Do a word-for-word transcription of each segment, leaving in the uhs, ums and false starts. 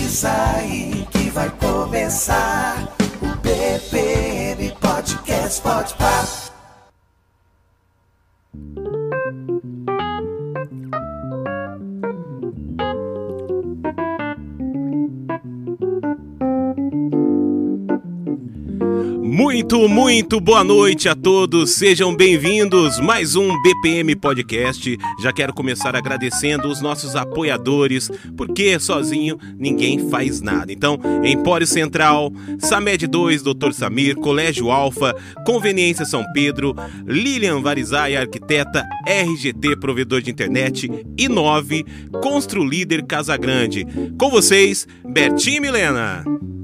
Sintoniza aí que vai começar o B P M Podcast Pode Pá. Muito, muito boa noite a todos, sejam bem-vindos mais um B P M Podcast. Já quero começar agradecendo os nossos apoiadores, porque sozinho ninguém faz nada. Então, Empório Central, Samed dois, doutor Samir, Colégio Alfa, Conveniência São Pedro, Lilian Varizaia, arquiteta, R G T, provedor de internet, Inove, Constru Líder Casa Grande. Com vocês, Bertinho e Milena.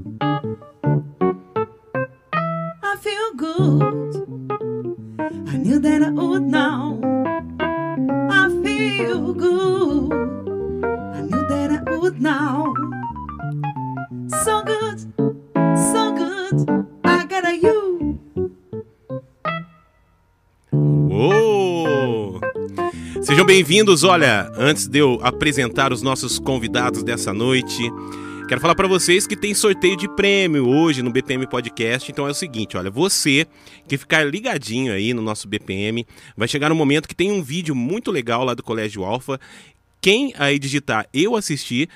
I feel good. I knew that I would now. I feel good. I knew that I would now. So good, so good. I got a you. Uou! Sejam bem-vindos. Olha, antes de eu apresentar os nossos convidados dessa noite, quero falar para vocês que tem sorteio de prêmio hoje no B P M Podcast. Então é o seguinte, olha, você que ficar ligadinho aí no nosso B P M, vai chegar no momento que tem um vídeo muito legal lá do Colégio Alfa. Quem aí digitar Eu Assisti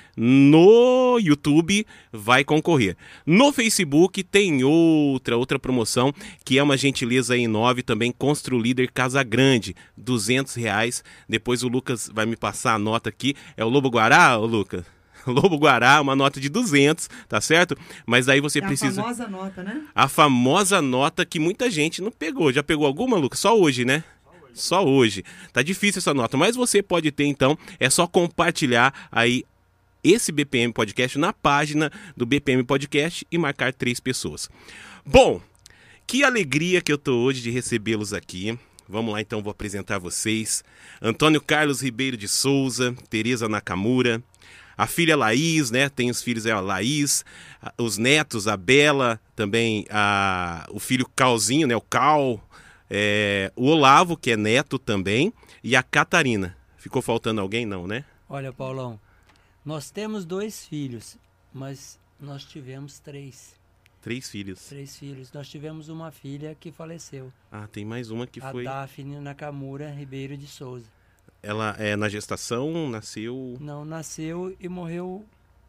no YouTube vai concorrer. No Facebook tem outra, outra promoção, que é uma gentileza aí nove, também Constru Líder Casa Grande, duzentos reais. Depois o Lucas vai me passar a nota aqui. É o Lobo Guará, ô Lucas? Lobo Guará, uma nota de duzentos, tá certo? Mas aí você é precisa... a famosa nota, né? A famosa nota que muita gente não pegou. Já pegou alguma, Lucas? Só hoje, né? Só hoje. Tá difícil essa nota, mas você pode ter, então. É só compartilhar aí esse B P M Podcast na página do B P M Podcast e marcar três pessoas. Bom, que alegria que eu tô hoje de recebê-los aqui. Vamos lá, então, vou apresentar vocês. Antônio Carlos Ribeiro de Souza, Tereza Nakamura, a filha Laís, né? Tem os filhos, é a Laís, os netos, a Bela, também a, o filho Calzinho, né? O Cal, é, o Olavo, que é neto também, e a Catarina. Ficou faltando alguém? Não, né? Olha, Paulão, nós temos dois filhos, mas nós tivemos três. Três filhos. Três filhos. Nós tivemos uma filha que faleceu. Ah, tem mais uma que a foi... A Daphne Nakamura Ribeiro de Souza. Ela é na gestação, nasceu... Não, nasceu e morreu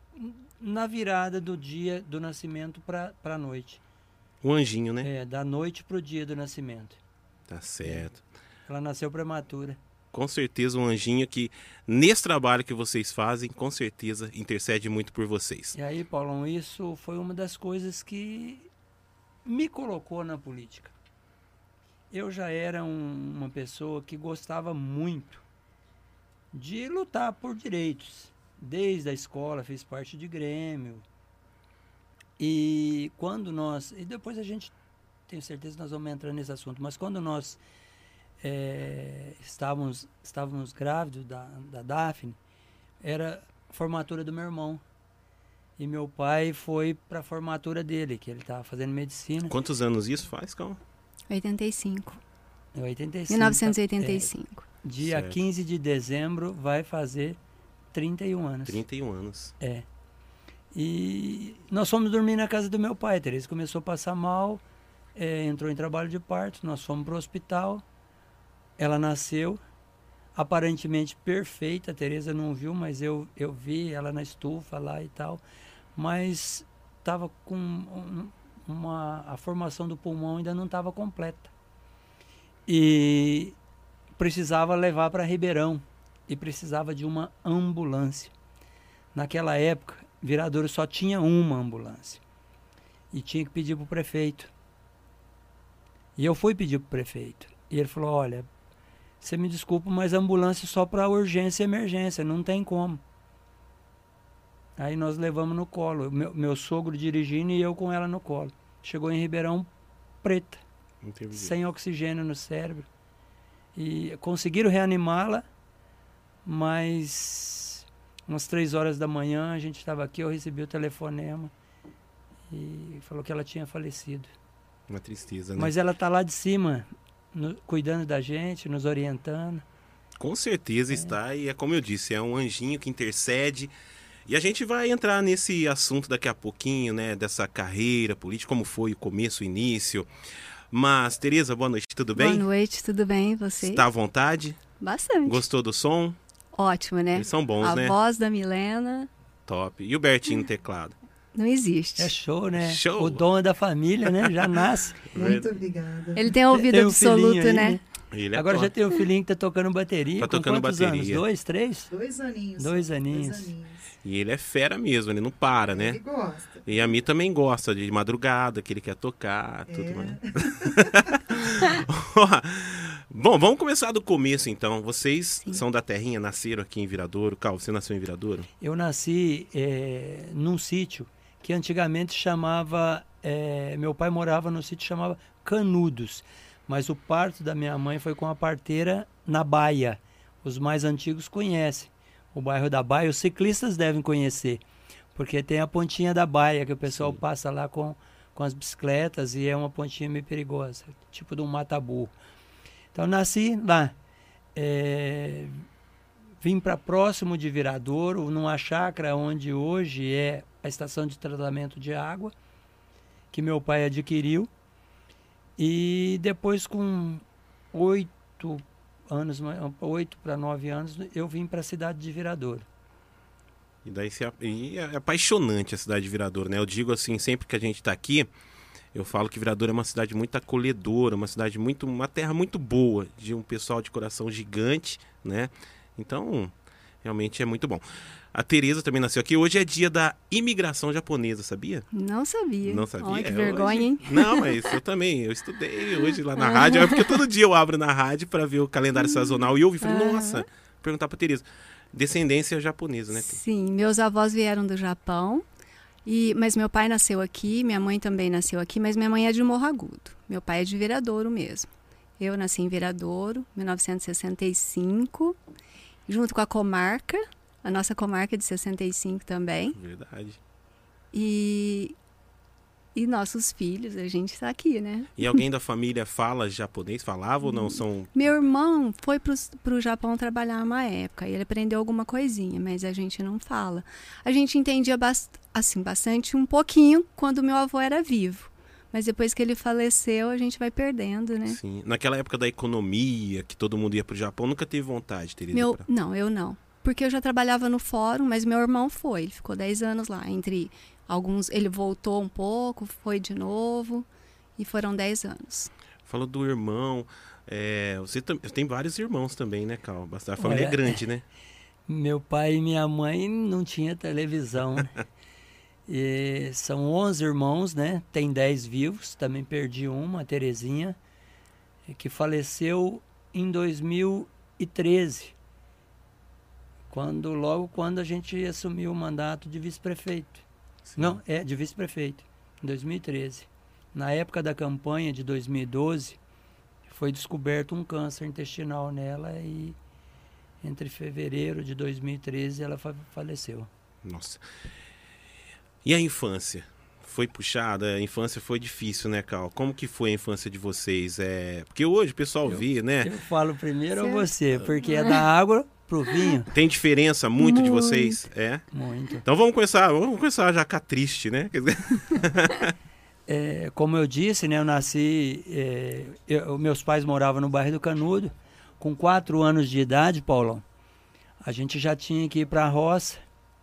na virada do dia do nascimento para a noite. Um anjinho, né? É, da noite para o dia do nascimento. Tá certo. É. Ela nasceu prematura. Com certeza um anjinho que, nesse trabalho que vocês fazem, com certeza intercede muito por vocês. E aí, Paulão, isso foi uma das coisas que me colocou na política. Eu já era um, uma pessoa que gostava muito de lutar por direitos. Desde a escola, fiz parte de Grêmio. E quando nós... E depois a gente, tenho certeza que nós vamos entrar nesse assunto, mas quando nós é, estávamos, estávamos grávidos da, da Daphne, era a formatura do meu irmão. E meu pai foi para a formatura dele, que ele estava fazendo medicina. Quantos anos isso faz, calma? oitenta e cinco. Em oitenta e cinco. mil novecentos e oitenta e cinco. É, dia certo. quinze de dezembro vai fazer trinta e um anos. trinta e um anos. É. E nós fomos dormir na casa do meu pai. A Tereza começou a passar mal, é, entrou em trabalho de parto, nós fomos para o hospital. Ela nasceu, aparentemente perfeita. A Tereza não viu, mas eu, eu vi ela na estufa lá e tal. Mas estava com um, uma... A formação do pulmão ainda não estava completa. E precisava levar para Ribeirão. E precisava de uma ambulância. Naquela época, Viradouro só tinha uma ambulância. E tinha que pedir para o prefeito. E eu fui pedir para o prefeito. E ele falou, olha, você me desculpa, mas ambulância só para urgência e emergência, não tem como. Aí nós levamos no colo, meu, meu sogro dirigindo e eu com ela no colo. Chegou em Ribeirão preta, Entendi. Sem oxigênio no cérebro. E conseguiram reanimá-la, mas umas três horas da manhã a gente estava aqui, eu recebi o telefonema e falou que ela tinha falecido. Uma tristeza, né? Mas ela está lá de cima, no, cuidando da gente, nos orientando. Com certeza é. está, e é como eu disse, é um anjinho que intercede. E a gente vai entrar nesse assunto daqui a pouquinho, né? Dessa carreira política, como foi o começo, o início. Mas, Tereza, boa noite, tudo bem? Boa noite, tudo bem? Você? Está à vontade? Bastante. Gostou do som? Ótimo, né? Eles são bons, a né? A voz da Milena... Top. E o Bertinho no teclado? Não existe. É show, né? Show. O dom é da família, né? Já nasce. Muito obrigada. Ele tem ouvido Tem um absoluto, filhinho aí, né? Ele é Agora top. já tem um filhinho que tá tocando bateria. Tá Com tocando quantos bateria. anos? Dois, três? Dois aninhos. Dois só, aninhos. Dois aninhos. E ele é fera mesmo, ele não para, né? Ele gosta. E a Mi também gosta de madrugada, que ele quer tocar, tudo É. mais. Bom, vamos começar do começo então. Vocês Sim. são da terrinha, nasceram aqui em Viradouro. Cal, você nasceu em Viradouro? Eu nasci é, num sítio que antigamente chamava... é, meu pai morava no sítio que chamava Canudos. Mas o parto da minha mãe foi com a parteira na Baia. Os mais antigos conhecem. O bairro da Baia, os ciclistas devem conhecer. Porque tem a pontinha da Baia, que o pessoal Sim. passa lá com, com as bicicletas e é uma pontinha meio perigosa. Tipo de um mata-burro. Então, nasci lá. É, vim para próximo de Viradouro, numa chácara onde hoje é a estação de tratamento de água, que meu pai adquiriu. E depois, com oito anos, oito para nove anos, eu vim para a cidade de Viradouro. E daí se, e é apaixonante a cidade de Viradouro, né? Eu digo assim, sempre que a gente está aqui, eu falo que Viradouro é uma cidade muito acolhedora, uma cidade muito, uma terra muito boa, de um pessoal de coração gigante, né? Então, realmente é muito bom. A Tereza também nasceu aqui. Hoje é dia da imigração japonesa, sabia? Não sabia. Não sabia? Olha, que É, vergonha, hoje... hein? Não, mas eu também. Eu estudei hoje lá na rádio. É porque todo dia eu abro na rádio para ver o calendário sazonal e eu ouvi. Falei, Aham. nossa, perguntar para Tereza. Descendência japonesa, né? Sim, meus avós vieram do Japão, e, mas meu pai nasceu aqui, minha mãe também nasceu aqui, mas minha mãe é de Morro Agudo. Meu pai é de Viradouro mesmo. Eu nasci em Viradouro, mil novecentos e sessenta e cinco, junto com a comarca, a nossa comarca é de sessenta e cinco também. Verdade. E, e nossos filhos, a gente está aqui, né? E alguém da família fala japonês? Falava ou não? São... Meu irmão foi para o Japão trabalhar uma época e ele aprendeu alguma coisinha, mas a gente não fala. A gente entendia bast assim, bastante, um pouquinho, quando meu avô era vivo. Mas depois que ele faleceu, a gente vai perdendo, né? Sim. Naquela época da economia, que todo mundo ia pro Japão, nunca teve vontade, Tereza? Meu, pra... Não, eu não. Porque eu já trabalhava no fórum, mas meu irmão foi. Ele ficou dez anos lá. Entre alguns, ele voltou um pouco, foi de novo. E foram dez anos. Falou do irmão. É, você tam... tem vários irmãos também, né, Cal? A família Olha, é grande, né? Meu pai e minha mãe não tinham televisão. E são onze irmãos, né? Tem dez vivos. Também perdi uma, a Terezinha, que faleceu em dois mil e treze. Quando, logo quando a gente assumiu o mandato de vice-prefeito. Não, é, de vice-prefeito, em dois mil e treze. Na época da campanha de dois mil e doze, foi descoberto um câncer intestinal nela e entre fevereiro de dois mil e treze ela fa faleceu. Nossa. E a infância? Foi puxada? A infância foi difícil, né, Cal? Como que foi a infância de vocês? É... Porque hoje o pessoal Eu- vê, né? Eu falo primeiro a Certo. você, porque é da água pro vinho. Tem diferença muito, de Muito. vocês? É? Muito. Então vamos começar, vamos começar já com a triste, né? Quer dizer, É, como eu disse, né, eu nasci, é, eu- meus pais moravam no bairro do Canudo. Com quatro anos de idade, Paulão, a gente já tinha que ir para a roça,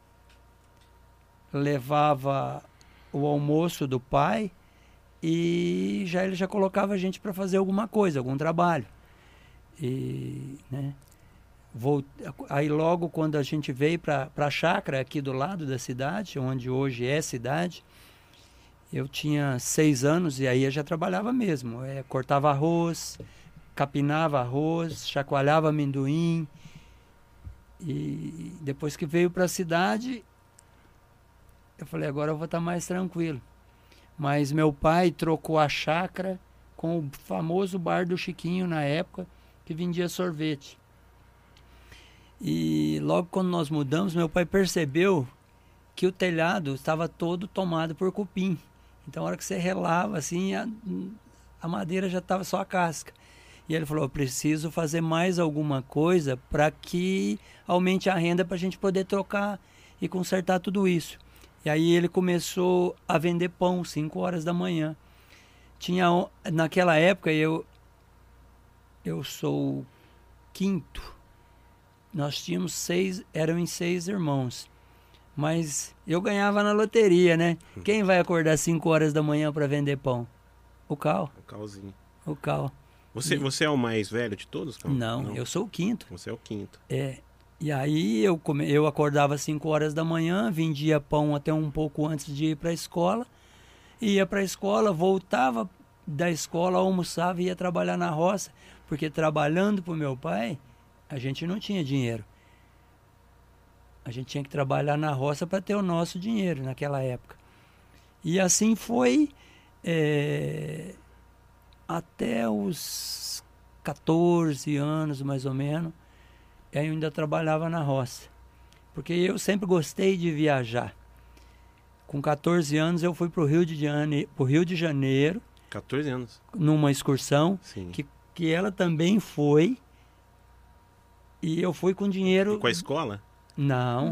levava o almoço do pai e já ele já colocava a gente para fazer alguma coisa, algum trabalho. E, né, volt... aí logo quando a gente veio para a chácara aqui do lado da cidade, onde hoje é cidade, eu tinha seis anos e aí eu já trabalhava mesmo. É, cortava arroz, capinava arroz, chacoalhava amendoim. E depois que veio para a cidade, eu falei, agora eu vou estar mais tranquilo. Mas meu pai trocou a chácara com o famoso bar do Chiquinho na época, que vendia sorvete. E logo quando nós mudamos, meu pai percebeu que o telhado estava todo tomado por cupim. Então, a hora que você relava, assim, a, a madeira já estava só a casca. E ele falou, eu preciso fazer mais alguma coisa para que aumente a renda para a gente poder trocar e consertar tudo isso. E aí ele começou a vender pão, cinco horas da manhã. Tinha, naquela época, eu, eu sou quinto. Nós tínhamos seis, eram em seis irmãos. Mas eu ganhava na loteria, né? Quem vai acordar cinco horas da manhã para vender pão? O Cal. O Calzinho. O Cal. Você, E... você é o mais velho de todos, Cal? Não, Não, eu sou o quinto. Você é o quinto. É. E aí eu, come... eu acordava às cinco horas da manhã, vendia pão até um pouco antes de ir para a escola. Ia para a escola, voltava da escola, almoçava e ia trabalhar na roça. Porque trabalhando para o meu pai, a gente não tinha dinheiro. A gente tinha que trabalhar na roça para ter o nosso dinheiro naquela época. E assim foi é, até os quatorze anos, mais ou menos. Eu ainda trabalhava na roça. Porque eu sempre gostei de viajar. Com quatorze anos eu fui para o Rio de Janeiro, pro Rio de Janeiro. quatorze anos. Numa excursão. Sim. Que, que ela também foi. E eu fui com dinheiro... E com a escola? Não.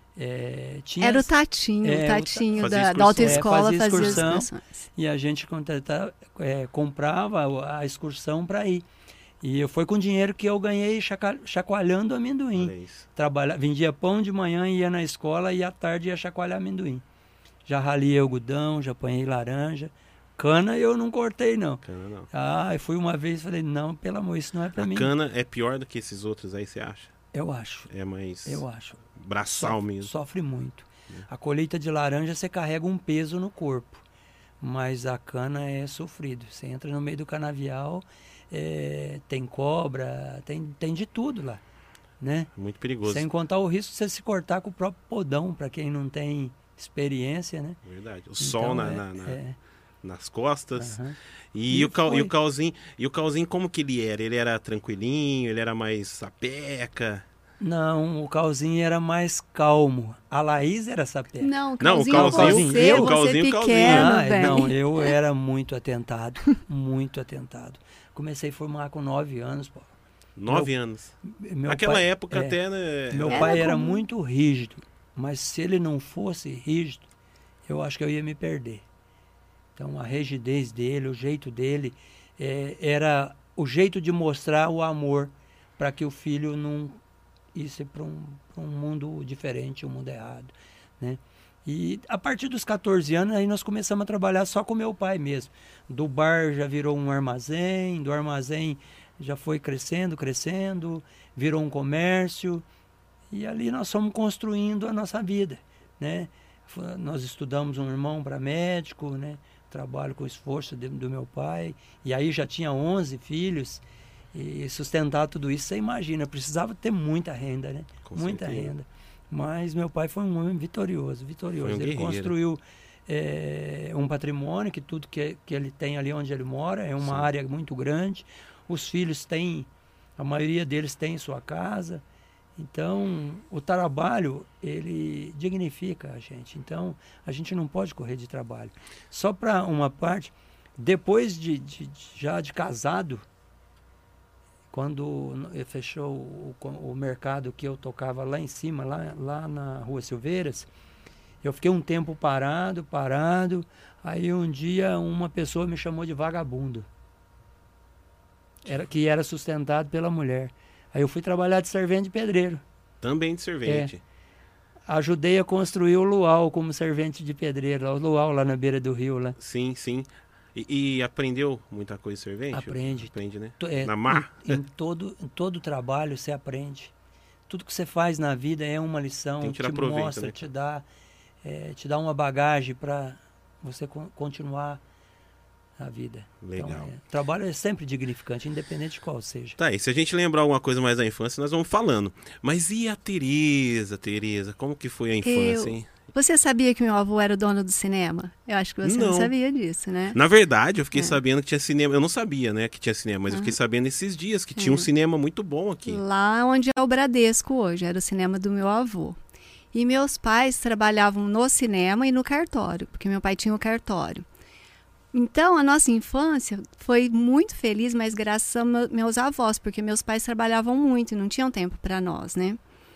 É, tinha, Era o Tatinho, é, o Tatinho fazia da, excursão. da autoescola, É, fazia fazia excursão. excursões. E a gente contratava, é, comprava a excursão para ir. E eu fui com dinheiro que eu ganhei chaca, chacoalhando amendoim. Olha isso. Trabalha, vendia pão de manhã, ia na escola e à tarde ia chacoalhar amendoim. Já ralei algodão, já apanhei laranja. Cana eu não cortei, não. Cana não. Ah, eu fui uma vez e falei, não, pelo amor, isso não é para A mim. cana é pior do que esses outros aí, você acha? Eu acho, É mais eu acho. braçal Sofre, mesmo. sofre muito. A colheita de laranja você carrega um peso no corpo, mas a cana é sofrido. Você entra no meio do canavial, é, tem cobra, tem, tem de tudo lá, né? Muito perigoso. Sem contar o risco de você se cortar com o próprio podão, para quem não tem experiência, né? Verdade. O Então, sol na, é- na- na- é, nas costas. aham. E, E o cal, e foi. o Calzinho, e o Calzinho como que ele era? Ele era tranquilinho, ele era mais sapeca? Não, o Calzinho era mais calmo. A Laís era sapeca. Não, Não, o Calzinho, Calzinho- você, eu, você Calzinho, pequeno, Calzinho. Ah, velho. não, eu era muito atentado, muito atentado. Comecei a formar com nove anos, pô. Nove anos. Meu Naquela pai- época é, até, né? Meu Era pai era comum. muito rígido, mas se ele não fosse rígido, eu acho que eu ia me perder. Então a rigidez dele, o jeito dele, é, era o jeito de mostrar o amor para que o filho não isse para um, pra um mundo diferente, um mundo errado, né? E a partir dos quatorze anos, aí nós começamos a trabalhar só com meu pai mesmo. Do bar já virou um armazém, do armazém já foi crescendo, crescendo, virou um comércio. E ali nós fomos construindo a nossa vida, né? F- Nós estudamos um irmão para médico, né? Trabalho com esforço de- do meu pai. E aí já tinha onze filhos. E sustentar tudo isso, você imagina, precisava ter muita renda, né? Com muita certeza. renda. Mas meu pai foi um homem vitorioso, vitorioso. Foi um ele guerreiro. construiu eh, um patrimônio, que tudo que, que ele tem ali onde ele mora é uma Sim. área muito grande. Os filhos têm, a maioria deles tem sua casa. Então, o trabalho, ele dignifica a gente. Então, a gente não pode correr de trabalho. Só para uma parte, depois de, de- de- já de casado, quando n- fechou o, co- o mercado que eu tocava lá em cima, lá, lá na Rua Silveiras, eu fiquei um tempo parado, parado. Aí um dia uma pessoa me chamou de vagabundo, era, que era sustentado pela mulher. Aí eu fui trabalhar de servente de pedreiro. Também de servente. Ajudei a construir o luau como servente de pedreiro, lá, o luau lá na beira do rio. Lá. Sim, sim. E, e aprendeu muita coisa de servente? Aprende. Aprende, né? To- é, Na mar? Em, em todo, em todo trabalho você aprende. Tudo que você faz na vida é uma lição, Tem que tirar te proveito, mostra, né? te dá, é, te dá uma bagagem para você con- continuar a vida. Legal. Então, é, trabalho é sempre dignificante, independente de qual seja. Tá, e se a gente lembrar alguma coisa mais da infância, nós vamos falando. Mas e a Tereza, Tereza? Como que foi a infância, Eu- hein? Você sabia que meu avô era o dono do cinema? Eu acho que você não, Não. sabia disso, né? Na verdade, eu fiquei É. sabendo que tinha cinema. Eu não sabia, né, que tinha cinema, mas eu fiquei sabendo esses dias que tinha um cinema muito bom aqui. Lá onde é o Bradesco hoje, era o cinema do meu avô. E meus pais trabalhavam no cinema e no cartório, porque meu pai tinha o cartório. Então, a nossa infância foi muito feliz, mas graças a me- meus avós, porque meus pais trabalhavam muito e não tinham tempo para nós, né?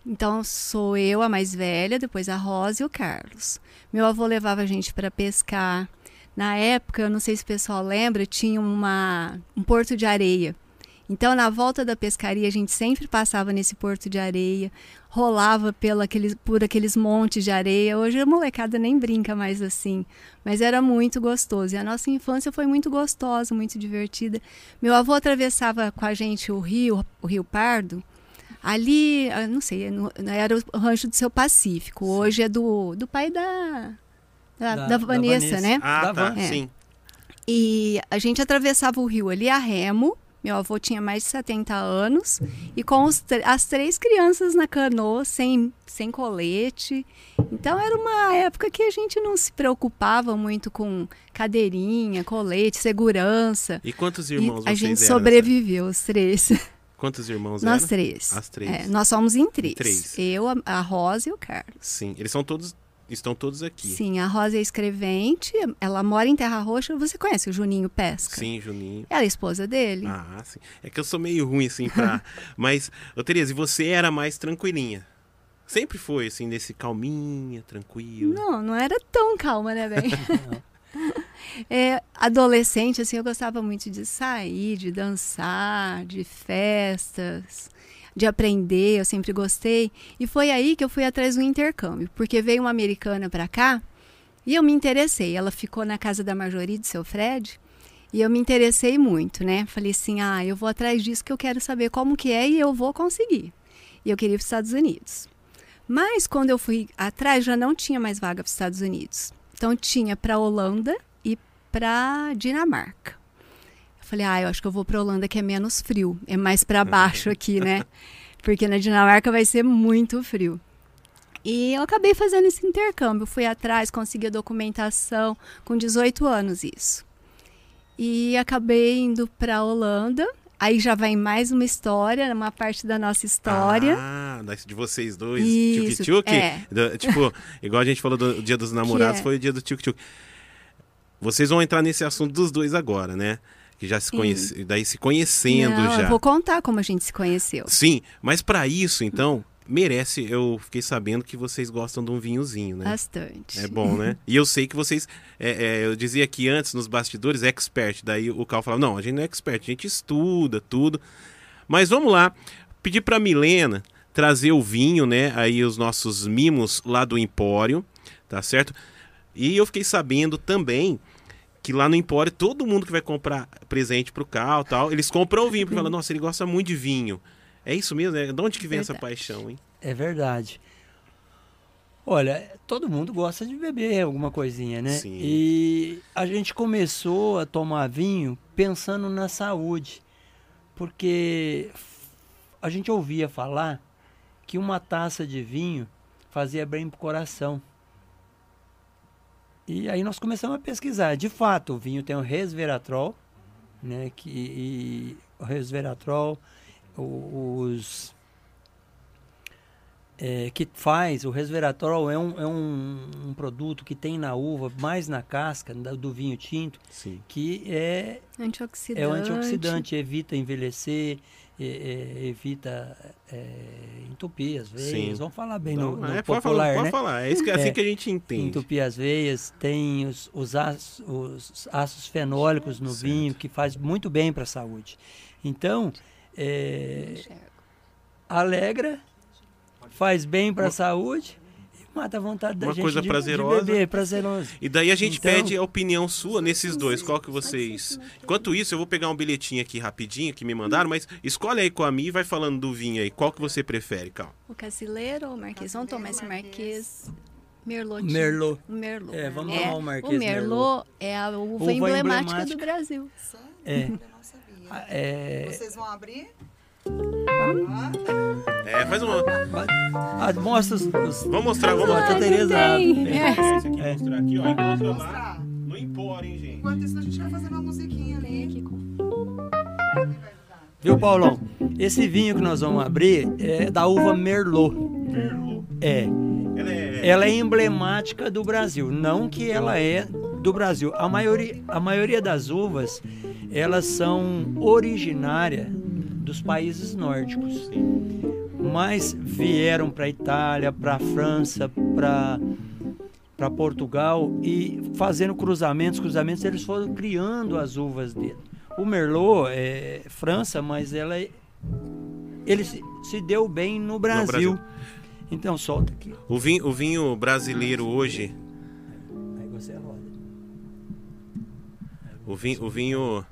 Então, sou eu a mais velha, depois a Rosa e o Carlos. Meu avô levava a gente para pescar. Na época, eu não sei se o pessoal lembra, tinha uma, um porto de areia. Então, na volta da pescaria, a gente sempre passava nesse porto de areia, rolava pela aqueles, por aqueles montes de areia. Hoje a molecada nem brinca mais assim, mas era muito gostoso. E a nossa infância foi muito gostosa, muito divertida. Meu avô atravessava com a gente o rio, o Rio Pardo. Ali, não sei, era o rancho do Seu Pacífico. Hoje é do, do pai da, da, da, da, Vanessa, da Vanessa, né? Ah, tá, é. sim. E a gente atravessava o rio ali a remo. Meu avô tinha mais de setenta anos e com os, as três crianças na canoa, sem, sem colete. Então, era uma época que a gente não se preocupava muito com cadeirinha, colete, segurança. E quantos irmãos e a vocês gente eram, sobreviveu, os três. Quantos irmãos Nós eram? três. As três. É, nós somos em três. três. Eu, a, a Rosa e o Carlos. Sim, eles são todos... Estão todos aqui. Sim, a Rosa é escrevente, ela mora em Terra Roxa. Você conhece o Juninho Pesca? Sim, Juninho. Ela é a esposa dele. Ah, sim. É que eu sou meio ruim, assim, pra... Mas, ô Tereza, você era mais tranquilinha? Sempre foi, assim, nesse calminha, tranquila? Não, não era tão calma, né, bem? É, adolescente, assim, eu gostava muito de sair, de dançar, de festas... de aprender, eu sempre gostei. E foi aí que eu fui atrás do intercâmbio, porque veio uma americana para cá e eu me interessei. Ela ficou na casa da Marjorie, do seu Fred, e eu me interessei muito, né? Falei assim, ah, eu vou atrás disso que eu quero saber como que é e eu vou conseguir. E eu queria ir para os Estados Unidos. Mas quando eu fui atrás, já não tinha mais vaga para os Estados Unidos. Então tinha para Holanda e para Dinamarca. Falei, ah, eu acho que eu vou para Holanda, que é menos frio. É mais para baixo aqui, né? Porque na Dinamarca vai ser muito frio. E eu acabei fazendo esse intercâmbio. Fui atrás, consegui a documentação, com dezoito anos isso. E acabei indo para Holanda. Aí já vai mais uma história, uma parte da nossa história. Ah, de vocês dois, Isso, tchuk-tchuk. é. Tipo, igual a gente falou do Dia dos Namorados, é. Foi o dia do tchuk-tchuk. Vocês vão entrar nesse assunto dos dois agora, né? Que já se conhece, daí se conhecendo Não, já. Eu vou contar como a gente se conheceu. Sim, mas para isso, então, merece, eu fiquei sabendo que vocês gostam de um vinhozinho, né? Bastante. É bom, né? E eu sei que vocês, é, é, eu dizia aqui antes nos bastidores, expert, daí o Cal falava, não, a gente não é expert, a gente estuda tudo. Mas vamos lá, pedir para Milena trazer o vinho, né? Aí os nossos mimos lá do Empório, tá certo? E eu fiquei sabendo também que lá no Empório, todo mundo que vai comprar presente pro Cal, tal, eles compram o vinho, porque falam, nossa, ele gosta muito de vinho. É isso mesmo? Né? De onde que vem verdade. Essa paixão, hein? É verdade. Olha, todo mundo gosta de beber alguma coisinha, né? Sim. E a gente começou a tomar vinho pensando na saúde, porque a gente ouvia falar que uma taça de vinho fazia bem pro coração. E aí nós começamos a pesquisar. De fato, o vinho tem o resveratrol, né? Que, e o resveratrol, os... É, que faz, o resveratrol é, um, é um, um produto que tem na uva, mais na casca do, do vinho tinto, sim. Que é antioxidante, é o antioxidante, evita envelhecer, é, é, evita é, entupir as veias, sim. Vamos falar bem Não, no, no é, popular, pode falar, né? Pode falar, é, isso que, assim é, que a gente entende. Entupir as veias, tem os, os, ácidos, os ácidos fenólicos no certo. Vinho, que faz muito bem para a saúde. Então, é, alegra, faz bem para a saúde e mata a vontade da Uma gente coisa de, prazerosa. de beber, prazeroso. E daí a gente então, pede a opinião sua nesses dois, qual que vocês... Enquanto isso, eu vou pegar um bilhetinho aqui rapidinho que me mandaram, mas escolhe aí com a Mi e vai falando do vinho aí, qual que você prefere, Cal? O Casileiro ou o Marquês? Vamos tomar esse Marquês... Merlot. Merlot. O Merlot. É, vamos é, tomar o Marquês O Merlot, Merlot é a uva, uva emblemática, emblemática do Brasil. É. Eu não sabia. É... Vocês vão abrir? É, faz uma... Ah, mostra os... os... Vamos mostrar, vamos mostrar. mostrar. A Tereza... É. É. Esse aqui, É. mostrar aqui, ó. Encontra lá no Empório, hein, gente. Enquanto isso, a gente vai fazer uma musiquinha ali. Viu, Paulão? Esse vinho que nós vamos abrir é da uva Merlot. Merlot. É. Ela é... Ela é emblemática do Brasil, não que ela é do Brasil. A maioria, a maioria das uvas, elas são originárias dos países nórdicos. mais vieram para a Itália, para a França, para para Portugal e fazendo cruzamentos, cruzamentos, eles foram criando as uvas dele. O Merlot é França, mas ela é, ele se, se deu bem no Brasil. No Brasil. Então solta aqui. O vinho, o vinho brasileiro hoje, Aí você roda. o vinho, o vinho,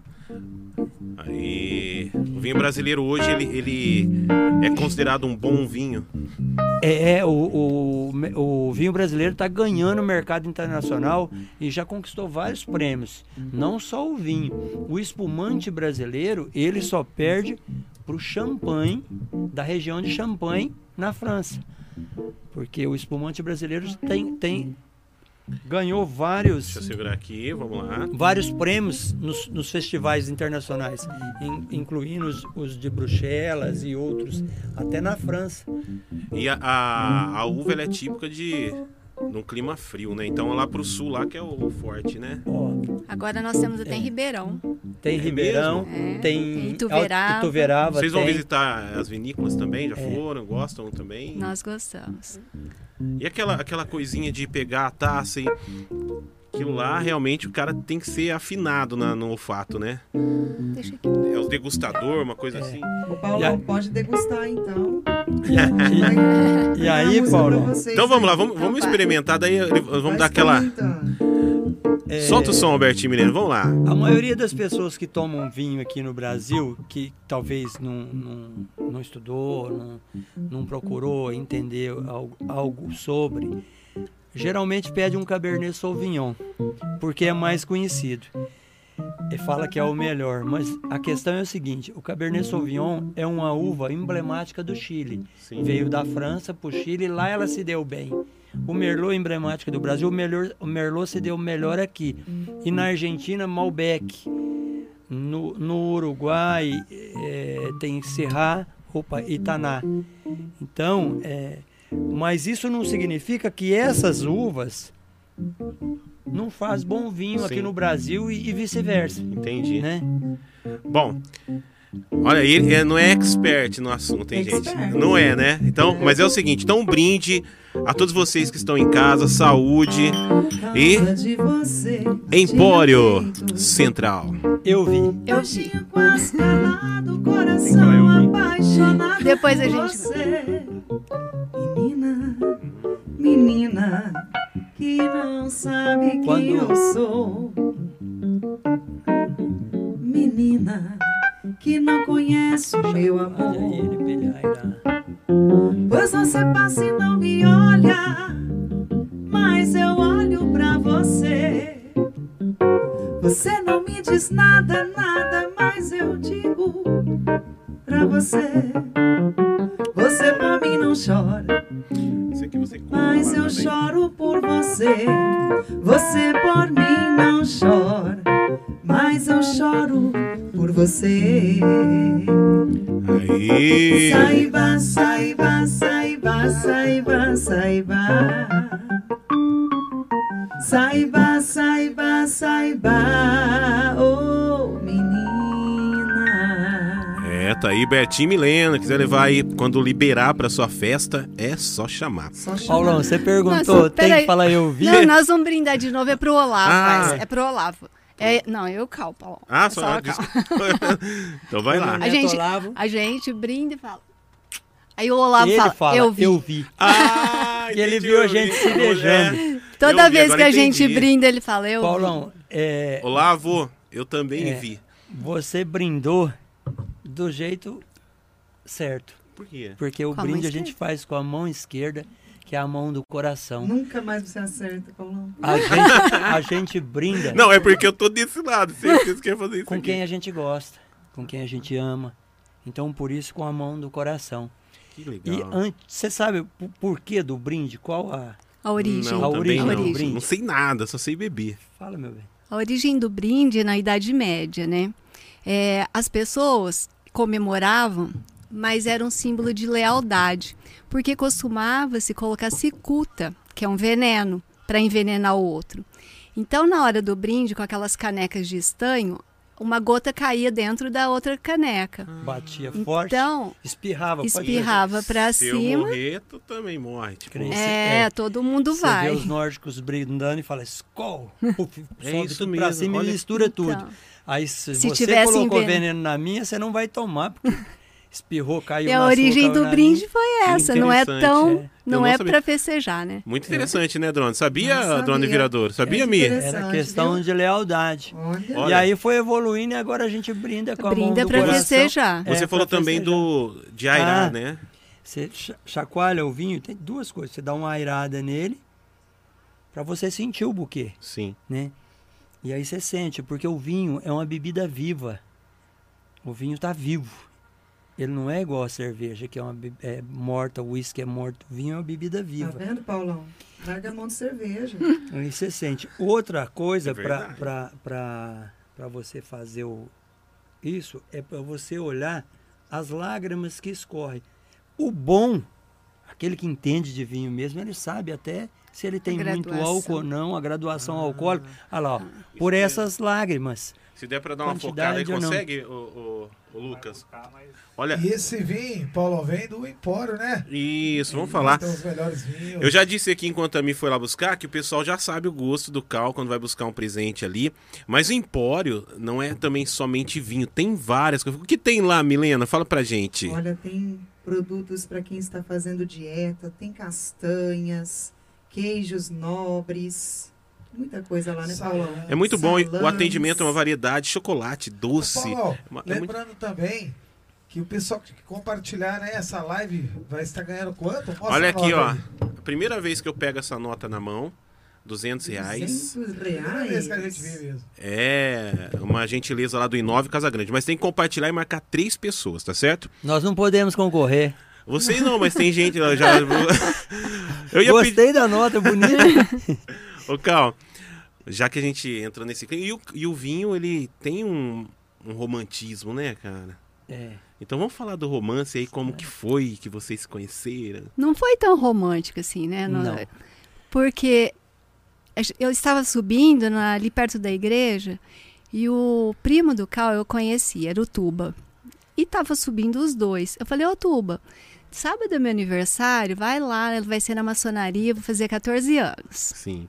aí, o vinho brasileiro hoje ele, ele é considerado um bom vinho. É, é, o, o, o vinho brasileiro está ganhando o mercado internacional e já conquistou vários prêmios. Não só o vinho. O espumante brasileiro, ele só perde para o champanhe, da região de Champagne, na França. Porque o espumante brasileiro tem, tem, ganhou vários... Deixa eu segurar aqui, vamos lá. vários prêmios nos, nos festivais internacionais, in, incluindo os, os de Bruxelas e outros, até na França. E a, a, a uva ela é típica de num clima frio, né? Então lá pro sul lá que é o forte, né? Ó, Agora nós temos até É. em Ribeirão. tem É Ribeirão, mesmo? É, tem tem Ituverava. Alto- Ituverava, Vocês vão tem. visitar as vinícolas também? Já É. foram? Gostam também? Nós gostamos. E aquela, aquela coisinha de pegar a taça e... Aquilo lá, realmente, o cara tem que ser afinado na, no olfato, né? Deixa aqui. É o degustador, uma coisa assim. O Paulo E a- pode degustar, então. E aí, Paulo? Então vamos lá, vamos, vamos experimentar, daí ele- vamos dar aquela... É, Solta o som, Albertinho Mileno, vamos lá. A maioria das pessoas que tomam vinho aqui no Brasil, que talvez não, não, não estudou, não, não procurou entender algo, algo sobre, geralmente pede um Cabernet Sauvignon, porque é mais conhecido. E fala que é o melhor, mas a questão é o seguinte, o Cabernet Sauvignon é uma uva emblemática do Chile. Sim. Veio da França para o Chile e lá ela se deu bem. O Merlot emblemático do Brasil, o, melhor, o Merlot se deu melhor aqui. E na Argentina, Malbec. No, no Uruguai, é, tem Syrah, opa, e Taná. Então, é, mas isso não significa que essas uvas não faz bom vinho Sim. aqui no Brasil e, e vice-versa, Entendi. né? Bom, olha, ele é- não é expert no assunto, hein, gente? Expert. Não é, né? Então, mas é o seguinte, então um brinde a todos vocês que estão em casa, saúde e Empório Central. Eu vi. Eu vi. tinha quase calado o coração apaixonado Depois a por gente- você. Menina, menina, que não sabe quem Quando- eu sou. Menina, que não conhece o meu Olha amor. ele brilhar. Pois você passa e não me olha, mas eu olho pra você. Você não me diz nada, nada, mas eu digo pra você. Você por mim não chora, Isso aqui você compra mas lá eu também. choro por você. Você por mim não chora, mas eu choro por você. Aí. Saiba, saiba, saiba, saiba, saiba. Saiba, saiba, saiba, oh menina. É, tá aí Bertinho Milena, quiser levar aí quando liberar pra sua festa, é só chamar. Só chamar. Paulão, você perguntou, Nossa, tem peraí. que falar eu vi? Não, nós vamos brindar de novo, é pro Olavo, Ah. mas é pro Olavo. É, não, eu cal, Paulo. Ah, É só, só ah, eu cal. desculpa. Então vai lá. A gente, Olavo. a gente brinda e fala. Aí o Olavo Ele fala, fala, eu vi. eu vi. Ah, Que ele entendi, viu a eu gente vi. se beijando. É. Toda Eu vi, vez agora que a gente entendi. brinda, ele fala, eu vi. Paulão, é, Olavo, eu também É. vi. você brindou do jeito certo. Por quê? Porque o Com a mão brinde a gente esquerda. faz com a mão esquerda, que é a mão do coração. Nunca mais você acerta, Paulão. A gente, a gente brinda Não, é porque eu tô desse lado. Vocês querem fazer isso com aqui. quem a gente gosta, com quem a gente ama. Então, por isso, com a mão do coração. Que E legal. an- você sabe o porquê do brinde? Qual a... A origem. Não, A também origem, não. a origem. Não sei nada, só sei beber. Fala, meu bem. A origem do brinde na Idade Média, né? É, as pessoas comemoravam, mas era um símbolo de lealdade, porque costumava-se colocar cicuta, que é um veneno, para envenenar o outro. Então, na hora do brinde, com aquelas canecas de estanho, uma gota caía dentro da outra caneca. Batia forte, Então, espirrava. pode ver. espirrava para Se eu cima. morrer, tu também morre. Tipo, Cresce. É, É. todo mundo Você vai. vê os nórdicos brindando e fala, Skol! Puf, É sobe isso tudo pra mesmo, cima olha. e mistura tudo. Então. Aí se, Se você tivesse colocou enven- veneno na minha, você não vai tomar, porque espirrou, caiu E na a sua, origem caiu do na brinde minha. foi essa. Não é Interessante, tão. é. Não Eu não é sabia. para festejar, né? muito interessante, né, Drone? Sabia, Não sabia. Drone Virador? Sabia, É Mi? interessante. Era questão viu? de lealdade. Olha. Olha. E aí foi evoluindo e agora a gente brinda com a mão Brinda do para coração. festejar. Você É, falou pra também festejar. do de airar, Ah. né? Você cha- chacoalha o vinho, tem duas coisas. Você dá uma airada nele para você sentir o buquê, Sim. né? E aí você sente, porque o vinho é uma bebida viva. O vinho está vivo. Ele não é igual a cerveja, que é uma be- é morta, o uísque é morto. O vinho é uma bebida Tá viva. vendo, Paulão? Larga a mão de cerveja. Aí você sente. Outra coisa É verdade. para você fazer o, isso é para você olhar as lágrimas que escorrem. O bom, aquele que entende de vinho mesmo, ele sabe até se ele tem muito graduação. álcool ou não, a graduação alcoólica. Olha lá, ó, por essas lágrimas. Se der pra dar uma Quantidade focada aí, ou não? consegue, o, o, Lucas? Olha, E esse vinho, Paulo, vem do Empório, né? isso, vamos falar. Então, os melhores vinhos. Eu já disse aqui, enquanto a Mi foi lá buscar, que o pessoal já sabe o gosto do Cal quando vai buscar um presente ali. Mas o Empório não é também somente vinho, tem várias coisas. O que tem lá, Milena? Fala pra gente. Olha, tem produtos para quem está fazendo dieta, tem castanhas, queijos nobres, muita coisa lá, né, Salame. Paulão? É muito bom, e o Salames. atendimento é uma variedade, chocolate, doce. Paulo, Uma- é muito- lembrando também que o pessoal que compartilhar, né, essa live vai estar ganhando quanto? Mostra Olha a aqui, nota ó. aí. A primeira vez que eu pego essa nota na mão, duzentos reais. duzentos Primeira vez que a reais. gente vê mesmo. É uma gentileza lá do Inove Casa Grande. Mas tem que compartilhar e marcar três pessoas, tá certo? Nós não podemos concorrer. Vocês não, mas tem gente. Eu já. Eu ia Gostei pedir. da nota, bonita. Ô, Cal, já que a gente entrou nesse clima. E o, e o vinho, ele tem um, um romantismo, né, cara? É. Então vamos falar do romance aí, como que foi que vocês se conheceram. Não foi tão romântico assim, né? Não. Porque eu estava subindo na- ali perto da igreja e o primo do Cal eu conhecia, era o Tuba. E estava subindo os dois. Eu falei, ô Tuba, sábado é meu aniversário, vai lá, vai ser na maçonaria, vou fazer quatorze anos. Sim.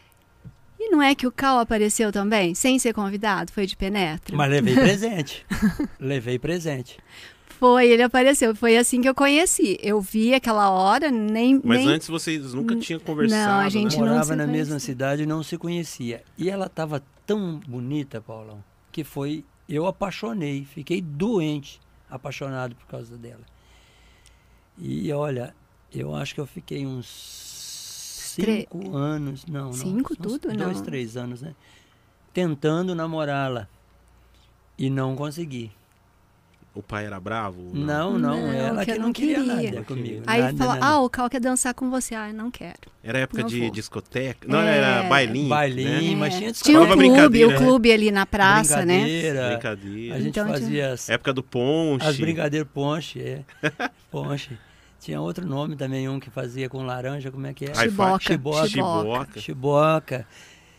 E não é que o Cal apareceu também, sem ser convidado, foi de penetra? Mas levei presente. Levei presente. Foi, ele apareceu, foi assim que eu conheci. Eu vi aquela hora, nem... Mas nem... antes vocês nunca tinham conversado. Não, a gente né? não Morava se na conhecia. mesma cidade e não se conhecia. E ela estava tão bonita, Paulão, que foi... Eu apaixonei, fiquei doente, apaixonado por causa dela. E olha, eu acho que eu fiquei uns Tre- cinco anos, não, não. Cinco, uns tudo? Dois, Não. três anos, né? Tentando namorá-la. E não consegui. O pai era bravo? Não, não, Não, ela que que eu não não queria queria. nada comigo. Aí nada, fala, nada. ah, o Cal quer dançar com você. Ah, eu não quero. Era época Não de vou. discoteca? Não, É. era bailinho. Bailinho, né? mas tinha Tinha o Falava clube, brincadeira, o clube ali na praça, né? brincadeira. Brincadeira. A gente Então, fazia as, Época do ponche. as brincadeiras ponche, é. Ponche. Tinha outro nome também, um que fazia com laranja, como é que é? Ai, Chiboca. Chiboca. Chiboca. Chiboca.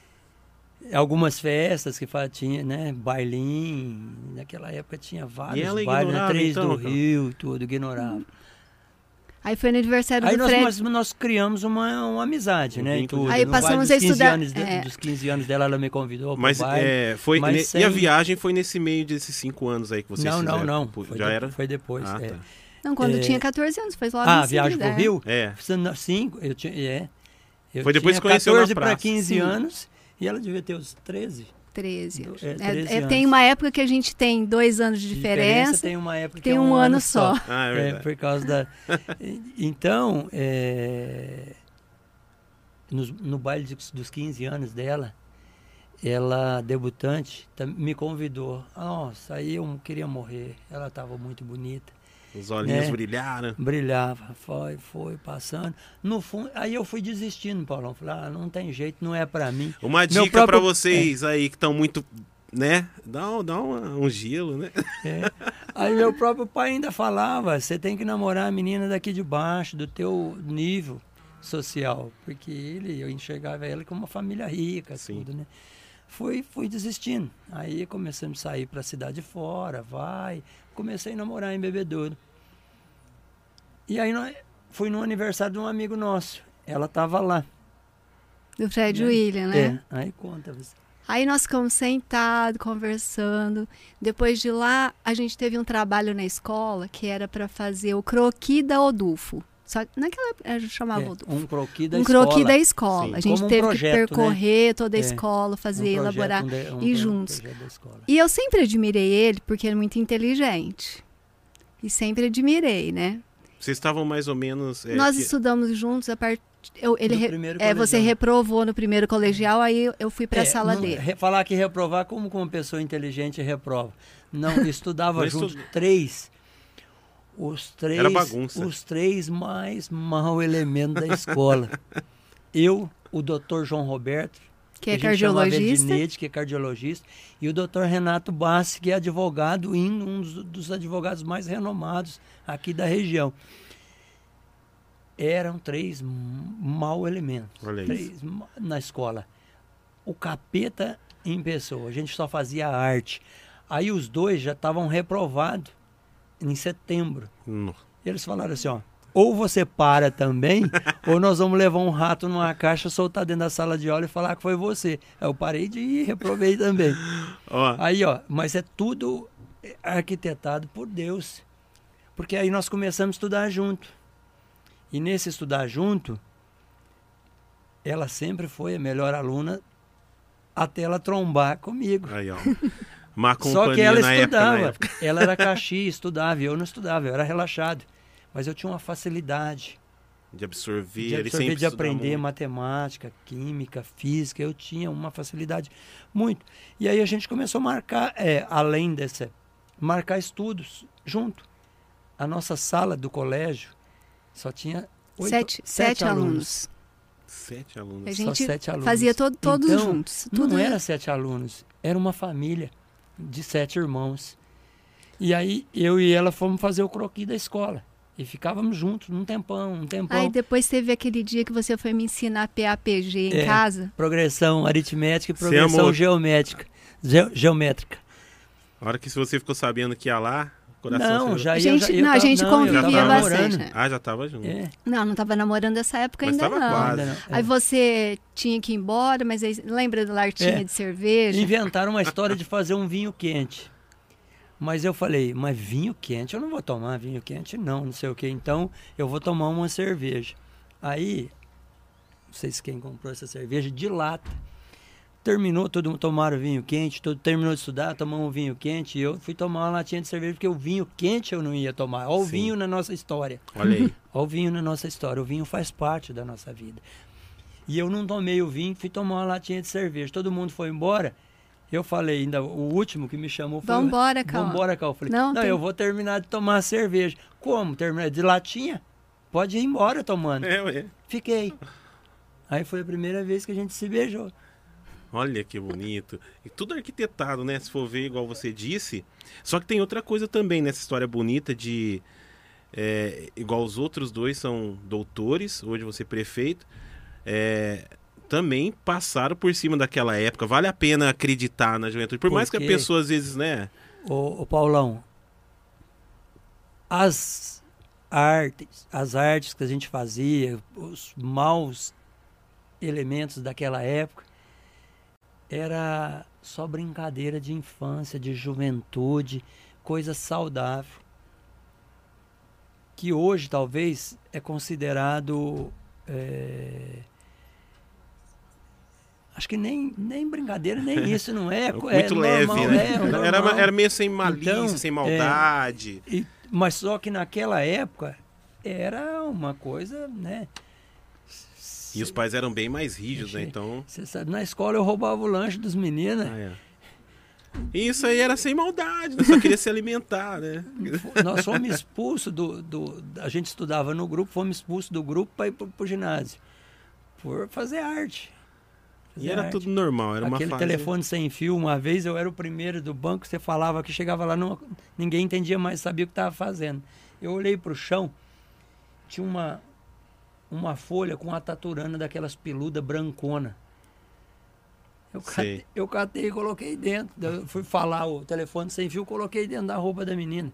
Algumas festas que fa- tinha, né? Bailinho. Naquela época tinha vários ela bailes, né? ignorava, Três então, do cara? Rio, tudo, ignorava. Aí foi no aniversário Aí do nós, Fred. nós, nós criamos uma, uma amizade, Um né? e vínculo tudo. de- Aí No baile passamos dos a quinze estudar- Anos de- é. Dos quinze anos dela, ela me convidou para Mas baile. é, foi. Mas ne- sem- E a viagem foi nesse meio desses cinco anos aí que vocês não, fizeram? não, não. Pô, Foi Já de- era? Foi depois. Ah, é. tá. Não, quando É. tinha quatorze anos, foi logo Ah, em a viagem seguida, pro é. Rio? É. Cinco, eu tinha, é. Eu Foi depois tinha que conheceu na quatorze para praça. quinze Sim. anos e ela devia ter uns treze. treze. É, É, treze é, tem anos. uma época que a gente tem dois anos de diferença. Tem uma época que tem é um ano só. Ah, é É, verdade. por causa da. E- Então, é, nos- no baile de- dos quinze anos dela, ela, debutante, tam- me convidou. Nossa, aí eu queria morrer. Ela estava muito bonita. Os olhinhos É. brilharam. Brilhava, foi, foi, passando. No fundo, aí eu fui desistindo, Paulão. Falei, ah, não tem jeito, não é pra mim. Uma Meu dica próprio- pra vocês aí que estão muito, né? Dá, um- dá uma- um gelo, né? É. Aí meu próprio pai ainda falava, você tem que namorar a menina daqui de baixo, do teu nível social. Porque ele, eu enxergava ela como uma família rica, Sim. tudo, né? fui, fui desistindo. Aí começamos a sair para a cidade fora, vai. Comecei a namorar em Bebedouro. E aí nós, fui no aniversário de um amigo nosso. Ela estava lá. Do Fred E aí- William, né? É, aí conta você. Aí nós ficamos sentados, conversando. Depois de lá, a gente teve um trabalho na escola que era para fazer o croquis da Odulfo. Só que naquela época a gente chamava É, Odulfo. um croquis da Um escola. croquis da escola. Sim. A gente Como um teve projeto, que né? percorrer toda a É, escola, Um fazer, projeto, elaborar. um de- um ir pro- juntos. projeto da escola. E eu sempre admirei ele porque ele é muito inteligente. E sempre admirei, né? Vocês estavam mais ou menos... é, Nós que- estudamos juntos a partir... Eu, ele Do re- primeiro é, você colegial. reprovou no primeiro colegial, aí eu fui para a É, sala não- dele. re- Falar que reprovar, como que uma pessoa inteligente reprova? Não, estudava Não juntos estu- três. Os três, Era bagunça. os três mais mau elementos da escola. Eu, o doutor João Roberto, Que é a gente chamava ele de cardiologista. Nede, que é cardiologista, e o doutor Renato Bassi, que é advogado, e um dos, dos advogados mais renomados aqui da região. Eram três m- mau elementos. Olha três ma- na escola. O capeta em pessoa. A gente só fazia arte. Aí os dois já estavam reprovados em setembro. Hum, Eles falaram assim, ó, ou você para também, ou nós vamos levar um rato numa caixa, soltar dentro da sala de aula e falar que foi você. Aí eu parei de ir, reprovei também. Ó, Aí, ó, mas é tudo arquitetado por Deus. Porque aí nós começamos a estudar junto. E nesse estudar junto, ela sempre foi a melhor aluna até ela trombar comigo. aí, ó. Má Só que companhia ela na época, estudava. na época. Ela era caxi, estudava, e eu não estudava, eu era relaxado. Mas eu tinha uma facilidade De absorver, de ele absorver, sempre de estudava aprender muito. matemática, química, física. Eu tinha uma facilidade muito. E aí a gente começou a marcar, é, além dessa, marcar estudos junto. A nossa sala do colégio só tinha oito, Sete, sete alunos. Sete alunos. A Só gente sete alunos. fazia to- todos Então, juntos. Tudo Não era sete alunos, era uma família de sete irmãos. E aí eu e ela fomos fazer o croquis da escola. E ficávamos juntos um tempão, um tempão. Aí depois teve aquele dia que você foi me ensinar P A P G em É. casa. Progressão aritmética e Você progressão amou. geométrica. Ge- geométrica. A hora que se você ficou sabendo que ia lá, o coração... Não, acelerou. já A ia. gente- já, eu não, a tava- gente eu convivia tava tava bastante, namorando. né? Ah, já tava junto. É, Não, não estava namorando nessa época Mas ainda tava não. quase. ainda não. Aí É. você tinha que ir embora, mas aí, lembra da latinha É. de cerveja? Inventaram uma história de fazer um vinho quente. Mas eu falei, mas vinho quente? Eu não vou tomar vinho quente, não, não sei o que. Então, eu vou tomar uma cerveja. Aí, não sei se quem comprou essa cerveja, de lata. Terminou, todo mundo tomaram vinho quente, todo, terminou de estudar, tomamos um vinho quente. E eu fui tomar uma latinha de cerveja, porque o vinho quente eu não ia tomar. Olha o Sim. vinho na nossa história. Olha aí. Olha o vinho na nossa história. O vinho faz parte da nossa vida. E eu não tomei o vinho, fui tomar uma latinha de cerveja. Todo mundo foi embora. Eu falei, ainda o último que me chamou foi... Vambora, Cal. Vambora, Cal. Eu falei, Não, não, tem- eu vou terminar de tomar a cerveja. Como? Terminar de latinha? Pode ir embora tomando. É, ué. Fiquei. Aí foi a primeira vez que a gente se beijou. Olha que bonito. E tudo arquitetado, né? Se for ver, igual você disse. Só que tem outra coisa também nessa história bonita de... é, igual os outros dois são doutores, hoje você é prefeito. É, também passaram por cima daquela época. Vale a pena acreditar na juventude. Por, Por mais que a quê? pessoa, às vezes, né? Ô, ô Paulão, as artes, as artes que a gente fazia, os maus elementos daquela época, era só brincadeira de infância, de juventude, coisa saudável. Que hoje talvez é considerado... é, acho que nem, nem brincadeira, nem isso, não é? Muito é leve, normal, né? é, Era, era, normal. era meio sem malícia, Então, sem é, maldade. E- mas só que naquela época era uma coisa, né? E os pais eram bem mais rígidos, né? Achei. Então... Você sabe, na escola eu roubava o lanche dos meninos. Ah, é. E isso aí era sem maldade, né? Só queria se alimentar, né? Nós fomos expulsos do, do. A gente estudava no grupo, fomos expulsos do grupo para ir pro, pro ginásio. Por fazer arte. E Fazer era arte. tudo normal, era Aquele uma fase... telefone sem fio, uma vez eu era o primeiro do banco, você falava que chegava lá, não, ninguém entendia mais, sabia o que estava fazendo. Eu olhei para o chão, tinha uma, uma folha com uma taturana daquelas peludas brancona. Eu Eu Sei. catei, eu catei e coloquei dentro. Eu fui falar o telefone sem fio, coloquei dentro da roupa da menina.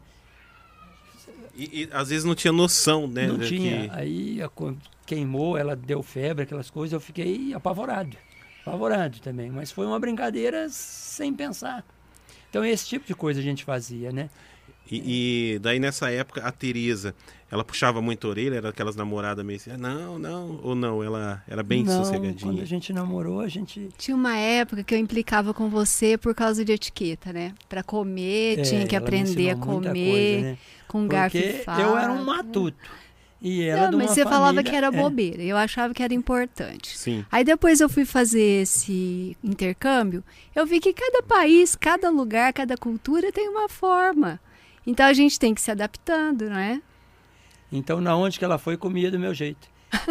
E, e às vezes não tinha noção, né? Não de tinha. que- Aí a co- queimou, ela deu febre, aquelas coisas, eu fiquei apavorado. Apavorado também. Mas foi uma brincadeira sem pensar. Então esse tipo de coisa a gente fazia, né? E, e daí nessa época a Tereza, ela puxava muito a orelha, era aquelas namoradas meio assim, "Ah, não, não, ou não, ela era bem Não, sossegadinha. quando a gente namorou, a gente... Tinha uma época que eu implicava com você por causa de etiqueta, né? Pra comer, É, tinha que ela me aprender a ensinou muita comer coisa, né? com garfo e Porque faca. eu era um matuto. E ela Não, de mas uma você falava família- que era é. bobeira. Eu achava que era importante. Sim. Aí depois eu fui fazer esse intercâmbio, eu vi que cada país, cada lugar, cada cultura tem uma forma. Então a gente tem que ir se adaptando, não é? Então, na onde que ela foi, comia do meu jeito.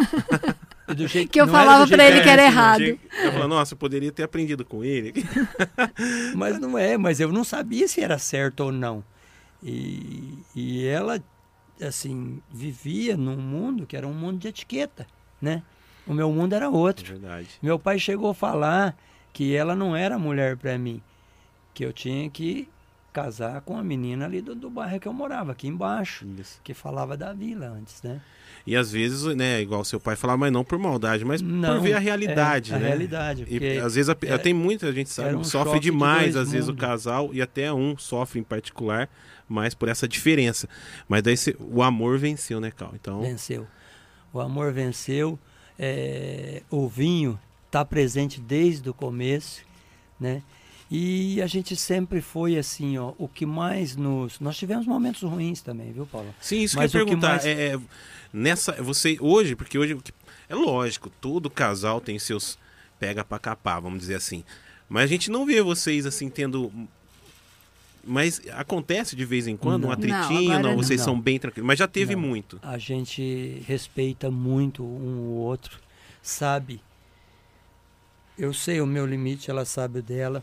E do jeito Que eu não era falava do pra jeito ele que era assim, errado. Eu falava, nossa, eu poderia ter aprendido com ele. Mas não é, mas eu não sabia se era certo ou não. E, e ela, assim, vivia num mundo que era um mundo de etiqueta, né? O meu mundo era É outro. verdade. Meu pai chegou a falar que ela não era mulher para mim, que eu tinha que casar com a menina ali do, do bairro que eu morava, aqui embaixo, Isso. que falava da vila antes, né? E às vezes, né, igual seu pai falava, mas não por maldade, mas Não, por ver a realidade, é, a né? realidade, E porque às vezes a- era- tem muita gente sabe, era um sofre choque de demais, dois às vezes o mundos. casal e até um sofre em particular, mas por essa diferença. Mas daí cê- o amor venceu, né, Cal? Então, Venceu. O amor venceu. é, o vinho está presente desde o começo, né? E a gente sempre foi assim, ó, o que mais nos... Nós tivemos momentos ruins também, viu, Paulo? sim, isso Mas que eu ia o que perguntar. mais- É, é, nessa, você hoje, porque hoje é lógico, todo casal tem seus pega pra capar, vamos dizer assim. Mas a gente não vê vocês assim tendo. Mas acontece de vez em quando um Não. atritinho, Não, não, agora vocês não. são bem tranquilos. Mas já teve Não. muito. A gente respeita muito um o outro, sabe? Eu sei o meu limite, ela sabe o dela.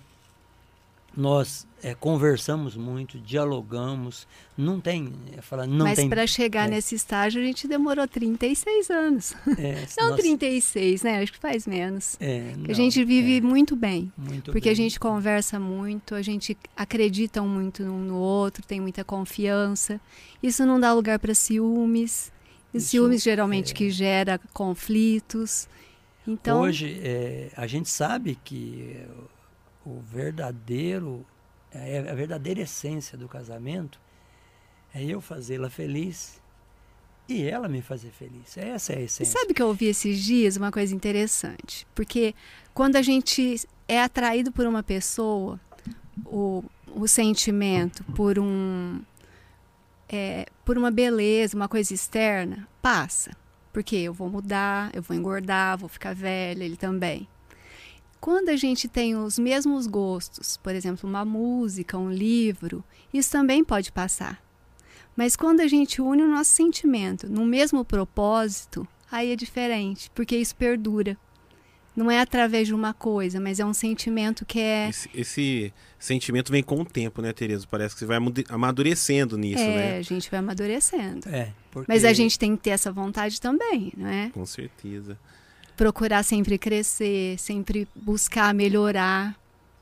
Nós é, conversamos muito, dialogamos. Não tem, é, fala, não Mas tem. para chegar é. nesse estágio a gente demorou trinta e seis anos. é, Não nós- trinta e seis, né? Acho que faz menos. é, Que não, a gente vive é, muito bem. muito Porque a bem. gente conversa muito, a gente acredita um muito um no outro, tem muita confiança. Isso não dá lugar para ciúmes. E Isso, ciúmes geralmente é. que gera conflitos. Então, Hoje, é, a gente sabe que é, o verdadeiro, é, a verdadeira essência do casamento é eu fazê-la feliz e ela me fazer feliz. Essa é a e essência. sabe que eu ouvi esses dias uma coisa interessante? Porque quando a gente é atraído por uma pessoa, o, o sentimento por um é, por uma beleza, uma coisa externa, passa. Porque eu vou mudar, eu vou engordar, vou ficar velha, ele também. Quando a gente tem os mesmos gostos, por exemplo, uma música, um livro, isso também pode passar. Mas quando a gente une o nosso sentimento no mesmo propósito, aí é diferente, porque isso perdura. Não é através de uma coisa, mas é um sentimento que é... Esse, esse sentimento vem com o tempo, né, Tereza? Parece que você vai amude- amadurecendo nisso, é, né? a gente vai amadurecendo. É, porque Mas a gente tem que ter essa vontade também, não é? Com certeza. Procurar sempre crescer, sempre buscar melhorar.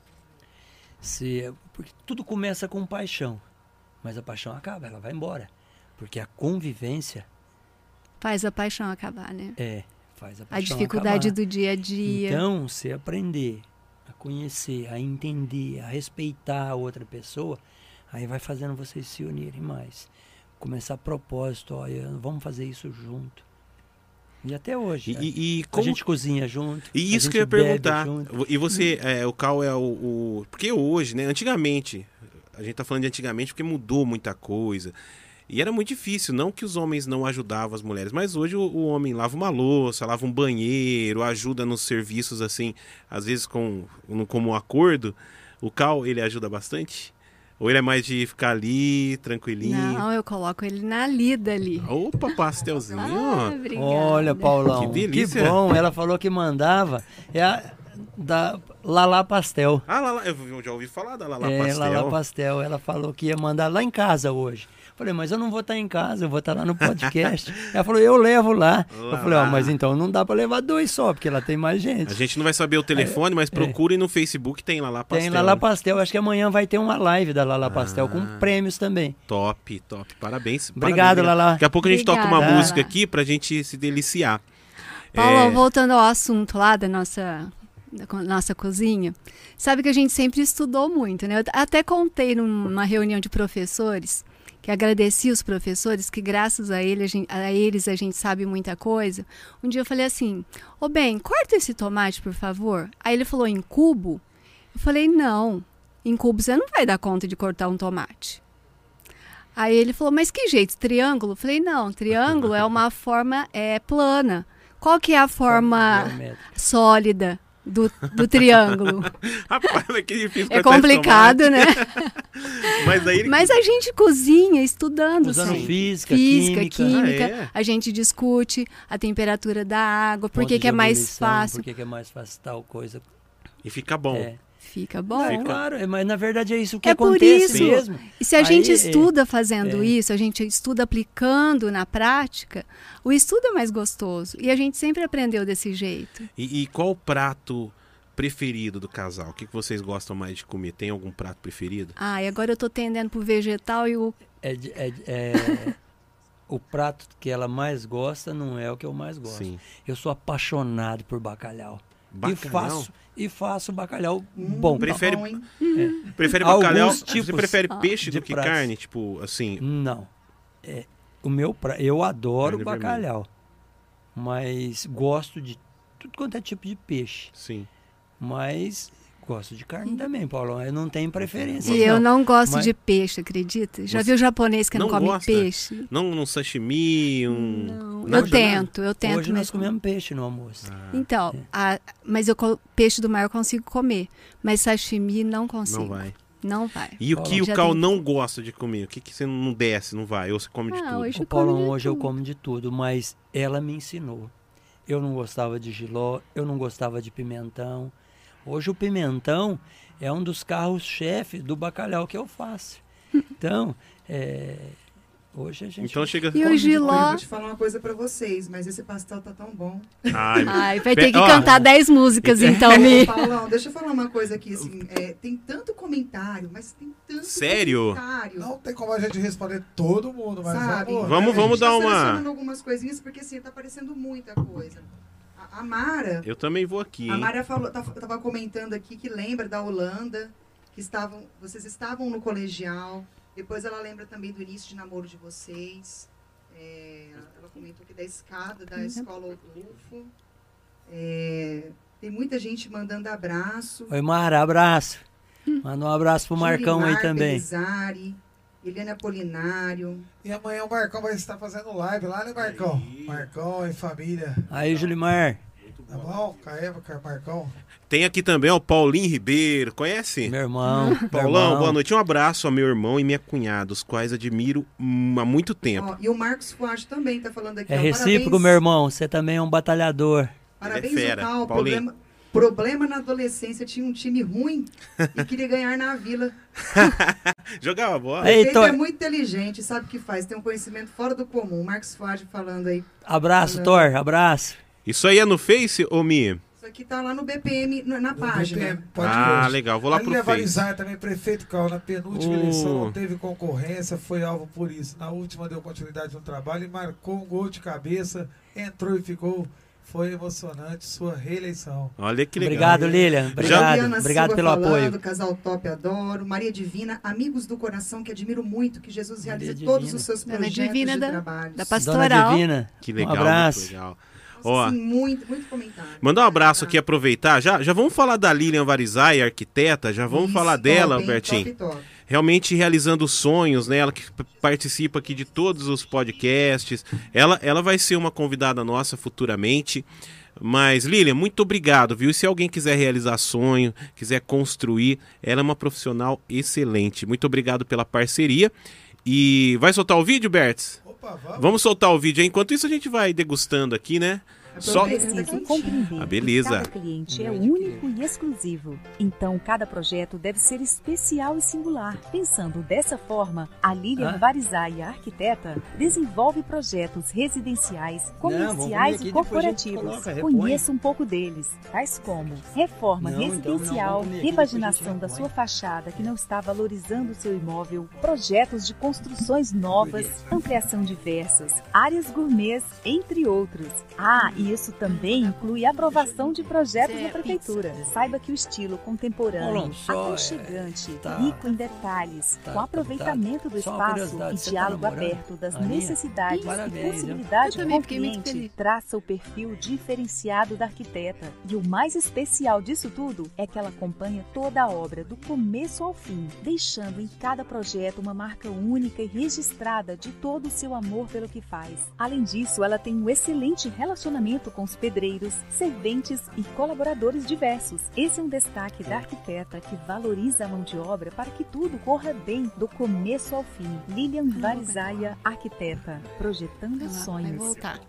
se, porque tudo começa com paixão, mas a paixão acaba, ela vai embora. Porque a convivência Faz a paixão acabar, né? é, faz a A paixão dificuldade acabar. do dia a dia. Então, se aprender a conhecer, a entender, a respeitar a outra pessoa, aí vai fazendo vocês se unirem mais. Começar a propósito, olha, vamos fazer isso junto. E até hoje. E, e- e a como gente cozinha junto. E a isso gente que eu ia bebe perguntar. junto. E você, é, o Cal é o, o. Porque hoje, né? Antigamente, a gente tá falando de antigamente porque mudou muita coisa. E era muito difícil, não que os homens não ajudavam as mulheres, mas hoje o, o homem lava uma louça, lava um banheiro, ajuda nos serviços assim, às vezes com no- como acordo. O Cal, ele ajuda bastante? Ou ele é mais de ficar ali, tranquilinho? Não, eu coloco ele na lida ali. Opa, pastelzinho. Ah, obrigada. Olha, Paulão, Que que, delícia. bom. Ela falou que mandava. É a- Da Lala Pastel. Ah, Lala, eu já ouvi falar da Lala é, Pastel. Lala Pastel. Ela falou que ia mandar lá em casa hoje. Falei, mas eu não vou estar em casa, eu vou estar lá no podcast. Ela falou, eu levo lá. lá. Eu falei, ó, mas então não dá pra levar dois só, porque lá tem mais gente. A gente não vai saber o telefone, mas procurem no Facebook, tem Lala Pastel. Tem Lala Pastel, acho que amanhã vai ter uma live da Lala Pastel Ah. com prêmios também. Top, top. Parabéns. Obrigado, parabéns. Lala. Daqui a pouco a gente toca uma Obrigada. música aqui pra gente se deliciar. Paulão, É, voltando ao assunto lá da nossa, da co- nossa cozinha, sabe que a gente sempre estudou muito, né? Eu até contei numa reunião de professores, que agradeci os professores, que graças a, ele, a, gente, a eles a gente sabe muita coisa. Um dia eu falei assim, ô bem, corta esse tomate, por favor. Aí ele falou, em cubo? Eu falei, não, em cubo você não vai dar conta de cortar um tomate. Aí ele falou, mas que jeito, triângulo? Eu falei, não, triângulo é uma forma é, plana. Qual que é a forma sólida do, do triângulo? Rapaz, mas que difícil É cortar esse complicado, né? tomate. Mas aí ele... Mas a gente cozinha estudando, Usando sim. física, Física, química. química. Ah, é? A gente discute a temperatura da água, por ponto que de que é mais ebulição, fácil. Por que que é mais fácil tal coisa. E fica bom. É. Fica bom. Não, claro, é, mas na verdade é isso que É por acontece isso. mesmo. E se a Aí, gente é, estuda fazendo é. isso, a gente estuda aplicando na prática, o estudo é mais gostoso. E a gente sempre aprendeu desse jeito. E, e qual o prato preferido do casal? O que que vocês gostam mais de comer? Tem algum prato preferido? Ah, e agora eu tô tendendo pro vegetal e o... É, de- é, de- é, o prato que ela mais gosta não é o que eu mais gosto. Sim. Eu sou apaixonado por bacalhau. E Bacalhau? faço, e faço bacalhau bom. Prefere, Bom, hein? prefere Alguns bacalhau? Você tipos prefere peixe de do que pratos. carne? Tipo, assim... Não. É, o meu pra... Eu adoro Carne bacalhau. Mas gosto de tudo quanto é tipo de peixe. Sim. Mas gosto de carne também, Paulão. Eu não tenho preferência. E eu não gosto Mas- de peixe, acredita? Já Você viu japonês que não, não come gosta? peixe? Não num sashimi, um... Não, Nada, eu tento, eu tento Hoje nós mesmo. comemos peixe no almoço. Ah, Então, a- mas eu co- peixe do mar eu consigo comer, mas sashimi não consigo. não vai. Não vai. E o que Já o Cal tem- não gosta de comer? O que, que você não desce, não vai? Ou você come de Ah, tudo? hoje O eu como Paulão, de hoje eu tudo. como de tudo, mas ela me ensinou. Eu não gostava de jiló, eu não gostava de pimentão. Hoje o pimentão é um dos carros-chefe do bacalhau que eu faço. Então, é, hoje a gente... Então chega... E o Olha, jiló? eu vou te falar uma coisa pra vocês, mas esse pastel tá tão bom. Ai, Ai, vai Pe- ter que ó, cantar dez músicas então, Mi. Paulão, deixa eu falar uma coisa aqui, assim, é, tem tanto comentário, mas tem tanto Sério? comentário. Não tem como a gente responder todo mundo, mas Sabe? vamos, Vamos- né, vamos gente? dar tá uma- selecionando algumas coisinhas, porque assim, tá aparecendo muita coisa. A, a Mara, eu também vou aqui, a hein? Mara falou, tá- tava comentando aqui que lembra da Holanda, que estavam, vocês estavam no colegial, depois ela lembra também do início de namoro de vocês, é, ela comentou que da escada da escola Odolfo, é, tem muita gente mandando abraço. Oi, Mara, abraço. Manda um abraço pro Marcão aí Julimar também. Pelizari, Eliane Apolinário. E amanhã o Marcão vai estar fazendo live lá, né, Marcão? Marcão e família. Aí, Julimar, Tá bom? Caeva, Marcão. Tem aqui também ó, o Paulinho Ribeiro, conhece? meu irmão. meu Paulão, irmão. boa noite. Um abraço ao meu irmão e minha cunhada, os quais admiro hum, há muito tempo. Ó, e o Marcos Fuad também tá falando aqui. É ó, recíproco, parabéns, meu irmão. Você também é um batalhador. Parabéns, Ele é fera, Cal, Paulinho. problema, problema na adolescência, tinha um time ruim e queria ganhar na vila. Jogava bola. Ei, Ele Thor. é muito inteligente, sabe o que faz, tem um conhecimento fora do comum. Marcos Fuad falando aí. Abraço, Não. Thor. Abraço. Isso aí é no Face, ô Mi? Isso aqui tá lá no B P M, na, na O página. B P M pode Ah, hoje. legal. Vou lá A pro Lília Face. Varizar também, prefeito Cal, na penúltima Uh. eleição não teve concorrência, foi alvo por isso. Na última deu continuidade no trabalho e marcou um gol de cabeça, entrou e ficou. Foi emocionante sua reeleição. Olha que legal. Obrigado, Lilian. Obrigado. Juliana Obrigado Silva pelo falando, apoio. Casal top, adoro. Maria Divina, amigos do coração, que admiro muito, que Jesus Maria realize Divina. todos os seus Dona projetos Divina de da- trabalho. da Dona Pastoral. Divina. Que legal, Um abraço. muito legal. Nossa, Ó, assim, muito, muito comentário. mandar um abraço aqui, aproveitar. Já, já vamos falar da Lilian Varizai, arquiteta. Já vamos Isso, falar dela, top, hein? Albertinho. Top, top. Realmente realizando sonhos, né? Ela que p- participa aqui de todos os podcasts. Ela, ela vai ser uma convidada nossa futuramente. Mas, Lilian, muito obrigado, viu? E se alguém quiser realizar sonho, quiser construir, ela é uma profissional excelente. Muito obrigado pela parceria. E vai soltar o vídeo, Bertz? Opa, vamos. Vamos soltar o vídeo aí. Enquanto isso, a gente vai degustando aqui, né? Só... É preciso compreender Ah, beleza. que cada cliente é único e exclusivo. Então, cada projeto deve ser especial e singular. Pensando dessa forma, a Lilian Ah. Varizai, a arquiteta, desenvolve projetos residenciais, comerciais vamos comer aqui, e depois a gente corporativos. coloca, repõe. Conheça um pouco deles, tais como reforma Não, então, não, residencial, vamos comer aqui, repaginação depois a da gente sua fachada que não está valorizando o seu imóvel, projetos de construções novas, ampliação diversas, áreas gourmets, entre outros. Ah, e isso também inclui aprovação de projetos na prefeitura. Saiba que o estilo contemporâneo, Paulo, só, aconchegante, é, tá. rico em detalhes, Tá, com tá, aproveitamento tá. do Só uma espaço curiosidade, e você tá diálogo namorando? aberto das Aninha? necessidades Parabéns, e viu? possibilidade Eu com também o fiquei muito cliente, feliz. traça o perfil diferenciado da arquiteta. E o mais especial disso tudo é que ela acompanha toda a obra do começo ao fim, deixando em cada projeto uma marca única e registrada de todo o seu amor pelo que faz. Além disso, ela tem um excelente relacionamento com os pedreiros, serventes e colaboradores diversos. Esse é um destaque da arquiteta que valoriza a mão de obra para que tudo corra bem do começo ao fim. Lilian Varizaya, arquiteta, projetando Ela vai sonhos. voltar.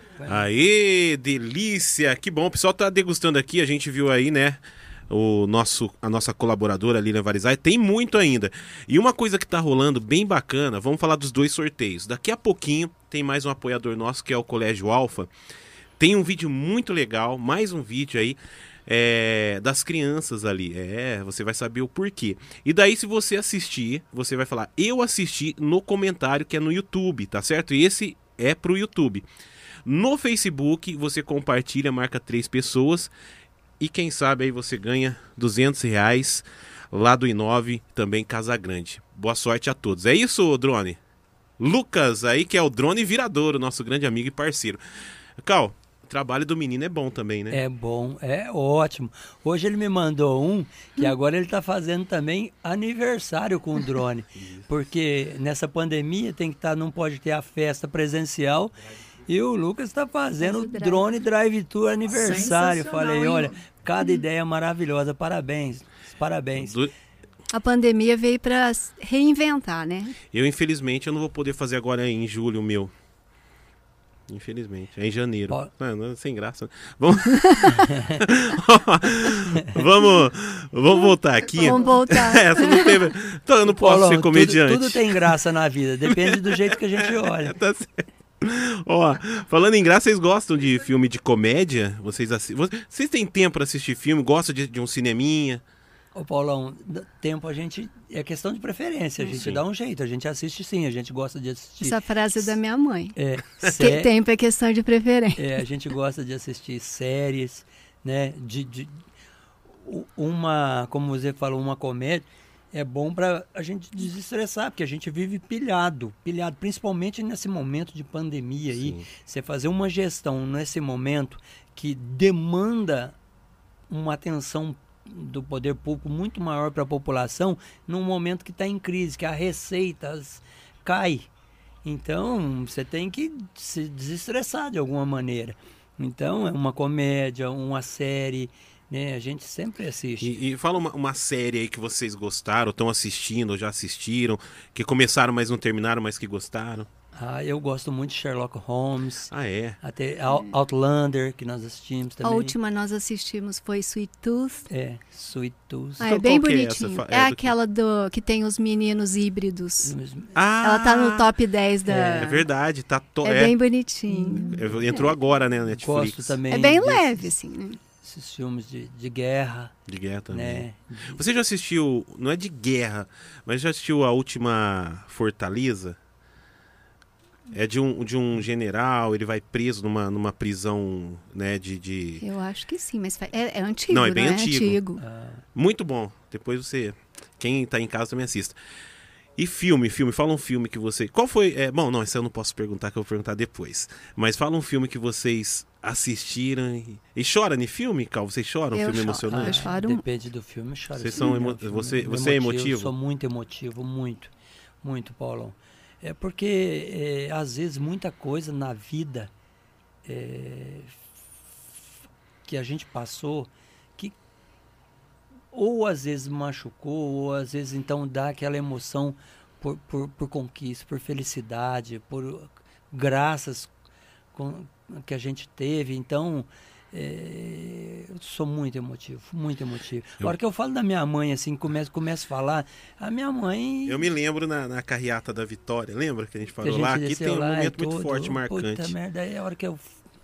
Aê, delícia! Que bom, o pessoal tá degustando aqui, a gente viu aí, né? O nosso, a nossa colaboradora Lilian Varizai, tem muito ainda. E uma coisa que tá rolando bem bacana, vamos falar dos dois sorteios. Daqui a pouquinho tem mais um apoiador nosso que é o Colégio Alfa. Tem um vídeo muito legal, mais um vídeo aí é, das crianças ali. É, você vai saber o porquê. E daí, se você assistir, você vai falar, eu assisti no comentário que é no YouTube, tá certo? E esse é pro YouTube. No Facebook, você compartilha, marca três pessoas e quem sabe aí você ganha duzentos reais lá do Inove, também Casa Grande. Boa sorte a todos. É isso, Drone? Lucas aí, que é o Drone Viradouro, nosso grande amigo e parceiro. Cal, o trabalho do menino é bom também, né? É bom, é ótimo. Hoje ele me mandou um que agora ele está fazendo também aniversário com o drone. Porque nessa pandemia tem que estar, não pode ter a festa presencial. E o Lucas está fazendo o Drive. drone drive-tour aniversário. Sensacional, Falei, hein? olha, cada ideia maravilhosa. Parabéns, parabéns. Do- A pandemia veio para reinventar, né? Eu, infelizmente, eu não vou poder fazer agora em julho o meu. Infelizmente, é em janeiro. Ó. Não, não, sem graça. Vamos... vamos, vamos voltar aqui. Vamos voltar. Essa não teve... Então, eu não posso Paulão, ser comediante. Tudo, tudo tem graça na vida, depende do jeito que a gente olha. Tá certo. Ó, falando em graça, vocês gostam de filme de comédia? Vocês, assi... vocês têm tempo para assistir filme? Gostam de, de um cineminha? Ô Paulão, d- tempo a gente, é questão de preferência, a gente Sim. dá um jeito, a gente assiste sim, a gente gosta de assistir. Essa frase é da minha mãe. É, Que sé- tempo é questão de preferência. é, a gente gosta de assistir séries, né, de, de u- uma, como você falou, uma comédia, é bom para a gente desestressar, porque a gente vive pilhado, pilhado, principalmente nesse momento de pandemia aí, Sim. você fazer uma gestão nesse momento que demanda uma atenção do poder público muito maior para a população, num momento que está em crise, que a receita cai. Então, você tem que se desestressar de alguma maneira. Então, é uma comédia, uma série, né? A gente sempre assiste. E, e fala uma, uma série aí que vocês gostaram, estão assistindo, ou já assistiram, que começaram, mas não terminaram, mas que gostaram. Ah, eu gosto muito de Sherlock Holmes, Ah, é? até Out- Outlander, que nós assistimos A também. última nós assistimos foi Sweet Tooth. É, Sweet Tooth. Ah, Qual- é bem qual que é essa? bonitinho. Fa- É, é do aquela do que tem os meninos híbridos. Ah, Ela tá no top dez da. É verdade, tá to... É é, bem bonitinho. é, entrou agora, né, na Netflix. Gosto também É bem desses- leve, assim, né? Esses filmes de, de guerra, De guerra também. né? Você já assistiu, não é de guerra, mas já assistiu a última Fortaleza? É de um, de um general, ele vai preso numa, numa prisão, né, de... de... Eu acho que sim, mas fa- é, é antigo, Não, não é é, bem antigo. antigo. Ah, Muito bom. Depois você, quem tá em casa também assista. E filme, filme, fala um filme que você... Qual foi... É, bom, não, isso eu não posso perguntar, que eu vou perguntar depois. Mas fala um filme que vocês assistiram e... E chora em filme, Cal? Vocês choram? Um Eu filme choro. emocionante? Eu choro um- Depende do filme, eu choro. Vocês sim, são né? emo- Um filme você- você é emotivo? Sou muito emotivo, muito, muito, Paulão. É porque, é, às vezes, muita coisa na vida é, que a gente passou, que ou às vezes machucou, ou às vezes, então, dá aquela emoção por, por, por conquista, por felicidade, por graças com, que a gente teve. Então, é, eu sou muito emotivo, muito emotivo. Eu- A hora que eu falo da minha mãe, assim, começo, começo a falar, a minha mãe... Eu me lembro na, na carreata da Vitória, lembra que a gente que a falou gente lá? Aqui desceu tem um lá e momento muito tudo. forte, Puta marcante. merda, aí é a hora que eu...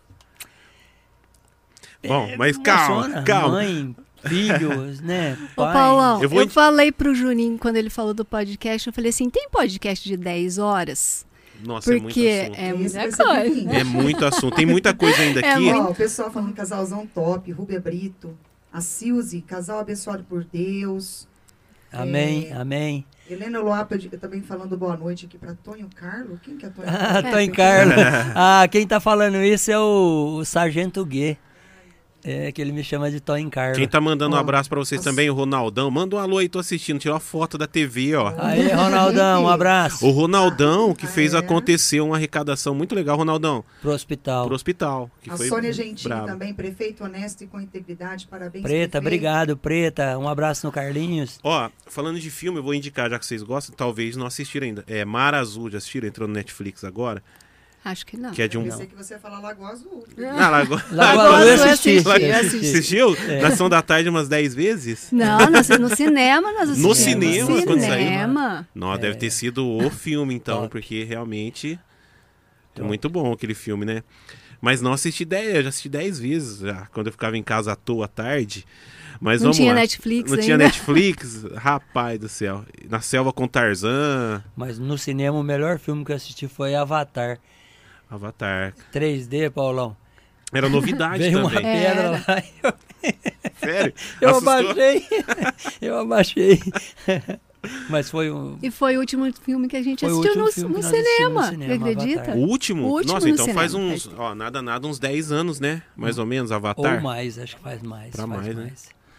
Bom, É, mas calma, emociona. calma. Mãe, filhos, né? Ô, pai. Paulão, Eu eu, vou indi- falei pro Juninho, quando ele falou do podcast, eu falei assim, tem podcast de dez horas? Nossa, Porque é muito assunto. é Esse muita vai ser coisa. bem-vindo. É muito assunto. Tem muita coisa ainda É aqui. muito. Ó, o pessoal falando casalzão top, Rubia Brito, a Silze, casal abençoado por Deus. Amém, É, amém. Helena Loapa de- também falando boa noite aqui para Tônio Carlos. Quem que é Tônio Ah, Carlos? tô em Carlos. Ah, quem tá falando isso é o, o Sargento Guê. É, que ele me chama de Tó em Carlos. Quem tá mandando um Ó, abraço pra vocês nossa. também, o Ronaldão. Manda um alô aí, tô assistindo. Tirou a foto da T V, ó. Aí, Ronaldão, um abraço. O Ronaldão, que fez É. acontecer uma arrecadação muito legal, Ronaldão, Pro hospital. pro hospital. Que A foi Sônia Gentili brabo. também, prefeito honesto e com integridade. Parabéns, Preta, prefeito. obrigado, Preta. Um abraço no Carlinhos. Ó, falando de filme, eu vou indicar, já que vocês gostam, talvez não assistiram ainda. É Mar Azul, já assistiram? Entrou no Netflix agora. Acho que não. Que é de Eu um... pensei que você ia falar Lagoa Azul. Ah, Lagoa... Lagoa Lagoa Azul eu Azul eu assisti. assisti, eu eu assisti. Assistiu? É. Nação da Tarde umas dez vezes? Não, no, no cinema nós assistimos. cinema, No quando saiu? cinema. Não, É. deve ter sido o filme, então, Top. porque realmente é Top. muito bom aquele filme, né? Mas não assisti dez, eu já assisti dez vezes já, quando eu ficava em casa à toa à tarde. Mas Não vamos tinha lá. Netflix Não ainda. tinha Netflix? Rapaz do céu. Na Selva com Tarzan, Mas no cinema o melhor filme que eu assisti foi Avatar. Avatar. três D, Paulão. Era novidade Veio uma também. pedra Era. lá e eu, Sério? eu Assustou? abaixei. Eu abaixei. Mas foi um... E foi o último filme que a gente Foi o assistiu último no, filme no que nós assistimos cinema. no cinema, Você acredita? Avatar. O último? O último Nossa, no então cinema, faz uns, faz- ó, nada, nada, uns dez anos, né? Mais ou menos, Ou Avatar. mais, acho que faz mais. Pra faz mais, né?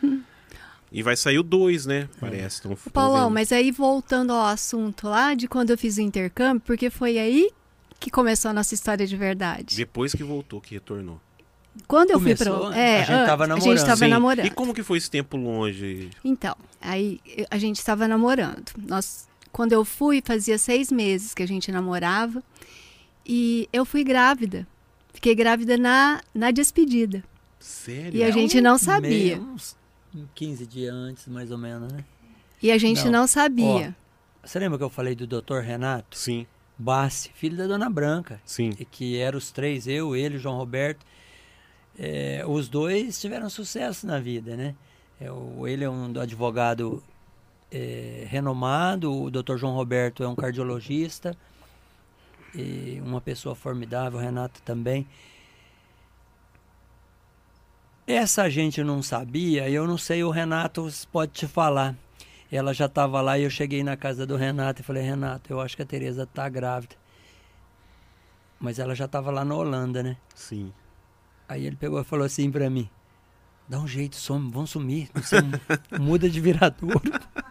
E vai sair o dois, né? Parece. Então, Ô, Paulão, mas aí voltando ao assunto lá de quando eu fiz o intercâmbio, porque foi aí que começou a nossa história de verdade. Depois que voltou, que retornou. Quando eu fui Começou, para é, a gente tava a gente namorando. tava Sim. namorando. E como que foi esse tempo longe? Então, aí eu- a gente estava namorando. Nós, quando eu fui, fazia seis meses que a gente namorava. E eu fui grávida. Fiquei grávida na, na despedida. Sério? E a gente não sabia. Meio, uns quinze dias antes, mais ou menos, né? E a gente Não. não, sabia. Você lembra que eu falei do doutor Renato Sim, Bassi, filho da Dona Branca? sim. E que eram os três, eu, ele, o João Roberto. É, os dois tiveram sucesso na vida, né? É, o- ele é um advogado é, renomado, o doutor João Roberto é um cardiologista, e uma pessoa formidável, o Renato também. Essa gente não sabia, eu não sei, o Renato pode te falar. Ela já estava lá e eu cheguei na casa do Renato e falei, Renato, eu acho que a Tereza está grávida. Mas ela já estava lá na Holanda, né? Sim. Aí ele pegou e falou assim pra mim, dá um jeito, some, vão sumir, você mu- muda de viradouro.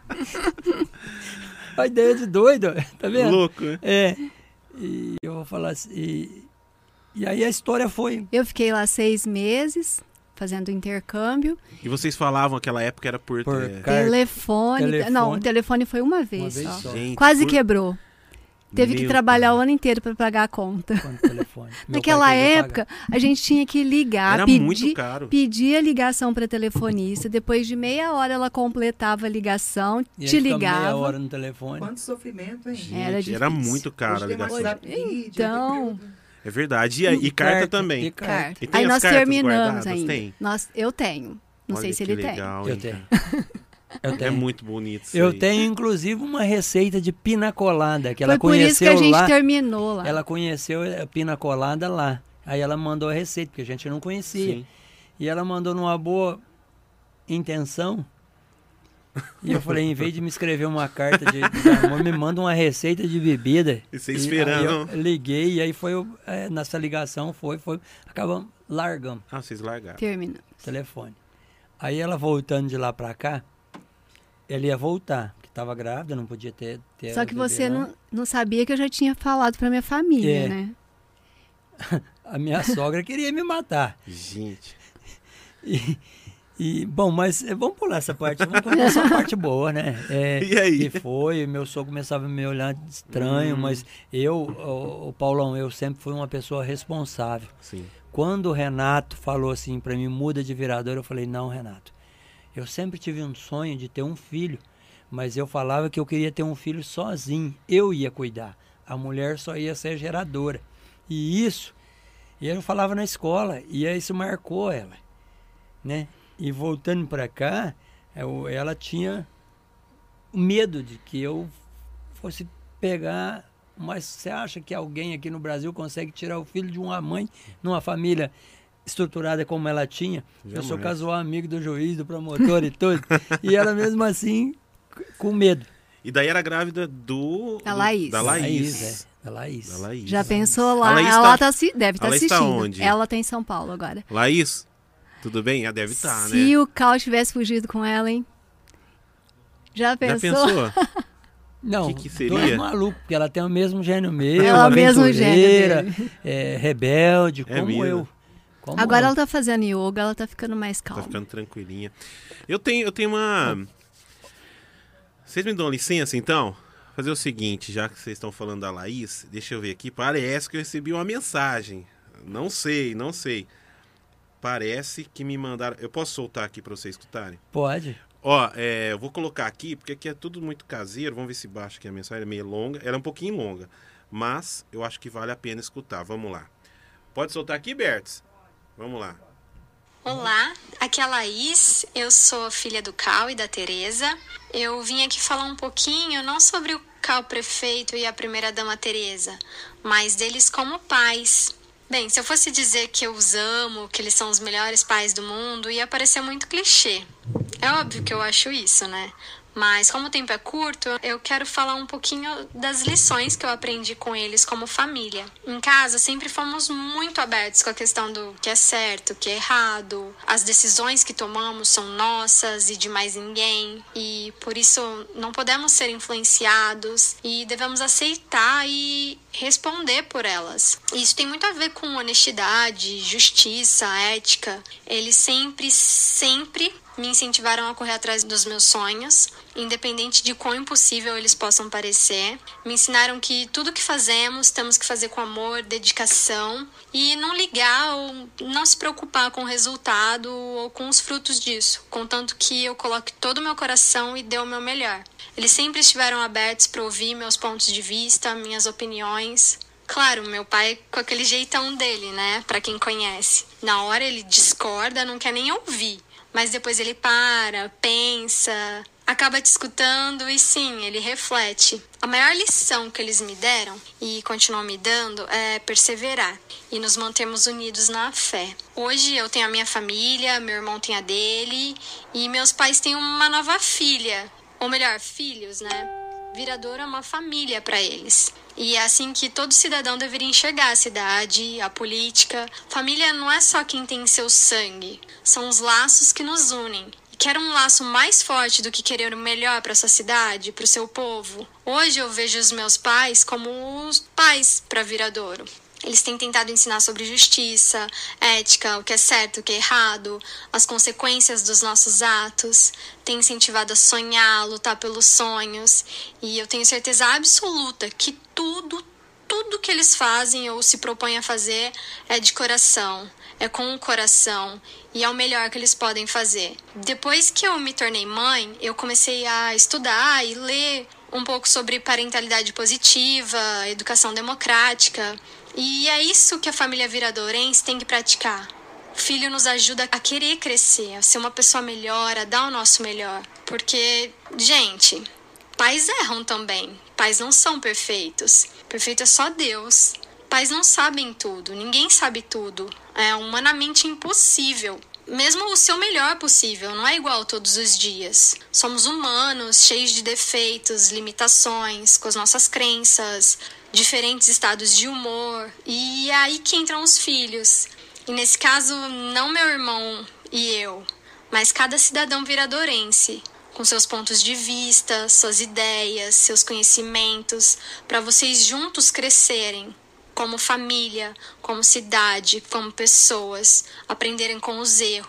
A ideia de doido, tá vendo? Louco, né? É, e eu vou falar assim, e, e aí a história foi, Eu fiquei lá seis meses, fazendo intercâmbio. E vocês falavam aquela época era por... Por é, Car- Telefone, telefone. Não, o telefone foi uma vez, uma vez só. só, gente, Quase por- quebrou. Teve que Meu trabalhar o pai. ano inteiro para pagar a conta. quando o telefone. Meu Naquela pai teve que época, a gente tinha que ligar, Era pedir, muito caro. pedir a ligação para telefonista. Depois de meia hora ela completava a ligação, pagar. E te aí ficava meia ligava. hora no telefone. Quanto sofrimento, hein? Gente, Era era, difícil. muito caro Hoje a tem ligação. WhatsApp vídeo, Então, tem tudo. É verdade. E, a- e carta, também. e carta. carta. E tem Aí as nós cartas terminamos guardadas? ainda. Tem? Nós, eu tenho. Não Olha sei se que ele legal, Eu hein, tenho. cara. Eu É tenho. muito bonito isso Eu aí. tenho, inclusive, uma receita de pina colada, que tem. ela Foi por isso que conheceu a gente lá. terminou lá. Ela conheceu a pina colada lá. Aí ela mandou a receita, porque a gente não conhecia. Sim. E ela mandou numa boa intenção. E eu falei, em vez de me escrever uma carta de, de amor, me manda uma receita de bebida. E você aí esperando. eu liguei, e aí foi, o- é, nessa ligação, foi, foi, acabamos, largamos Ah, vocês largaram. Termina. o telefone. Aí ela voltando de lá pra cá, ela ia voltar, porque estava grávida, não podia ter... ter Só que bebê você lá. não, não sabia que eu já tinha falado para minha família, É. né? A minha sogra queria me matar. Gente. E, E, bom, mas eh, vamos pular essa parte, vamos pular essa parte boa, né? É, E aí? Que foi, meu sogro começava a me olhar estranho, Hum. mas eu, o, o Paulão, eu sempre fui uma pessoa responsável. Sim. Quando o Renato falou assim pra mim, muda de vereador, eu falei, não, Renato, eu sempre tive um sonho de ter um filho, mas eu falava que eu queria ter um filho sozinho, eu ia cuidar, a mulher só ia ser geradora. E isso, e eu falava na escola, e isso marcou ela, né? E voltando pra cá, eu- ela tinha medo de que eu fosse pegar. Mas você acha que alguém aqui no Brasil consegue tirar o filho de uma mãe numa família estruturada como ela tinha? Eu sou Jamais. casual amigo do juiz, do promotor e tudo. E ela mesmo assim, c- com medo. E daí era grávida do... Da do- Laís. Da Laís. é. Da Laís. Da Laís. Já pensou A lá? Laís Ela tá- tá, assi- deve estar a Laís tá assistindo. onde? Ela tá em São Paulo agora. Laís, tudo bem? Ah, deve estar, né? Se o Cal tivesse fugido com ela, hein? Já Já pensou? pensou? Não, Que que seria? dois malucos, porque ela tem o mesmo gênio meu, Ela é o mesmo gênio aventureira, dele. é, rebelde, É como mesmo? eu. Como Agora eu. ela tá fazendo yoga, ela tá ficando mais Tá calma. ficando tranquilinha. Eu tenho, eu tenho uma... Vocês me dão licença, então? Fazer o seguinte, já que vocês estão falando da Laís, deixa eu ver aqui. Parece que eu recebi uma mensagem. Não sei, não sei. Parece que me mandaram... Eu posso soltar aqui para vocês escutarem? Pode. Ó, é, eu vou colocar aqui, porque aqui é tudo muito caseiro. Vamos ver se baixa aqui a mensagem. É meio longa. Ela é um pouquinho longa. Mas eu acho que vale a pena escutar. Vamos lá. Pode soltar aqui, Bertz? Vamos lá. Olá, aqui é a Laís, eu sou filha do Cal e da Tereza. Eu vim aqui falar um pouquinho, não sobre o Cal prefeito e a primeira-dama Tereza, mas deles como pais. Bem, se eu fosse dizer que eu os amo, que eles são os melhores pais do mundo, ia parecer muito clichê. É óbvio que eu acho isso, né? Mas como o tempo é curto, eu quero falar um pouquinho das lições que eu aprendi com eles como família. Em casa, sempre fomos muito abertos com a questão do que é certo, o que é errado. As decisões que tomamos são nossas e de mais ninguém. E por isso não podemos ser influenciados e devemos aceitar e responder por elas. Isso tem muito a ver com honestidade, justiça, ética. Eles sempre, sempre me incentivaram a correr atrás dos meus sonhos, independente de quão impossível eles possam parecer. Me ensinaram que tudo que fazemos temos que fazer com amor, dedicação e não ligar ou não se preocupar com o resultado ou com os frutos disso, contanto que eu coloque todo o meu coração e dê o meu melhor. Eles sempre estiveram abertos para ouvir meus pontos de vista, minhas opiniões. Claro, meu pai com aquele jeitão dele, né? Para quem conhece. Na hora ele discorda, não quer nem ouvir. Mas depois ele para, pensa, acaba te escutando e sim, ele reflete. A maior lição que eles me deram e continuam me dando é perseverar e nos mantermos unidos na fé. Hoje eu tenho a minha família, meu irmão tem a dele e meus pais têm uma nova filha, ou melhor, filhos, né? Virador é uma família para eles. E é assim que todo cidadão deveria enxergar a cidade, a política. Família não é só quem tem seu sangue, são os laços que nos unem. E quer um laço mais forte do que querer o melhor para sua cidade, para o seu povo? Hoje eu vejo os meus pais como os pais para Viradouro. Eles têm tentado ensinar sobre justiça, ética, o que é certo, o que é errado, as consequências dos nossos atos, têm incentivado a sonhar, a lutar pelos sonhos. E eu tenho certeza absoluta que tudo, tudo que eles fazem ou se propõem a fazer é de coração, é com o coração e é o melhor que eles podem fazer. Depois que eu me tornei mãe, eu comecei a estudar e ler um pouco sobre parentalidade positiva, educação democrática. E é isso que a família viradourense tem que praticar. O filho nos ajuda a querer crescer, a ser uma pessoa melhor, a dar o nosso melhor. Porque, gente, pais erram também. Pais não são perfeitos. Perfeito é só Deus. Pais não sabem tudo, ninguém sabe tudo. É humanamente impossível. Mesmo o seu melhor possível não é igual todos os dias. Somos humanos, cheios de defeitos, limitações, com as nossas crenças, diferentes estados de humor. E é aí que entram os filhos. E nesse caso, não meu irmão e eu, mas cada cidadão viradourense, com seus pontos de vista, suas ideias, seus conhecimentos, para vocês juntos crescerem como família, como cidade, como pessoas, aprenderem com os erros.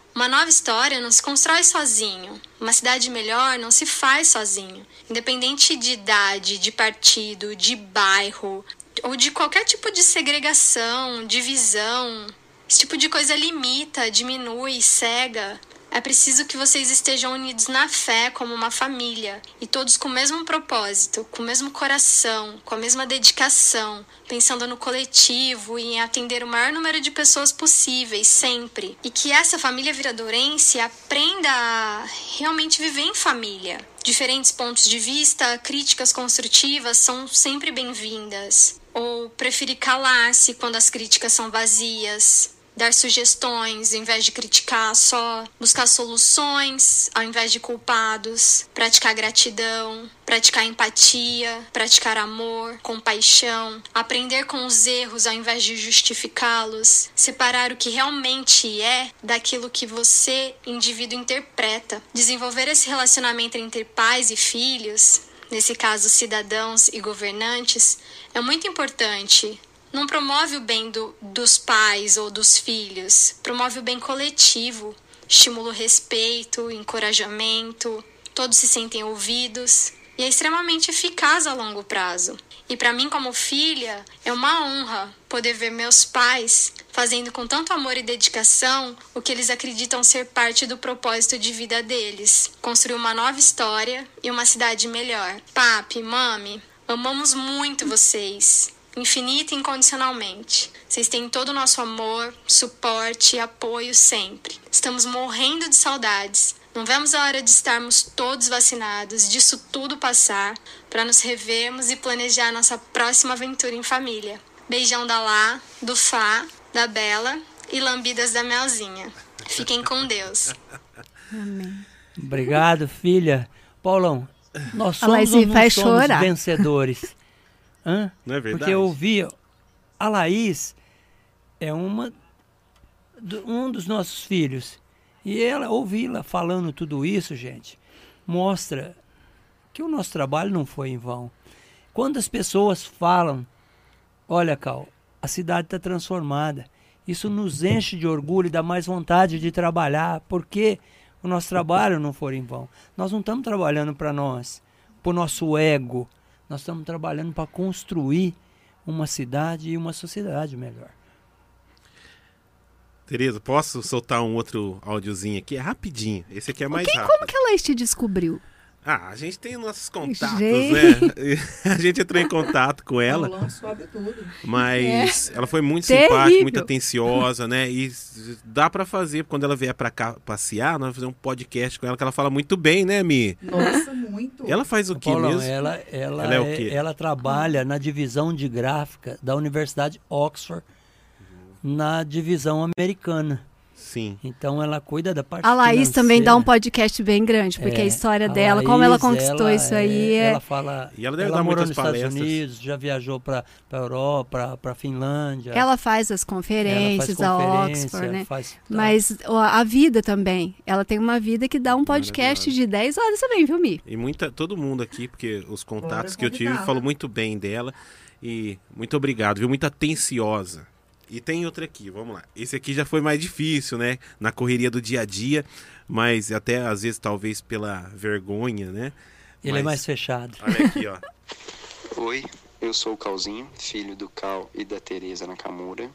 Uma nova história não se constrói sozinho. Uma cidade melhor não se faz sozinho. Independente de idade, de partido, de bairro, ou de qualquer tipo de segregação, divisão, esse tipo de coisa limita, diminui, cega. É preciso que vocês estejam unidos na fé como uma família e todos com o mesmo propósito, com o mesmo coração, com a mesma dedicação, pensando no coletivo e em atender o maior número de pessoas possíveis, sempre. E que essa família viradourense aprenda a realmente viver em família. Diferentes pontos de vista, críticas construtivas são sempre bem-vindas. Ou preferir calar-se quando as críticas são vazias. Dar sugestões ao invés de criticar só, buscar soluções ao invés de culpados, praticar gratidão, praticar empatia, praticar amor, compaixão, aprender com os erros ao invés de justificá-los, separar o que realmente é daquilo que você, indivíduo, interpreta, desenvolver esse relacionamento entre pais e filhos, nesse caso cidadãos e governantes, é muito importante. Não promove o bem do, dos pais ou dos filhos, promove o bem coletivo, estimula o respeito, encorajamento, todos se sentem ouvidos e é extremamente eficaz a longo prazo. E para mim, como filha, é uma honra poder ver meus pais fazendo com tanto amor e dedicação o que eles acreditam ser parte do propósito de vida deles, construir uma nova história e uma cidade melhor. Papi, mami, amamos muito vocês. Infinita e incondicionalmente. Vocês têm todo o nosso amor, suporte e apoio sempre. Estamos morrendo de saudades. Não vemos a hora de estarmos todos vacinados, disso tudo passar, para nos revermos e planejar nossa próxima aventura em família. Beijão da Lá, do Fá, da Bela e lambidas da Melzinha. Fiquem com Deus. Amém. Obrigado, filha. Paulão, nós A somos Laís ou me não faz somos chorar. vencedores? Hã? Não é verdade? Porque eu vi, a Laís é uma, do- um dos nossos filhos. E ela, ouvi-la falando tudo isso, gente, mostra que o nosso trabalho não foi em vão. Quando as pessoas falam, olha, Cal, a cidade está transformada. Isso nos enche de orgulho e dá mais vontade de trabalhar, porque o nosso trabalho não foi em vão. Nós não estamos trabalhando para nós, para o nosso ego. Nós estamos trabalhando para construir uma cidade e uma sociedade melhor. Tereza, posso soltar um outro áudiozinho aqui? É rapidinho. Esse aqui é mais Quem, rápido. como que a Laís te descobriu? Ah, a gente tem nossos contatos, Gente. né? A gente entrou em contato com ela, Paulão sobe tudo. mas ela foi muito Terrível. simpática, muito atenciosa, né? E s- dá pra fazer, quando ela vier pra cá passear, nós vamos fazer um podcast com ela, que ela fala muito bem, né, Mi? Nossa, muito. Ela faz o quê Paulão, mesmo? ela, ela, Ela é o é- quê? ela trabalha na divisão de gráfica da Universidade Oxford, na divisão americana. Sim. Então ela cuida da parte A Laís também dá um financeira. podcast bem grande, porque É, a história a dela, como ela Laís, conquistou ela isso aí, é, é... Ela fala. E ela deve ela dar morou muitas nos Estados palestras. Unidos, já viajou para a Europa, para a Finlândia. Ela faz as Ela conferências, faz a conferência, Oxford, né? faz- Mas ó, a vida também. Ela tem uma vida que dá um podcast Maravilhosa. de dez horas também, viu, Mi? E muita, todo mundo aqui, porque os contatos Bora que eu tive convidá-la. falou muito bem dela. E muito obrigado, viu? Muito atenciosa. E tem outra aqui, vamos lá. Esse aqui já foi mais difícil, né? Na correria do dia a dia, mas até às vezes talvez pela vergonha, né? Ele Mas é mais fechado. Olha aqui, ó. Oi, eu sou o Calzinho, filho do Cal e da Tereza Nakamura.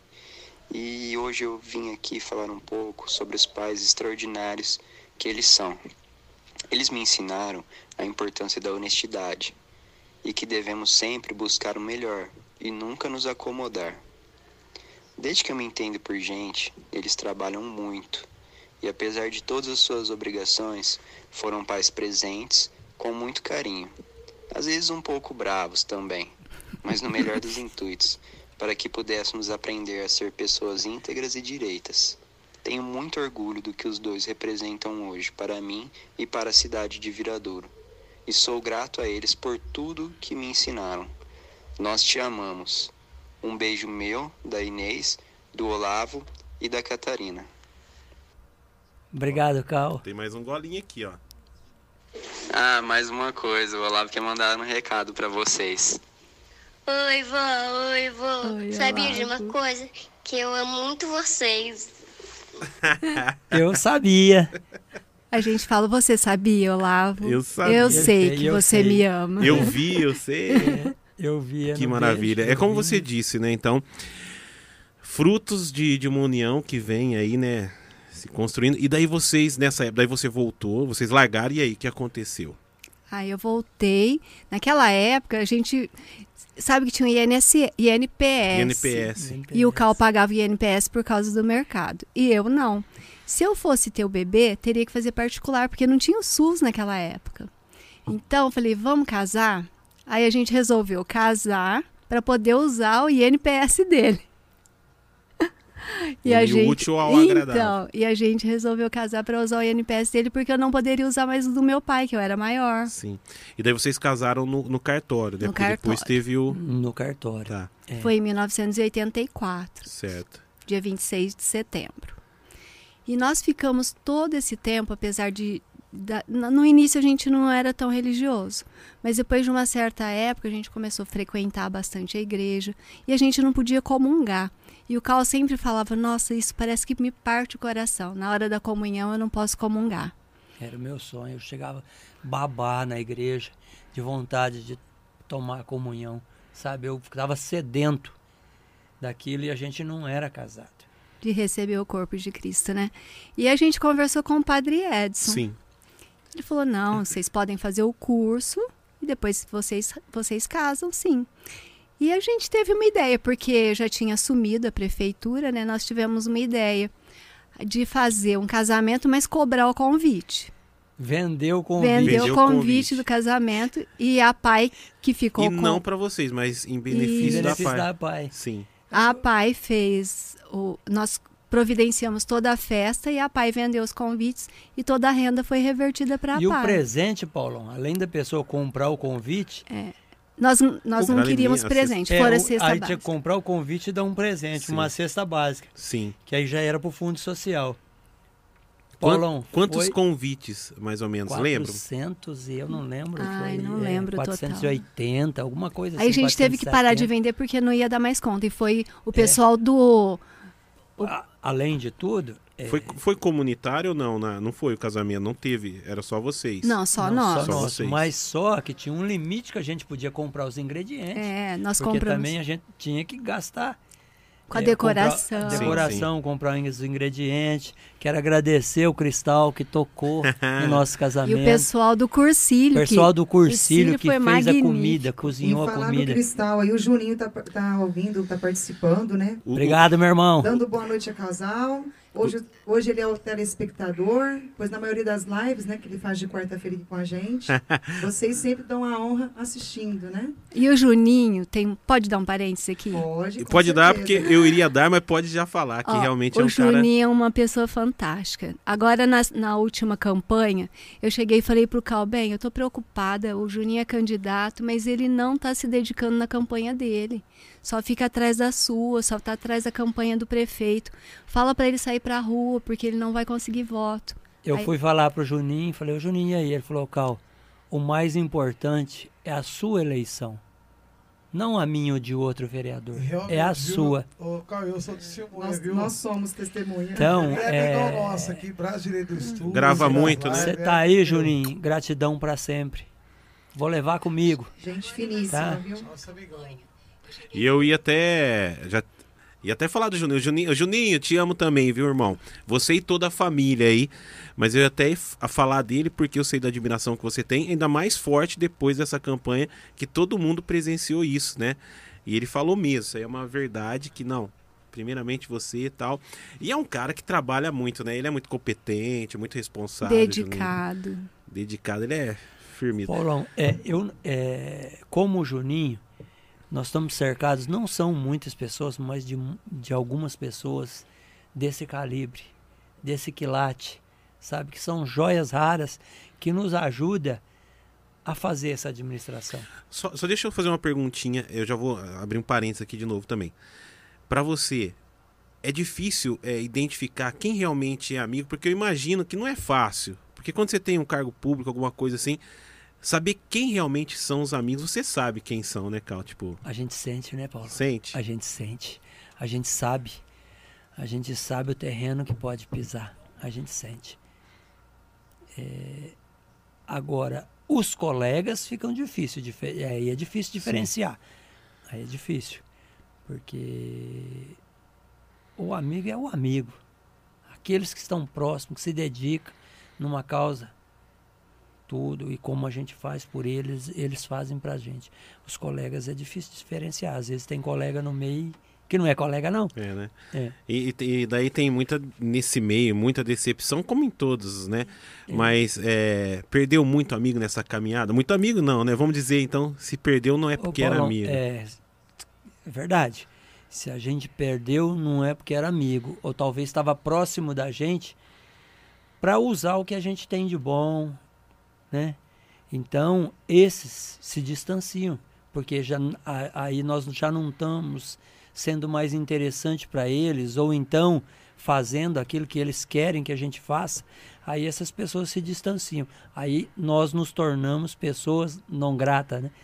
E hoje eu vim aqui falar um pouco sobre os pais extraordinários que eles são. Eles me ensinaram a importância da honestidade e que devemos sempre buscar o melhor e nunca nos acomodar. Desde que eu me entendo por gente, eles trabalham muito e, apesar de todas as suas obrigações, foram pais presentes com muito carinho. Às vezes um pouco bravos também, mas no melhor dos intuitos, para que pudéssemos aprender a ser pessoas íntegras e direitas. Tenho muito orgulho do que os dois representam hoje para mim e para a cidade de Viradouro, e sou grato a eles por tudo que me ensinaram. Nós te amamos. Um beijo meu, da Inês, do Olavo e da Catarina. Obrigado, Cal. Tem mais um golinho aqui, ó. Ah, mais uma coisa, o Olavo quer mandar um recado pra vocês. Oi, vó, oi, vó. Oi, Sabia de Olavo. uma coisa? Que eu amo muito vocês. Eu sabia. A gente fala, você sabia, Olavo? Eu sabia. Eu sei Eu que sei, eu você sei. me ama. Eu vi, eu sei. É, eu via. Que no maravilha. beijo, É eu como vi. você disse, né? Então, frutos de, de uma união que vem aí, né? Se construindo. E daí vocês, nessa época, daí você voltou, vocês largaram, e aí, o que aconteceu? Aí eu voltei. Naquela época, a gente sabe que tinha o I N S, I N P S. I N P S. E o Cal pagava o I N P S por causa do mercado. E eu não. Se eu fosse ter o bebê, teria que fazer particular, porque não tinha o SUS naquela época. Então, eu falei, vamos casar? Aí a gente resolveu casar para poder usar o I N P S dele. E Unir a o gente, útil ao agradável. então, e a gente resolveu casar para usar o I N P S dele, porque eu não poderia usar mais o do meu pai, que eu era maior. Sim. E daí vocês casaram no, no cartório, né? No Porque depois cartório. teve o... No cartório. Tá, É. Foi em mil novecentos e oitenta e quatro. certo. Dia vinte e seis de setembro. E nós ficamos todo esse tempo, apesar de... Da, no início a gente não era tão religioso, mas depois de uma certa época a gente começou a frequentar bastante a igreja e a gente não podia comungar. E o Cal sempre falava, nossa, isso parece que me parte o coração. Na hora da comunhão eu não posso comungar. Era o meu sonho. Eu chegava babar na igreja, de vontade de tomar comunhão. Sabe, eu ficava sedento daquilo e a gente não era casado. De receber o corpo de Cristo, né? E a gente conversou com o Padre Edson. Sim. Ele falou, não, vocês podem fazer o curso e depois vocês, vocês casam, sim. E a gente teve uma ideia, porque já tinha assumido a prefeitura, né? Nós tivemos uma ideia de fazer um casamento, mas cobrar o convite. Vendeu o convite. Vendeu Vendeu o o convite, convite do casamento e a pai que ficou E com... não pra vocês, mas em E- benefício, da Benefício pai. da pai. Sim. A pai fez... O... Nós providenciamos toda a festa e a pai vendeu os convites e toda a renda foi revertida para a E pai. o presente, Paulão, além da pessoa comprar o convite, Nós, nós não Comprar queríamos em mim, a presente, é, fora a o- cesta aí tinha básica. que comprar o convite e dar um presente, Sim. uma cesta básica, Sim. que aí já era pro fundo social. Quan- Paulão, Quantos foi convites, mais ou menos, lembram? quatrocentos e eu não lembro. Ai, foi, não é, lembro total. quatrocentos e oitenta, alguma coisa Aí a assim. gente teve que parar de quatrocentos e vender porque não ia dar mais conta. E foi É. o pessoal do... setenta. A- Além de tudo, é, Foi, foi comunitário ou não? Na- não foi o casamento, não teve. Era só vocês. Não, só não, nós. só Só nós, vocês. mas só que tinha um limite que a gente podia comprar os ingredientes. É, nós porque compramos também a gente tinha que gastar. com a é, decoração. Comprar, Sim, decoração, comprar os ingredientes. Quero agradecer o Cristal que tocou no nosso E casamento. o pessoal do Cursilho. O pessoal que, do Cursilho que foi fez magnífico. a comida, cozinhou e a falar comida. no Cristal, aí o Juninho tá, tá ouvindo, tá participando, né? O- Obrigado, meu irmão. Dando boa noite a casal. Hoje, hoje ele é o telespectador, pois na maioria das lives, né, que ele faz de quarta-feira aqui com a gente, vocês sempre dão a honra assistindo, né? E o Juninho, tem, pode dar um parênteses aqui? Pode, com Pode dar, porque certeza. eu iria dar, mas pode já falar que Ó, realmente o é um cara... Juninho é uma pessoa fantástica. Agora, na, na última campanha, eu cheguei e falei pro Cal, bem, eu tô preocupada, o Juninho é candidato, mas ele não tá se dedicando na campanha dele. Só fica atrás da sua, só tá atrás da campanha do prefeito. Fala para ele sair pra rua, porque ele não vai conseguir voto. Eu Aí- fui falar pro Juninho, falei, ô Juninho, e aí? Ele falou, Cal, o mais importante é a sua eleição. Não a minha ou de outro vereador. Realmente, É a viu? sua. Ô, Caio, eu sou testemunha, Nós, viu? nós somos testemunha. Então, Ele é igual é... nossa aqui, braço direito do estúdio. Grava na muito, né? live, Você é, tá aí, viu? Juninho. Gratidão pra sempre. Vou levar comigo. Gente finíssima, Tá. viu? Nossa, amigão. E eu ia até... Já... Ia até falar do Juninho. Juninho. Juninho, te amo também, viu, irmão? Você e toda a família aí. Mas eu ia até f- a falar dele porque eu sei da admiração que você tem. Ainda mais forte depois dessa campanha que todo mundo presenciou isso, né? E ele falou mesmo. Isso aí é uma verdade que não... Primeiramente você e tal. E é um cara que trabalha muito, né? Ele é muito competente, muito responsável. Dedicado. Juninho. Dedicado. Ele é firme. Paulão, é, eu, é, como o Juninho, nós estamos cercados, não são muitas pessoas, mas de, de algumas pessoas desse calibre, desse quilate, sabe? Que são joias raras que nos ajudam a fazer essa administração. Só, só deixa eu fazer uma perguntinha. Eu já vou abrir um parênteses aqui de novo também. Para você, é difícil é, identificar quem realmente é amigo? Porque eu imagino que não é fácil. Porque quando você tem um cargo público, alguma coisa assim, saber quem realmente são os amigos, você sabe quem são, né, Cal? Tipo, A gente sente, né, Paulo? sente? A gente sente, a gente sabe. A gente sabe o terreno que pode pisar. A gente sente. É, agora, os colegas ficam difícil. Difer- aí é difícil diferenciar. Sim. Aí é difícil. Porque o amigo é o amigo. Aqueles que estão próximos, que se dedicam numa causa, tudo, e como a gente faz por eles, eles fazem pra gente. Os colegas é difícil diferenciar. Às vezes tem colega no meio que não é colega, não. É, né? É. E, e daí tem muita, nesse meio, muita decepção, como em todos, né? É. Mas é, perdeu muito amigo nessa caminhada? Muito amigo não, né? Vamos dizer, então, se perdeu não é porque Ô, Paulão, era amigo. É, é verdade. Se a gente perdeu, não é porque era amigo. Ou talvez estava próximo da gente para usar o que a gente tem de bom, né? Então, esses se distanciam. Porque já, aí nós já não estamos sendo mais interessante para eles, ou então fazendo aquilo que eles querem que a gente faça. Aí essas pessoas se distanciam. Aí nós nos tornamos pessoas não gratas, né?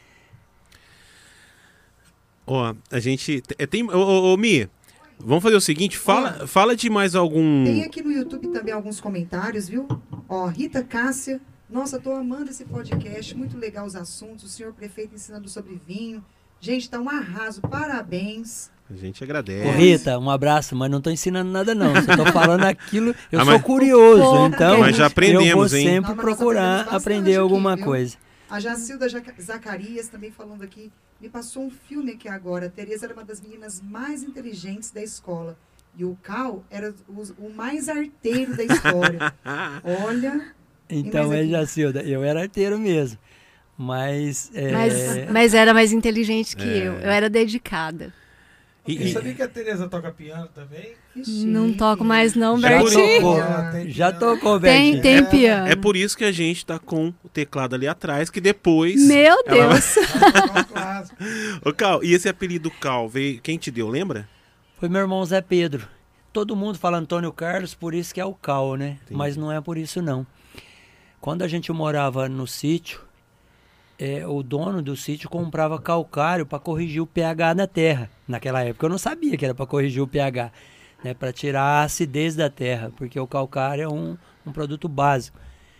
Ó, a gente... Tem, ô, ô, ô, Mi, vamos fazer o seguinte, fala, fala de mais algum... Tem aqui no YouTube também alguns comentários, viu? Ó, Rita Cássia, nossa, tô amando esse podcast, muito legal os assuntos, o senhor prefeito ensinando sobre vinho. Gente, tá um arraso, parabéns. A gente agradece. Ô, Rita, um abraço, mas não tô ensinando nada não, só tô falando aquilo, eu ah, sou mas... curioso, Pô, então mas já aprendemos, eu vou hein? sempre não, procurar aprender alguma aqui, coisa. A Jacilda Zacarias também falando aqui, me passou um filme aqui agora. A Tereza era uma das meninas mais inteligentes da escola. E o Cal era o, o mais arteiro da história. Olha... Então, é, Jacilda, eu era arteiro mesmo. Mas, é... mas... Mas era mais inteligente que É. eu. Eu era dedicada. E, E- e sabia que a Tereza toca piano também? Que chique. Não toco mais não, Já Bertinho. tocou, Ah, tem já piano. tocou, Tem, Bertinho. tem É, piano. É por isso que a gente tá com o teclado ali atrás, que depois... Meu ela- Deus. É um clássico. Ô, Cal, e esse apelido Cal, veio... quem te deu, lembra? Foi meu irmão Zé Pedro. Todo mundo fala Antônio Carlos, por isso que é o Cal, né? Entendi. Mas não é por isso, não. Quando a gente morava no sítio, é, o dono do sítio comprava calcário para corrigir o pH da terra. Naquela época eu não sabia que era para corrigir o pH, né? Para tirar a acidez da terra, porque o calcário é um, um produto básico.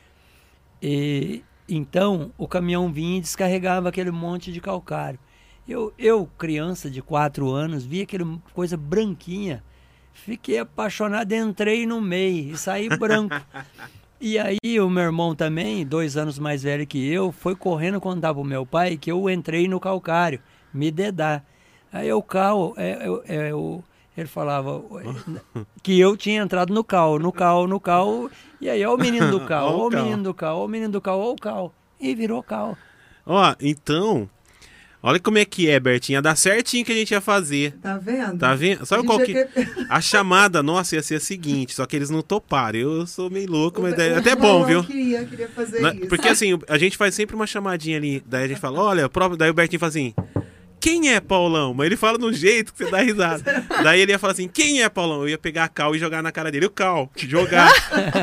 E, então, o caminhão vinha e descarregava aquele monte de calcário. Eu, eu criança de quatro anos, vi aquela coisa branquinha, fiquei apaixonado, entrei no meio e saí branco. E aí o meu irmão também, dois anos mais velho que eu, foi correndo contar pro meu pai que eu entrei no calcário, me dedar. Aí o cal, é, é, é, o, ele falava que eu tinha entrado no cal, no cal, no cal, e aí ó o menino do cal, Ó o ó o cal. menino do cal, ó o menino do cal, ó o cal, e virou cal. Ó, então... Olha como é que é, Bertinho. Ia dar certinho que a gente ia fazer. Tá vendo? Tá vendo? Sabe A qual gente que... ia quer- A chamada nossa ia ser a seguinte, só que eles não toparam. Eu sou meio louco, mas O- é o até bom, Paulão viu? Queria, queria fazer Na- isso. Porque assim, a gente faz sempre uma chamadinha ali, daí a gente fala, olha, o próprio... daí o Bertinho fala assim, quem é Paulão? Mas ele fala de um jeito que você dá risada. Daí ele ia falar assim, quem é Paulão? Eu ia pegar a Cal e jogar na cara dele, o Cal, jogar.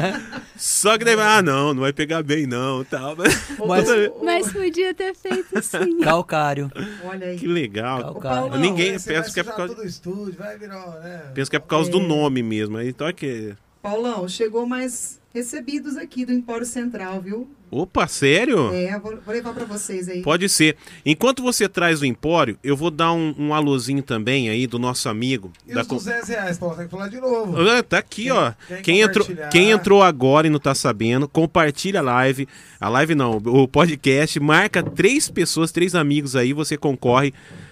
Só que daí, ah, não, não vai pegar bem não, tal. Mas- Mas podia ter feito sim. Calcário. Olha aí. Que legal. Calcário. Paulão, Ninguém Você pensa vai que é por sujar causa... todo o estúdio, vai virar, né? Penso que é por causa do É. nome mesmo. Aí, então é que... Paulão, chegou mais recebidos aqui do Empório Central, viu? Opa, sério? É, vou, vou levar pra vocês aí. Pode ser. Enquanto você traz o Empório, eu vou dar um, um alôzinho também aí do nosso amigo. E da os com- duzentos reais, Paulo, tem que falar de novo. Ah, tá aqui, Quem- ó. quem Quem entrou, compartilhar. quem entrou agora e não tá sabendo, compartilha a live. A live não, o podcast. Marca três pessoas, três amigos aí, você concorre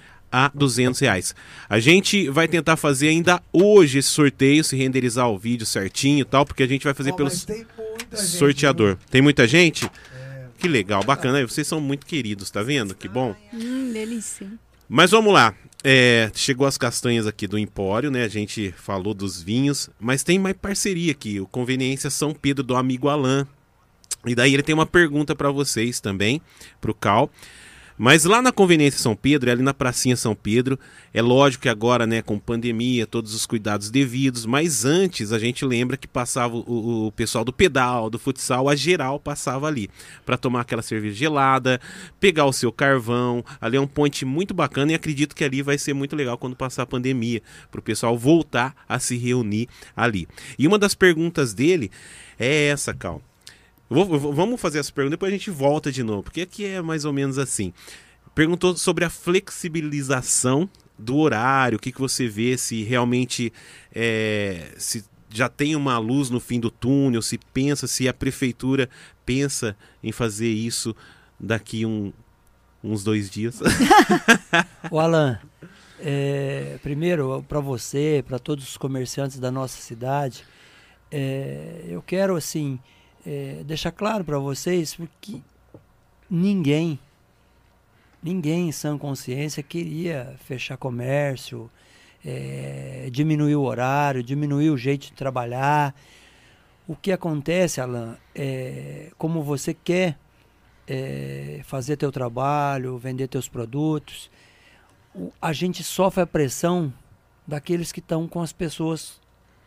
a duzentos reais. A gente vai tentar fazer ainda hoje esse sorteio, se renderizar o vídeo certinho e tal, porque a gente vai fazer Ó, pelo mas tem muita gente, sorteador. Tem muita gente? É. Que legal, bacana. Aí, vocês são muito queridos, tá vendo? Que bom. Hum, delícia. Mas vamos lá. É, chegou as castanhas aqui do Empório, né? A gente falou dos vinhos, mas tem mais parceria aqui. O Conveniência São Pedro do amigo Alain. E daí ele tem uma pergunta para vocês também, pro Cal. Mas lá na Conveniência São Pedro, ali na Pracinha São Pedro, é lógico que agora, né, com pandemia, todos os cuidados devidos, mas antes a gente lembra que passava o, o pessoal do pedal, do futsal, a geral passava ali para tomar aquela cerveja gelada, pegar o seu carvão. Ali é um ponte muito bacana e acredito que ali vai ser muito legal quando passar a pandemia, para o pessoal voltar a se reunir ali. E uma das perguntas dele é essa, Cal. Vou, vou, vamos fazer essa pergunta, depois a gente volta de novo, porque aqui é mais ou menos assim. Perguntou sobre a flexibilização do horário, o que, que você vê, se realmente é, se já tem uma luz no fim do túnel, se pensa, se a prefeitura pensa em fazer isso daqui um, uns dois dias. O Alan, é, primeiro, para você, para todos os comerciantes da nossa cidade, é, eu quero, assim, é, deixar claro para vocês porque ninguém, ninguém em sã consciência queria fechar comércio, é, diminuir o horário, diminuir o jeito de trabalhar. O que acontece, Alan, é como você quer é, fazer teu trabalho, vender teus produtos, o, a gente sofre a pressão daqueles que estão com as pessoas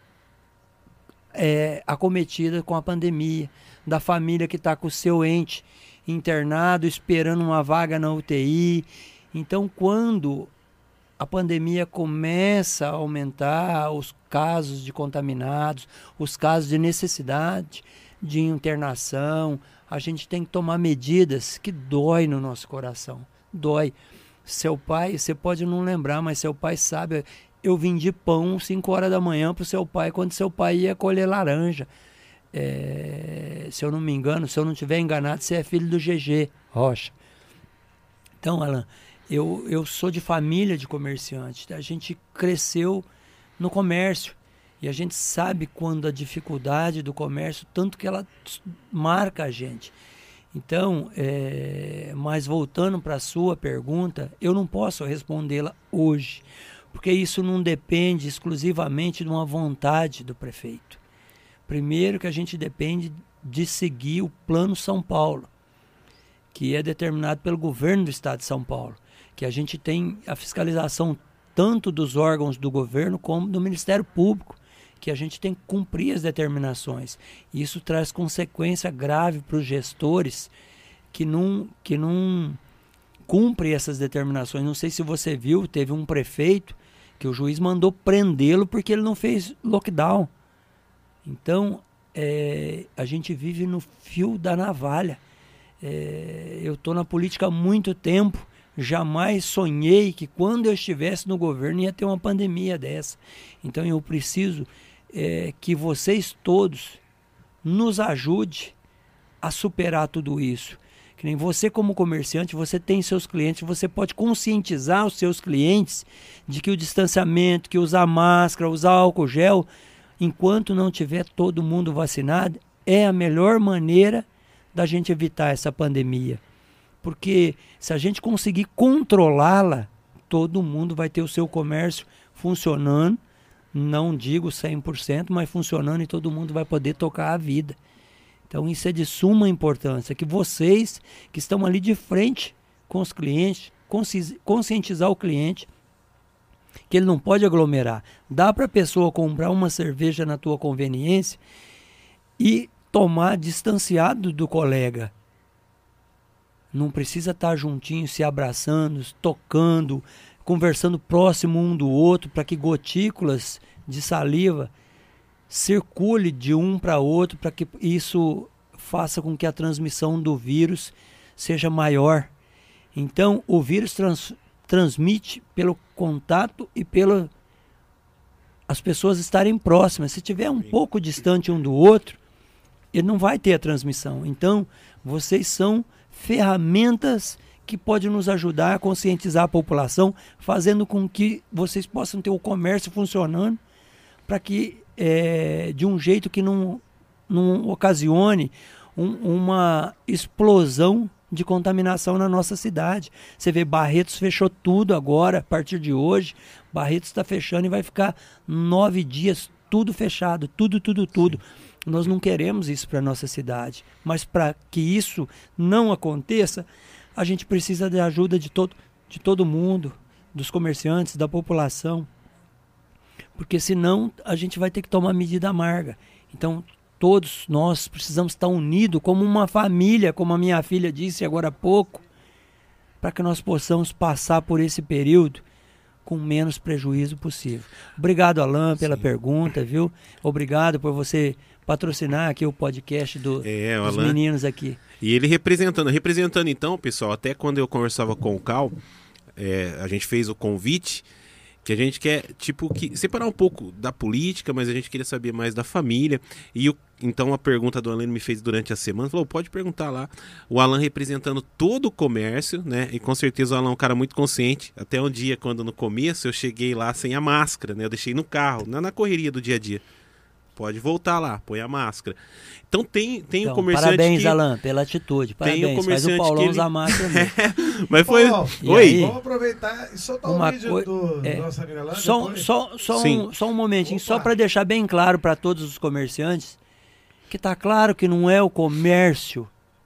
é, acometidas com a pandemia, da família que está com o seu ente internado, esperando uma vaga na U T I. Então, quando a pandemia começa a aumentar os casos de contaminados, os casos de necessidade de internação, a gente tem que tomar medidas que dói no nosso coração. Dói. Seu pai, você pode não lembrar, mas seu pai sabe. Eu vendi pão cinco horas da manhã para o seu pai, quando seu pai ia colher laranja. É, se eu não me engano, se eu não estiver enganado, você é filho do G G Rocha. Então, Alan, eu, eu sou de família de comerciante. A gente cresceu no comércio e a gente sabe quando a dificuldade do comércio, tanto que ela marca a gente. Então, é, mas voltando para a sua pergunta, eu não posso respondê-la hoje, porque isso não depende exclusivamente de uma vontade do prefeito. Primeiro que a gente depende de seguir o Plano São Paulo, que é determinado pelo governo do estado de São Paulo, que a gente tem a fiscalização tanto dos órgãos do governo como do Ministério Público, que a gente tem que cumprir as determinações. Isso traz consequência grave para os gestores que não, que não cumprem essas determinações. Não sei se você viu, teve um prefeito que o juiz mandou prendê-lo porque ele não fez lockdown. Então, é, a gente vive no fio da navalha. É, eu estou na política há muito tempo, jamais sonhei que quando eu estivesse no governo ia ter uma pandemia dessa. Então eu preciso é, que vocês todos nos ajudem a superar tudo isso. Que nem você como comerciante, você tem seus clientes, você pode conscientizar os seus clientes de que o distanciamento, que usar máscara, usar álcool gel, enquanto não tiver todo mundo vacinado, é a melhor maneira da gente evitar essa pandemia. Porque se a gente conseguir controlá-la, todo mundo vai ter o seu comércio funcionando, não digo cem por cento, mas funcionando, e todo mundo vai poder tocar a vida. Então isso é de suma importância, que vocês que estão ali de frente com os clientes, conscientizar o cliente que ele não pode aglomerar. Dá para a pessoa comprar uma cerveja na tua conveniência e tomar distanciado do colega. Não precisa estar juntinho, se abraçando, tocando, conversando próximo um do outro, para que gotículas de saliva circule de um para outro, para que isso faça com que a transmissão do vírus seja maior. Então, o vírus trans, transmite pelo contato e pelo as pessoas estarem próximas. Se tiver um pouco distante um do outro, ele não vai ter a transmissão. Então, vocês são ferramentas que podem nos ajudar a conscientizar a população, fazendo com que vocês possam ter o comércio funcionando, para que, é, de um jeito que não, não ocasione um, uma explosão de contaminação na nossa cidade. Você vê, Barretos fechou tudo agora, a partir de hoje. Barretos está fechando e vai ficar nove dias tudo fechado, tudo, tudo, tudo. Nós não queremos isso para a nossa cidade, mas para que isso não aconteça, a gente precisa da ajuda de todo, de todo mundo, dos comerciantes, da população, porque senão a gente vai ter que tomar medida amarga. Então, todos nós precisamos estar unidos como uma família, como a minha filha disse agora há pouco, para que nós possamos passar por esse período com menos prejuízo possível. Obrigado, Alain, pela Sim. pergunta, viu? Obrigado por você patrocinar aqui o podcast do, é, o dos Alain, meninos aqui. E ele representando, representando então, pessoal, até quando eu conversava com o Cal, é, a gente fez o convite, que a gente quer, tipo, que separar um pouco da política, mas a gente queria saber mais da família. E o, então a pergunta do Alain me fez durante a semana, falou, pode perguntar lá. O Alain representando todo o comércio, né? E com certeza o Alain é um cara muito consciente. Até um dia, quando no começo eu cheguei lá sem a máscara, né? Eu deixei no carro, não na correria do dia a dia. Pode voltar lá, põe a máscara. Então tem, tem então, um comerciante parabéns, que... Alain, pela atitude. Parabéns, tem um comerciante faz o Paulão que ele... usar máscara mesmo. Mas foi... Ó, Oi. Aí, vamos aproveitar e soltar Uma o vídeo coi... do é, nosso amigo Alain. Só, só, só, um, só um momentinho, Opa. só para deixar bem claro para todos os comerciantes, que está claro que não é o comércio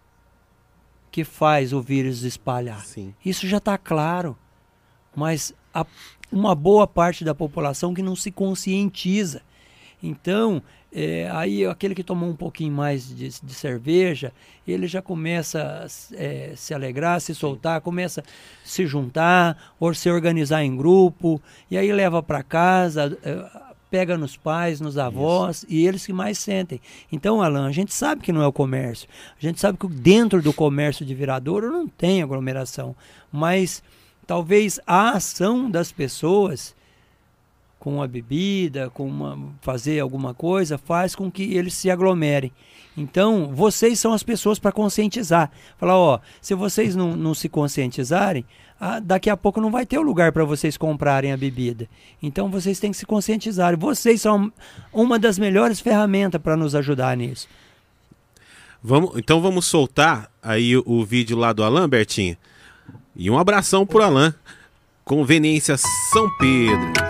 que faz o vírus espalhar. Sim. Isso já está claro. Mas há uma boa parte da população que não se conscientiza. Então, é, aí aquele que tomou um pouquinho mais de, de cerveja, ele já começa a é, se alegrar, se soltar, começa a se juntar, ou se organizar em grupo, e aí leva para casa, é, pega nos pais, nos avós, Isso. e eles que mais sentem. Então, Alain, a gente sabe que não é o comércio. A gente sabe que dentro do comércio de Viradouro não tem aglomeração, mas talvez a ação das pessoas com a bebida, com uma, fazer alguma coisa, faz com que eles se aglomerem. Então, vocês são as pessoas para conscientizar. Falar, ó, se vocês não, não se conscientizarem, ah, daqui a pouco não vai ter o lugar para vocês comprarem a bebida. Então, vocês têm que se conscientizar. Vocês são uma das melhores ferramentas para nos ajudar nisso. Vamos, então, vamos soltar aí o, o vídeo lá do Alain, Bertinho. E um abração pro Alain. Conveniência São Pedro.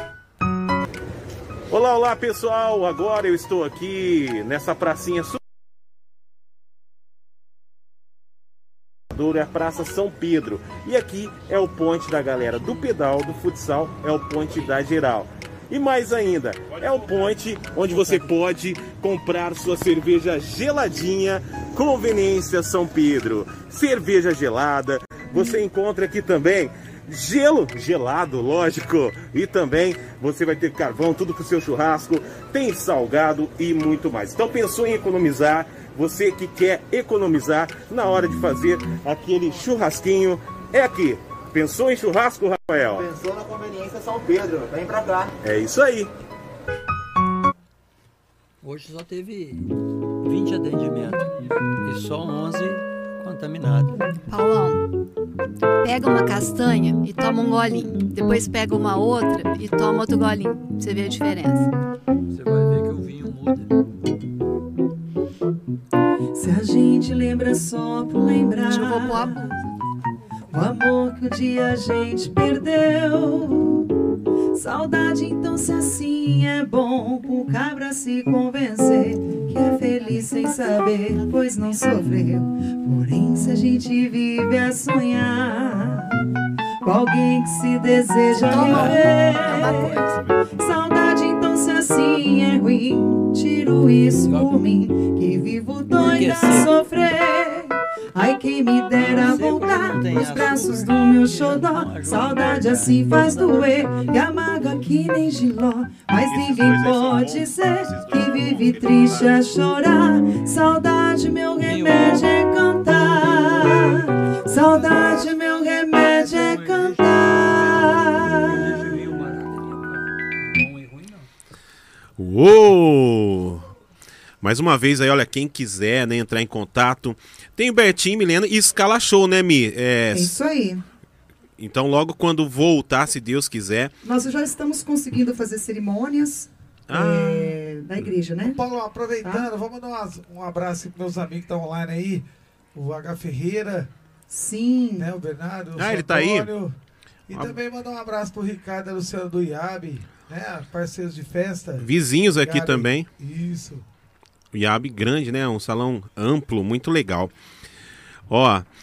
Olá, olá pessoal, agora eu estou aqui nessa pracinha é a Praça São Pedro, e aqui é o ponte da galera do pedal, do futsal, é o ponte da geral. E mais ainda, é o ponte onde você pode comprar sua cerveja geladinha. Conveniência São Pedro, cerveja gelada, você encontra aqui também gelo gelado, lógico, e também você vai ter carvão, tudo pro seu churrasco, tem salgado e muito mais. Então pensou em economizar, você que quer economizar na hora de fazer aquele churrasquinho, é aqui. Pensou em churrasco, Rafael? Pensou na Conveniência São Pedro, vem pra cá. É isso aí. Hoje só teve vinte atendimentos e só onze contaminados. Paulão, pega uma castanha e toma um golinho. Depois pega uma outra e toma outro golinho. Pra você ver a diferença. Você vai ver que o vinho muda. Se a gente lembra só por lembrar, Acho que eu vou pôr a blusa. o amor que um dia a gente perdeu. Saudade, então, se assim é bom, pro cabra se convencer que é feliz sem saber, pois não sofreu. Porém, se a gente vive a sonhar com alguém que se deseja rever, saudade, então, se assim é ruim, tiro isso por mim, que vivo doida a sofrer. Ai, quem me dera voltar nos braços do meu xodó. Saudade assim faz doer e amarga que nem giló. Mas ninguém pode ser que vive triste a chorar. Saudade, meu remédio é cantar. Saudade, meu remédio é cantar. Uou! Mais uma vez aí, olha, quem quiser, né, entrar em contato, tem o Bertinho, Milena e Escala Show, né, Mi? É, É isso aí. Então logo quando voltar, se Deus quiser. Nós já estamos conseguindo fazer cerimônias Ah. é, da igreja, né? Paulo, aproveitando, Tá. vamos dar umas- um abraço para meus amigos que estão online aí. O H. Ferreira, Sim. né, o Bernardo, o Ah, seu ele tá aí? Antônio. E Um também mandar um abraço pro Ricardo e a Luciano do I A B, né, parceiros de festa. Vizinhos aqui I A B. também. Isso. O I A B grande, né? Um salão amplo, muito legal. Ó,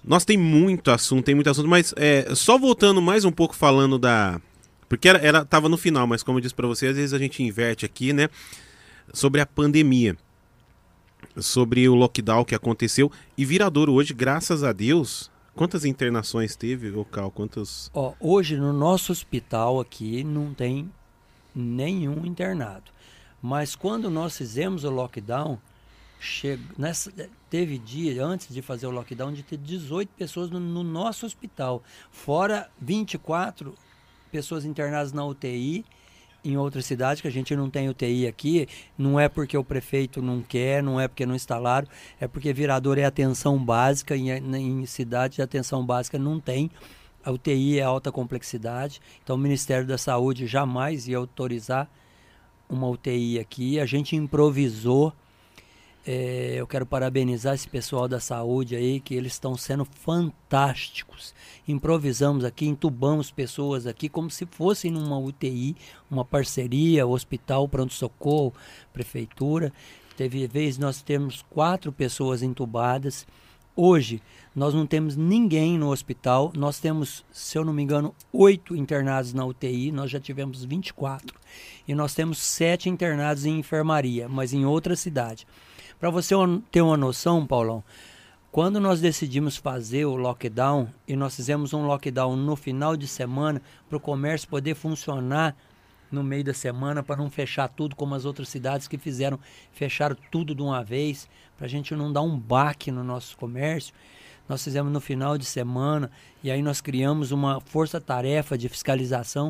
Nós tem muito assunto, tem muito assunto, mas é, só voltando mais um pouco falando da... Porque ela, ela tava no final, mas como eu disse para você, às vezes a gente inverte aqui, né? Sobre a pandemia. Sobre o lockdown que aconteceu. E Viradouro hoje, graças a Deus, quantas internações teve, ô Cal? Quantos... Ó, hoje no nosso hospital aqui não tem nenhum internado. Mas quando nós fizemos o lockdown, che... Nessa... teve dia, antes de fazer o lockdown, de ter dezoito pessoas no, no nosso hospital. Fora vinte e quatro pessoas internadas na U T I, em outra cidade, que a gente não tem U T I aqui. Não é porque o prefeito não quer, não é porque não instalaram, é porque Viradouro é atenção básica, e em cidade de atenção básica não tem. A U T I é alta complexidade, então o Ministério da Saúde jamais ia autorizar uma U T I aqui. A gente improvisou. É, eu quero parabenizar esse pessoal da saúde aí, que eles estão sendo fantásticos. Improvisamos aqui, entubamos pessoas aqui como se fossem numa U T I, uma parceria, hospital, pronto-socorro, prefeitura. Teve vez nós temos quatro pessoas entubadas. Hoje nós não temos ninguém no hospital. Nós temos, se eu não me engano, oito internados na U T I. Nós já tivemos vinte e quatro. E nós temos sete internados em enfermaria, mas em outra cidade. Para você ter uma noção, Paulão, quando nós decidimos fazer o lockdown, e nós fizemos um lockdown no final de semana, para o comércio poder funcionar no meio da semana, para não fechar tudo como as outras cidades que fizeram, fecharam tudo de uma vez, para a gente não dar um baque no nosso comércio, nós fizemos no final de semana, e aí nós criamos uma força-tarefa de fiscalização.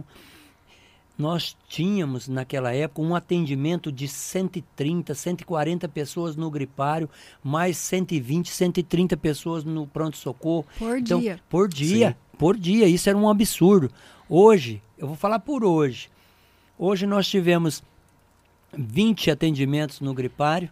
Nós tínhamos, naquela época, um atendimento de cento e trinta, cento e quarenta pessoas no gripário, mais cento e vinte, cento e trinta pessoas no pronto-socorro. Por então, dia. Por dia, Sim. por dia. Isso era um absurdo. Hoje, eu vou falar por hoje. Hoje nós tivemos vinte atendimentos no gripário,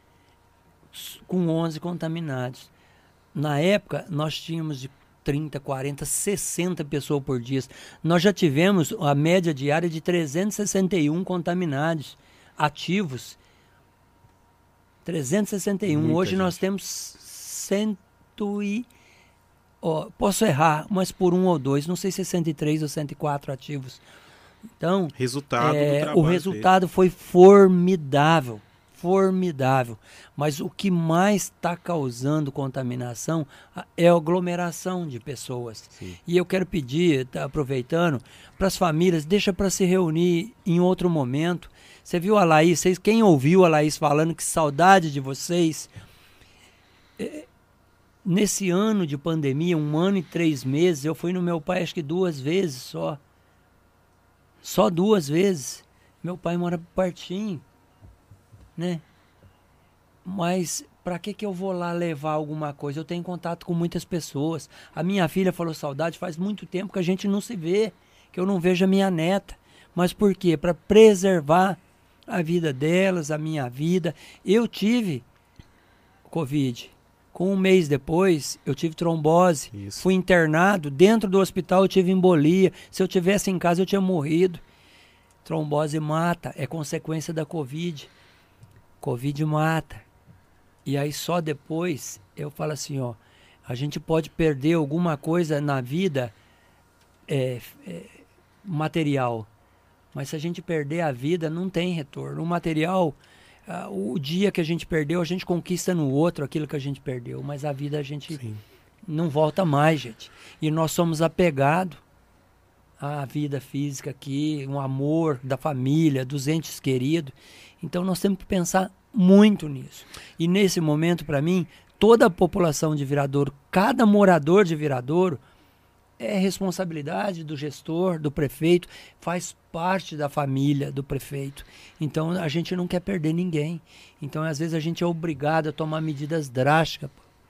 com onze contaminados. Na época, nós tínhamos de trinta, quarenta, sessenta pessoas por dia. Nós já tivemos a média diária de trezentos e sessenta e um contaminados ativos. trezentos e sessenta e um. Muita Hoje gente. nós temos cento e... Oh, posso errar, mas por um ou dois. Não sei se é cento e três ou cento e quatro ativos. Então, resultado é, do trabalho o resultado foi formidável. Formidável, mas o que mais está causando contaminação é a aglomeração de pessoas. Sim. E eu quero pedir, tá, aproveitando, para as famílias, deixa para se reunir em outro momento. Você viu a Laís, vocês, quem ouviu a Laís falando que saudade de vocês? É, nesse ano de pandemia, um ano e três meses, eu fui no meu pai acho que duas vezes só. Só duas vezes. Meu pai mora pertinho. Né? Mas para que que eu vou lá levar alguma coisa? Eu tenho contato com muitas pessoas. A minha filha falou saudade, faz muito tempo que a gente não se vê, que eu não vejo a minha neta. Mas por quê? Para preservar a vida delas, a minha vida. Eu tive Covid. Com um mês depois, eu tive trombose. Isso. Fui internado. Dentro do hospital eu tive embolia. Se eu tivesse em casa eu tinha morrido. Trombose mata, é consequência da Covid. Covid mata. E aí só depois eu falo assim, ó, a gente pode perder alguma coisa na vida é, é, material, mas se a gente perder a vida, não tem retorno. O material, ah, o dia que a gente perdeu, a gente conquista no outro aquilo que a gente perdeu, mas a vida a gente Sim. não volta mais, gente. E nós somos apegados à vida física aqui, um amor da família, dos entes queridos. Então nós temos que pensar muito nisso. E nesse momento, para mim, toda a população de Viradouro, cada morador de Viradouro, é responsabilidade do gestor, do prefeito, faz parte da família do prefeito. Então a gente não quer perder ninguém. Então às vezes a gente é obrigado a tomar medidas drásticas,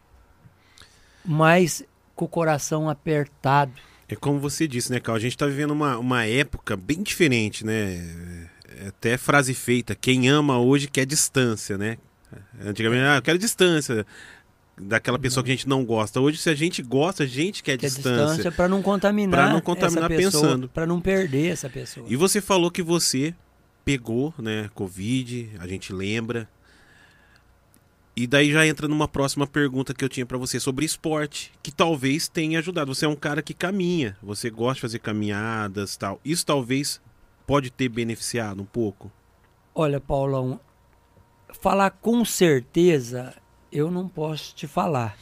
mas com o coração apertado. É como você disse, né, Cal? A gente está vivendo uma, uma época bem diferente, né? É até frase feita, quem ama hoje quer distância, né? Antigamente, ah, eu quero distância daquela pessoa que a gente não gosta. Hoje, se a gente gosta, a gente quer, quer distância. distância para não contaminar, para não contaminar essa pessoa, pensando. Para não perder essa pessoa. E você falou que você pegou, né, Covid, a gente lembra. E daí já entra numa próxima pergunta que eu tinha pra você sobre esporte, que talvez tenha ajudado. Você é um cara que caminha, você gosta de fazer caminhadas e tal. Isso talvez pode ter beneficiado um pouco? Olha, Paulão, falar com certeza eu não posso te falar.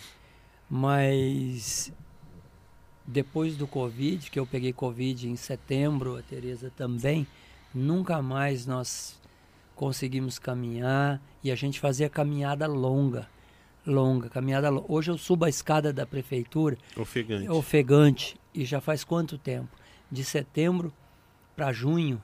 Mas depois do Covid, que eu peguei Covid em setembro, a Tereza também, nunca mais nós conseguimos caminhar, e a gente fazia caminhada longa, longa, caminhada longa. Hoje eu subo a escada da prefeitura, ofegante, ofegante, e já faz quanto tempo? De setembro para junho.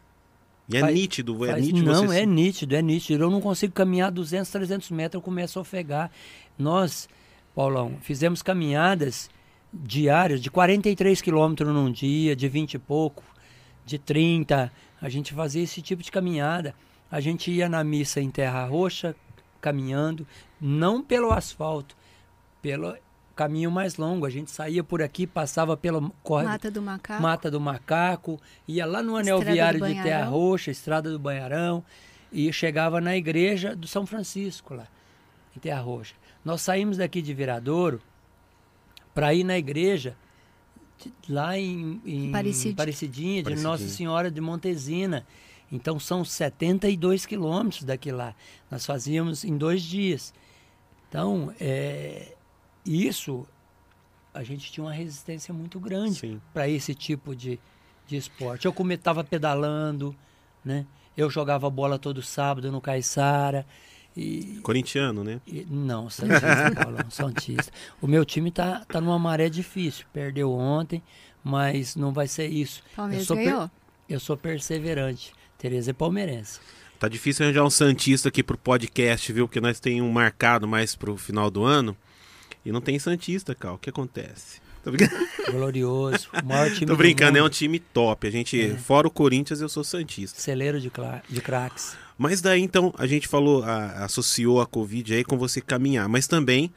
E é faz, nítido, é faz, nítido Não, você... é nítido, é nítido. Eu não consigo caminhar duzentos, trezentos metros, eu começo a ofegar. Nós, Paulão, fizemos caminhadas diárias de quarenta e três quilômetros num dia, de vinte e pouco, de trinta. A gente fazia esse tipo de caminhada. A gente ia na missa em Terra Roxa, caminhando, não pelo asfalto, pelo caminho mais longo. A gente saía por aqui, passava pela Mata do Macaco, Mata do Macaco, ia lá no anel Estrada viário do de Terra Roxa, Estrada do Banharão, e chegava na igreja do São Francisco, lá em Terra Roxa. Nós saímos daqui de Viradouro para ir na igreja lá em, em Parecidinha. Parecidinha, de Parecidinha. Nossa Senhora de Montesina. Então são setenta e dois quilômetros daqui lá. Nós fazíamos em dois dias. Então, é, isso, a gente tinha uma resistência muito grande para esse tipo de, de esporte. Eu estava pedalando, né? Eu jogava bola todo sábado no Caiçara. E, Corintiano, né? E, não, Santista, Paulão, Santista. O meu time tá, tá numa maré difícil. Perdeu ontem, mas não vai ser isso. Palmeiras eu sou ganhou. Per, eu sou perseverante. Tereza é palmeirense. Tá difícil arranjar um santista aqui pro podcast, viu? Porque nós temos um marcado mais pro final do ano e não tem santista, cara. O que acontece? Tô brincando. Glorioso. O maior time Tô brincando, do mundo. é um time top. A gente, É. fora o Corinthians, eu sou santista. Celeiro de, cla- de craques. Mas daí, então, a gente falou, a, associou a Covid aí com você caminhar. Mas também,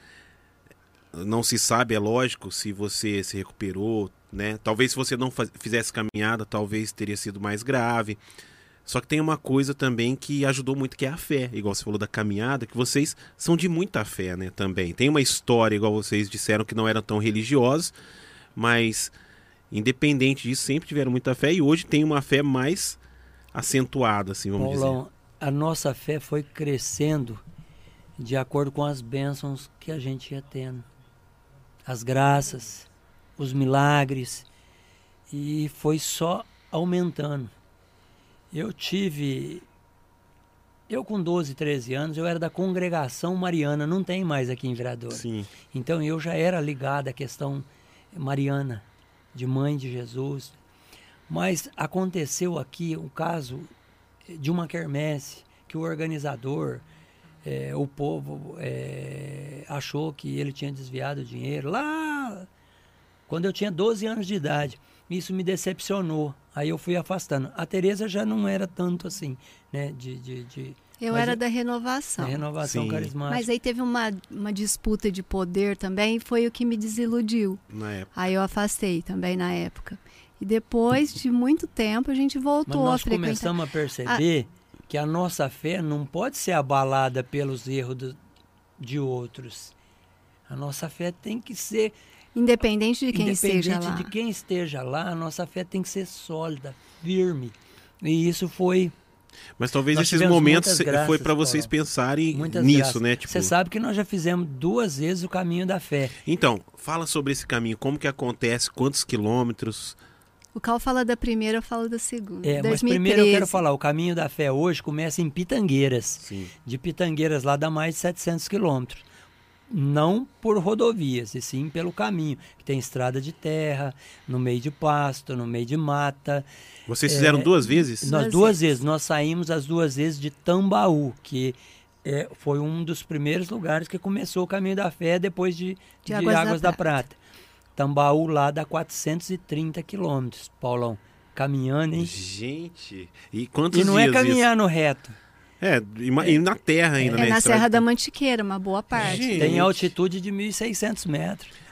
não se sabe, é lógico, se você se recuperou, né? Talvez se você não faz, fizesse caminhada, talvez teria sido mais grave. Só que tem uma coisa também que ajudou muito, que é a fé. Igual você falou da caminhada, que vocês são de muita fé, né, também. Tem uma história, igual vocês disseram, que não eram tão religiosos, mas independente disso, sempre tiveram muita fé e hoje tem uma fé mais acentuada, assim, vamos Paulão, dizer. a nossa fé foi crescendo de acordo com as bênçãos que a gente ia tendo. As graças, os milagres, e foi só aumentando. Eu tive, eu com doze, treze anos, eu era da congregação mariana, não tem mais aqui em Viradouro. Sim. Então eu já era ligado à questão mariana, de mãe de Jesus. Mas aconteceu aqui um caso de uma quermesse, que o organizador, é, o povo é, achou que ele tinha desviado o dinheiro lá quando eu tinha doze anos de idade. Isso me decepcionou. Aí eu fui afastando. A Tereza já não era tanto assim, né? De, de, de... Eu Mas era eu- da renovação. da renovação Sim. carismática. Mas aí teve uma, uma disputa de poder também, foi o que me desiludiu. Na época. Aí eu afastei também na época. E depois de muito tempo a gente Mas voltou a nós frequentar. começamos a perceber que a nossa fé não pode ser abalada pelos erros do- de outros. A nossa fé tem que ser... Independente de quem Independente esteja lá. de quem esteja lá, a nossa fé tem que ser sólida, firme. E isso foi... Mas talvez Nós esses tivemos momentos muitas se- graças, foi para vocês Paulo. pensarem Muitas nisso, graças. né? Tipo... Você sabe que nós já fizemos duas vezes o caminho da fé. Então, fala sobre esse caminho, como que acontece, quantos quilômetros... O Cal fala da primeira, eu falo da segunda. É, mas dois mil e primeiro eu quero treze. falar, o caminho da fé hoje começa em Pitangueiras. Sim. De Pitangueiras lá dá mais de setecentos quilômetros. Não por rodovias, e sim pelo caminho, que tem estrada de terra, no meio de pasto, no meio de mata. Vocês fizeram É, duas vezes? Nós Duas duas vezes. Nós saímos as duas vezes de Tambaú, que é, foi um dos primeiros lugares que começou o caminho da fé depois de, de, Águas, da, Prata. Tambaú lá dá quatrocentos e trinta quilômetros, Paulão. Caminhando, hein? Gente, e quantos E não dias é caminhar no reto. isso? É, e, ma- e na terra ainda, É né? na Estrada- Serra da Mantiqueira, uma boa parte. Gente. Tem altitude de mil e seiscentos metros.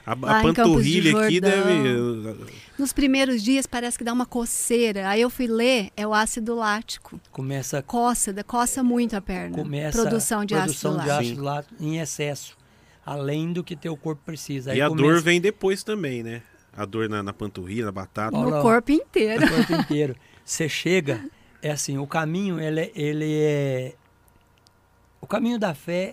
A, Lá a em Campos de panturrilha aqui Jordão. deve... Nos primeiros dias parece que dá uma coceira. Aí eu fui ler, é o ácido lático. Começa, Coça, dá- coça muito a perna. começa Produção de produção ácido de lático. ácido lático em excesso. Além do que teu corpo precisa. Aí E a começa dor vem depois também, né? A dor na, na panturrilha, na batata. Ó, No Não. corpo inteiro. o corpo inteiro. Você chega, é assim, o caminho, ele, é- ele é... O caminho da fé,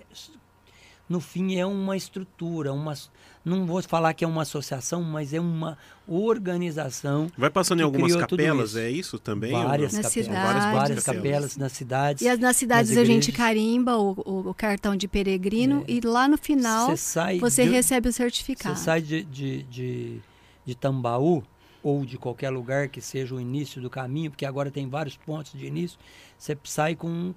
no fim, é uma estrutura, uma... Não vou falar que é uma associação, mas é uma organização. Vai passando em que algumas criou tudo capelas, isso. é isso também? Várias ou não? Na capelas, cidade, várias sim. capelas nas cidades. E as- nas cidades nas a gente igrejas. carimba o, o- o cartão de peregrino É. e lá no final Você sai você de- recebe o Você certificado. sai de, de, de, de Tambaú ou de qualquer lugar que seja o início do caminho, porque agora tem vários pontos de início, você sai com,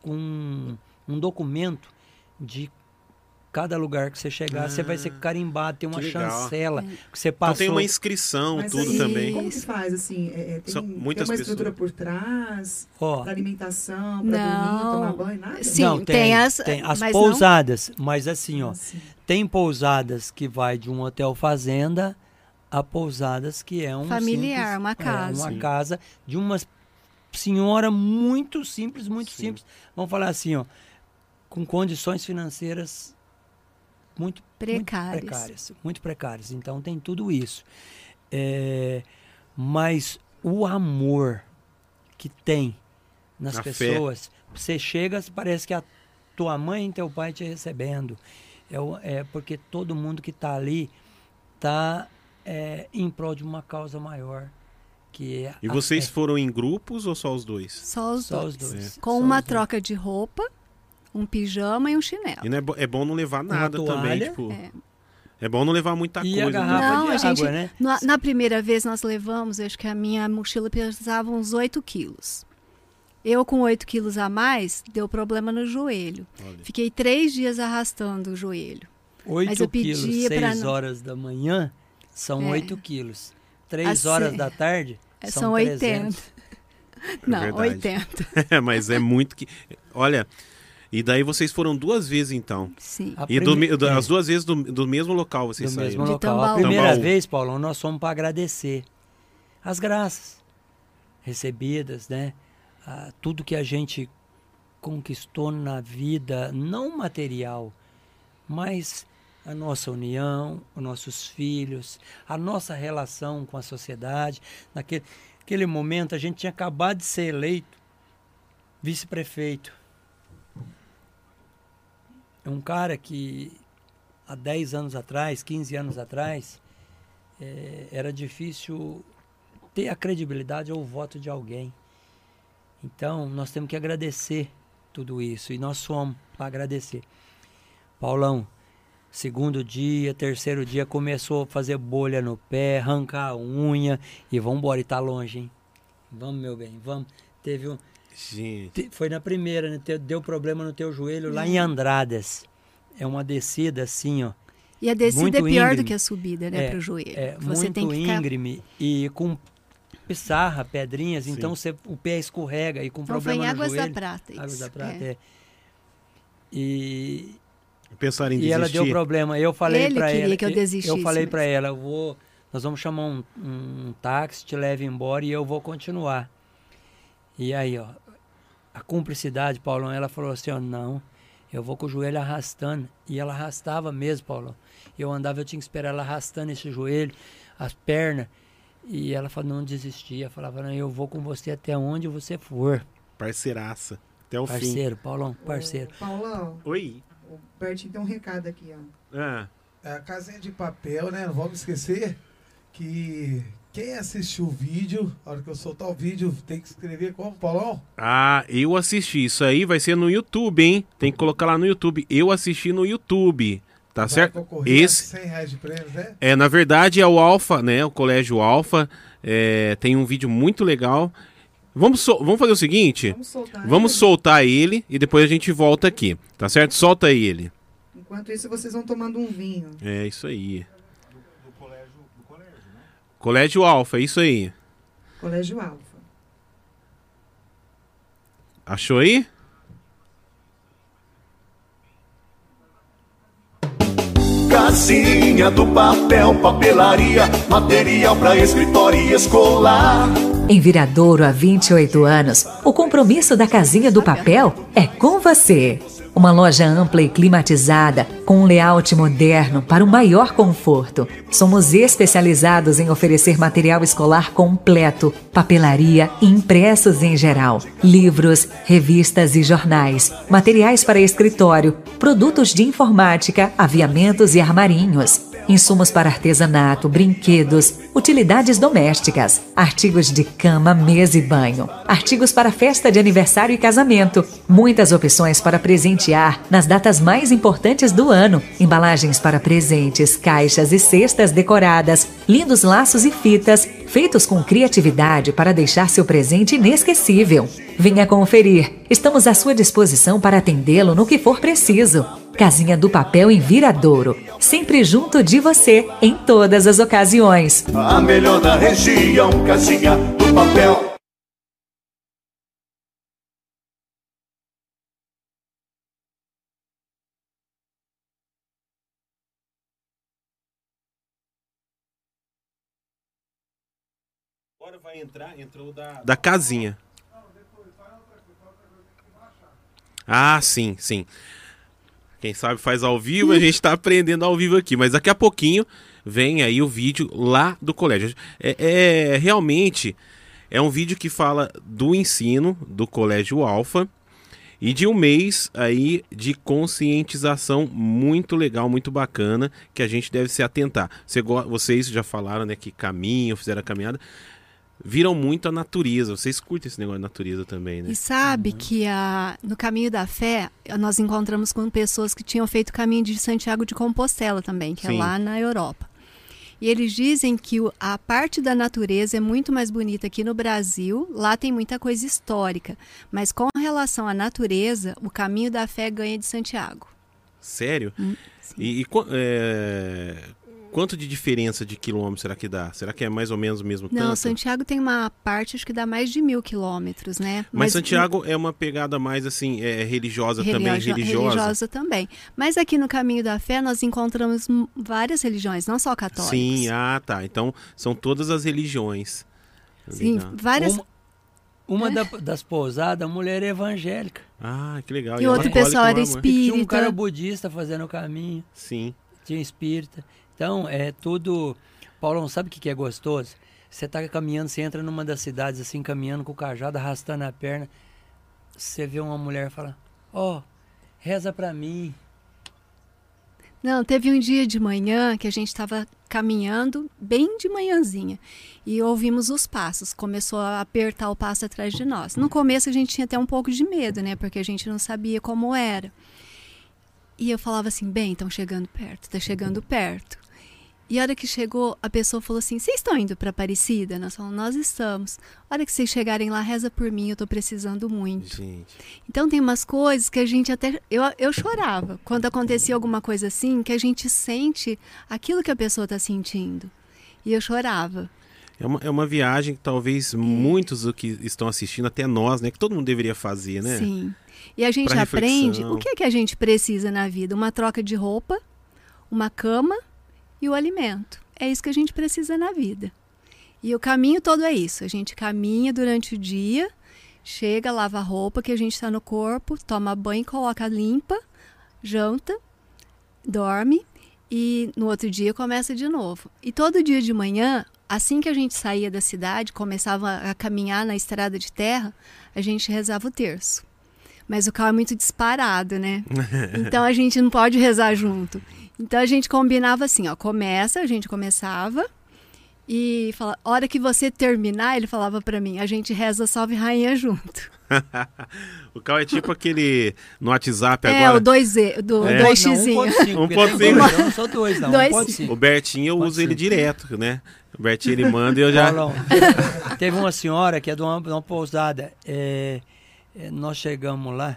com um documento de cada lugar que você chegar, Ah, você vai ser carimbado, tem uma que legal. chancela que você Então passou. tem uma inscrição, Mas tudo aí, também. Como que faz, assim? É, é, tem, São tem muitas uma estrutura pessoas. por trás, Ó, para alimentação, para dormir, Não. tomar banho, nada? Sim, não, tem, tem as- tem as mas pousadas, mas assim, ó, Assim. tem pousadas que vai de um hotel fazenda a pousadas que é um Familiar, simples- uma é, casa. uma Sim. casa de uma senhora muito simples, muito Sim. simples. Vamos falar assim, ó, com condições financeiras muito Precárias. muito precárias, muito precárias. Então tem tudo isso. É, mas o amor que tem nas A fé. pessoas, você chega, parece que a tua mãe e teu pai te recebendo. É, o- é porque todo mundo que está ali está em prol de uma causa maior. Que é E a vocês fé. foram em grupos ou só os dois? Só os Só dois. os dois. Com Só uma os dois. troca de roupa, um pijama e um chinelo. E não é, bo- é bom não levar nada também, toalha. tipo... É. É bom não levar muita E a coisa. garrafa também. Não, de a gente, água, né? na, na primeira vez nós levamos, eu acho que a minha mochila pesava uns oito quilos. Eu com oito quilos a mais, deu problema no joelho. Olha. Fiquei três dias arrastando o joelho. Mas oito eu quilos, pedia pra seis não- horas da manhã, são É. oito quilos. três Assim, horas da tarde, é, são, são oitenta. trezentos. Não, verdade. oitenta. Mas é muito que... Olha, e daí vocês foram duas vezes, então. Sim. A E do prime- me- do- é, as duas vezes do, do mesmo local vocês do saíram. mesmo De local. A Tambaú. primeira Tambaú. vez, Paulão, nós fomos para agradecer as graças recebidas, né? Ah, tudo que a gente conquistou na vida, não material, mas a nossa união, os nossos filhos, a nossa relação com a sociedade. Naquele aquele momento, a gente tinha acabado de ser eleito vice-prefeito. É um cara que há dez anos atrás, quinze anos atrás, eh, era difícil ter a credibilidade ou o voto de alguém. Então, nós temos que agradecer tudo isso. E nós fomos para agradecer. Paulão, segundo dia, terceiro dia, começou a fazer bolha no pé, arrancar a unha. E vamos embora, e tá longe, hein? Vamos, meu bem, vamos. Teve um... Gente, Te- Foi na primeira, né? Te- Deu problema no teu joelho lá em Andradas. É uma descida assim, ó. E a descida Muito é pior do íngreme. que a subida, né, É, pro joelho. É Você muito tem que ficar... íngreme e com pissarra, pedrinhas, Sim. então você, o pé escorrega e com Então foi problema em no Águas joelho. da Prata isso. Águas da Prata, é. é. E, pensaram em e desistir? ela deu problema. Eu falei Ele para queria ela, que eu desistisse eu falei mesmo. para ela, eu vou, nós vamos chamar um, um táxi, te leve embora e eu vou continuar. E aí, ó, a cumplicidade, Paulão, ela falou assim, ó, não, eu vou com o joelho arrastando. E ela arrastava mesmo, Paulão. Eu andava, eu tinha que esperar ela arrastando esse joelho, as pernas. E ela falou, não desistia. Falava, não, eu vou com você até onde você for. Parceiraça. Até o fim. Parceiro, Paulão, parceiro. Ô, Paulão, Oi. o Bertinho tem um recado aqui, ó. Ah, É a casinha de papel, né? Não vamos esquecer que quem assistiu o vídeo, a hora que eu soltar o vídeo, tem que escrever como, Paulão? Ah, eu assisti. Isso aí vai ser no YouTube, hein? Tem que colocar lá no YouTube. Eu assisti no YouTube. Tá Vai certo? concorrer Esse... a cem reais de prêmios, né? É, na verdade é o Alfa, né? O Colégio Alfa. É, tem um vídeo muito legal. Vamos, sol- Vamos fazer o seguinte. Vamos soltar Vamos ele. soltar ele e depois a gente volta aqui. Tá certo? Solta aí ele. Enquanto isso, vocês vão tomando um vinho. É isso aí. Colégio Alfa, é isso aí. Colégio Alfa. Achou aí? Casinha do Papel, papelaria, material para escritório e escolar. Em Viradouro há vinte e oito anos, o compromisso da Casinha do Papel é com você. Uma loja ampla e climatizada, com um layout moderno para um maior conforto. Somos especializados em oferecer material escolar completo, papelaria e impressos em geral, livros, revistas e jornais, materiais para escritório, produtos de informática, aviamentos e armarinhos, insumos para artesanato, brinquedos, utilidades domésticas, artigos de cama, mesa e banho, artigos para festa de aniversário e casamento, muitas opções para presentear nas datas mais importantes do ano, embalagens para presentes, caixas e cestas decoradas, lindos laços e fitas, feitos com criatividade para deixar seu presente inesquecível. Venha conferir, estamos à sua disposição para atendê-lo no que for preciso. Casinha do Papel em Viradouro, sempre junto de você, em todas as ocasiões. A melhor da região, Casinha do Papel. Agora vai entrar, entrou da... Da Casinha. Ah, sim, sim. Quem sabe faz ao vivo, a gente está aprendendo ao vivo aqui. Mas daqui a pouquinho vem aí o vídeo lá do colégio. É, é realmente é um vídeo que fala do ensino do Colégio Alfa e de um mês aí de conscientização muito legal, muito bacana, que a gente deve se atentar. Você, vocês já falaram, né, que caminham, fizeram a caminhada. Viram muito a natureza. Vocês curtem esse negócio de natureza também, né? E sabe uhum. que a, no Caminho da Fé, nós encontramos com pessoas que tinham feito o caminho de Santiago de Compostela também, que Sim. é lá na Europa. E eles dizem que o, a parte da natureza é muito mais bonita aqui no Brasil. Lá tem muita coisa histórica. Mas com relação à natureza, o Caminho da Fé ganha de Santiago. Sério? Hum, e... e é... Quanto de diferença de quilômetros será que dá? Será que é mais ou menos o mesmo tanto? Não, Santiago tem uma parte, acho que dá mais de mil quilômetros, né? Mas, Mas Santiago é uma pegada mais assim, é, religiosa religio, também, religiosa. Religiosa também. Mas aqui no Caminho da Fé nós encontramos várias religiões, não só católicas. Sim, ah tá. Então são todas as religiões. Sim, legal. várias... Uma, uma é? da, das pousadas, a mulher é evangélica. Ah, que legal. E, e outro pessoal era espírita. Tinha um cara budista fazendo o caminho. Sim. Tinha espírita. Então, é tudo... Paulão, sabe o que, que é gostoso? Você tá caminhando, você entra numa das cidades, assim, caminhando com o cajado, arrastando a perna. Você vê uma mulher e fala, ó, oh, reza pra mim. Não, teve um dia de manhã que a gente estava caminhando, bem de manhãzinha, e ouvimos os passos. Começou a apertar o passo atrás de nós. No começo a gente tinha até um pouco de medo, né? Porque a gente não sabia como era. E eu falava assim, bem, estão chegando perto, está chegando perto. E a hora que chegou, a pessoa falou assim, vocês estão indo para Aparecida? Nós falamos, nós estamos. A hora que vocês chegarem lá, reza por mim, eu estou precisando muito. Gente. Então tem umas coisas que a gente até... Eu, eu chorava quando acontecia alguma coisa assim, que a gente sente aquilo que a pessoa está sentindo. E eu chorava. É uma, é uma viagem que talvez é. muitos do que estão assistindo, até nós, né? Que todo mundo deveria fazer, né? Sim. E a gente aprende o que é que a gente precisa na vida. Uma troca de roupa, uma cama e o alimento. É isso que a gente precisa na vida. E o caminho todo é isso. A gente caminha durante o dia, chega, lava a roupa que a gente está no corpo, toma banho, coloca limpa, janta, dorme e no outro dia começa de novo. E todo dia de manhã, assim que a gente saía da cidade, começava a caminhar na estrada de terra, a gente rezava o terço. Mas o carro é muito disparado, né? Então a gente não pode rezar junto. Então a gente combinava assim, ó, começa, a gente começava e fala, hora que você terminar, ele falava pra mim, a gente reza Salve Rainha junto. O Cal é tipo aquele no WhatsApp é, agora. É, o dois Z, do é. dois xizinho. um ponto cinco. Eu não sou dois, não. dois. um ponto cinco. O Bertinho eu uso ele direto, né? O Bertinho ele manda e eu já... Paulão, teve uma senhora que é de uma, de uma pousada, é, é, nós chegamos lá,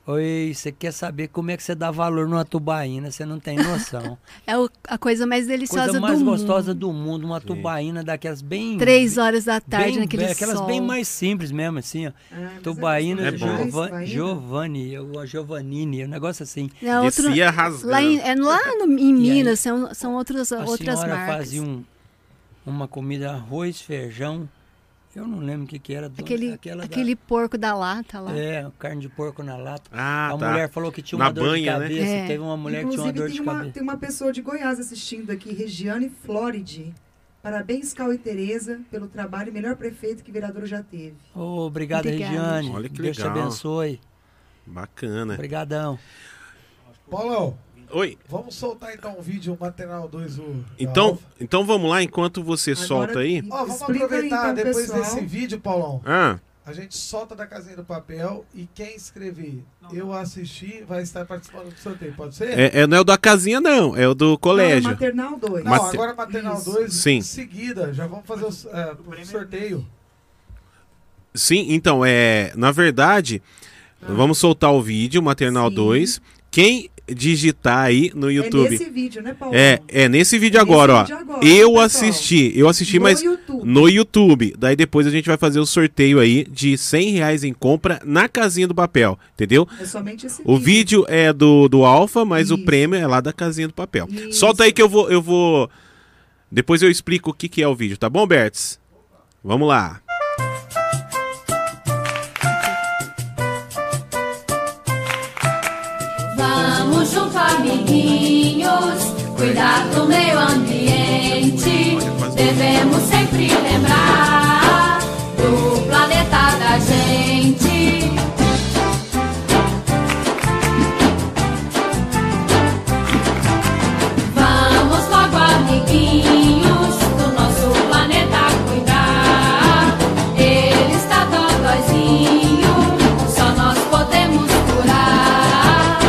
Oi, você quer saber como é que você dá valor numa tubaína? Você não tem noção. É o- a coisa mais deliciosa Coisa do mais mundo. gostosa do mundo, uma tubaína daquelas bem... Três horas da tarde bem, naquele bem, aquelas sol. bem mais simples mesmo, assim, ó. Ah, mas Tubaína é bom. Giova- É Giovanni, ou a Giovannini, um negócio assim. É outro- Descia rasgando. lá em, é lá no- em Minas, são, são outros, A outras senhora marcas. fazia um, uma comida, arroz, feijão, eu não lembro o que que era. do- Aquele, aquela da- aquele porco da lata lá. É, carne de porco na lata. Ah, a tá. mulher falou que tinha Na uma dor banha, de né? cabeça. É. Teve uma mulher que tinha uma Inclusive, dor tem de uma, cabeça. tem uma pessoa de Goiás assistindo aqui, Regiane Floride. Parabéns, Cal e Tereza, pelo trabalho, melhor prefeito que vereador já teve. Oh, obrigado, Obrigada. Regiane. Olha que Deus te legal. abençoe. Bacana. Obrigadão. Paulão, Oi. vamos soltar então um vídeo, o Maternal dois, o... da Então, Alfa. então vamos lá, enquanto você Agora, solta aí. Ó, vamos explica aí, aproveitar, então, depois pessoal. desse vídeo, Paulão, Ah, a gente solta da Casinha do Papel e quem escrever eu assisti vai estar participando do sorteio, pode ser? é, é, não é o da casinha, não. É o do Não, colégio. Maternal dois. Não, Mate- agora Maternal Isso. dois, Sim. em seguida, já vamos fazer o, é, o sorteio. Sim, então, é. Na verdade, vamos soltar o vídeo, Maternal Sim. dois. Quem digitar aí no É YouTube. nesse vídeo, né, Paulo? É, é nesse vídeo É nesse agora, vídeo ó. agora, Eu pessoal. assisti, eu assisti, No mas YouTube. no YouTube. Daí depois a gente vai fazer o sorteio aí de cem reais em compra na Casinha do Papel, entendeu? É somente esse O vídeo é do, do Alfa, mas o Isso. prêmio é lá da Casinha do Papel. Isso. Solta aí que eu vou, eu vou... Depois eu explico o que, que é o vídeo, tá bom, Bertz? Vamos lá. Vamos junto, amiguinhos, cuidar do meio ambiente. Devemos sempre lembrar do planeta da gente. Vamos logo, amiguinhos, do nosso planeta cuidar. Ele está dodóizinho, só nós podemos curar.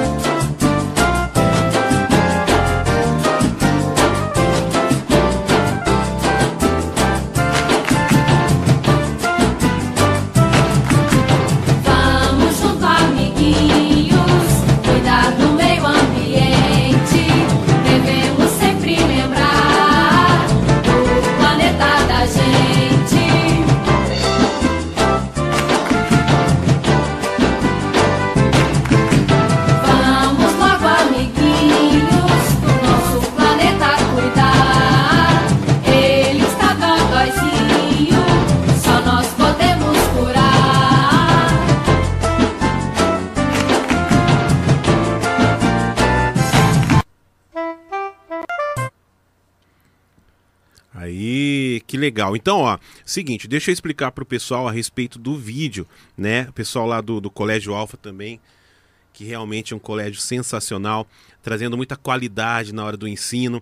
Vamos junto, amiguinhos, cuidar do meio ambiente. Devemos sempre lembrar do planeta da gente. Vamos logo, amiguinhos, do nosso planeta cuidar. Ele está dodóizinho, só nós podemos curar. Aí, que legal. Então, ó, seguinte, deixa eu explicar pro pessoal a respeito do vídeo, né? O pessoal lá do, do Colégio Alfa também, que realmente é um colégio sensacional, trazendo muita qualidade na hora do ensino.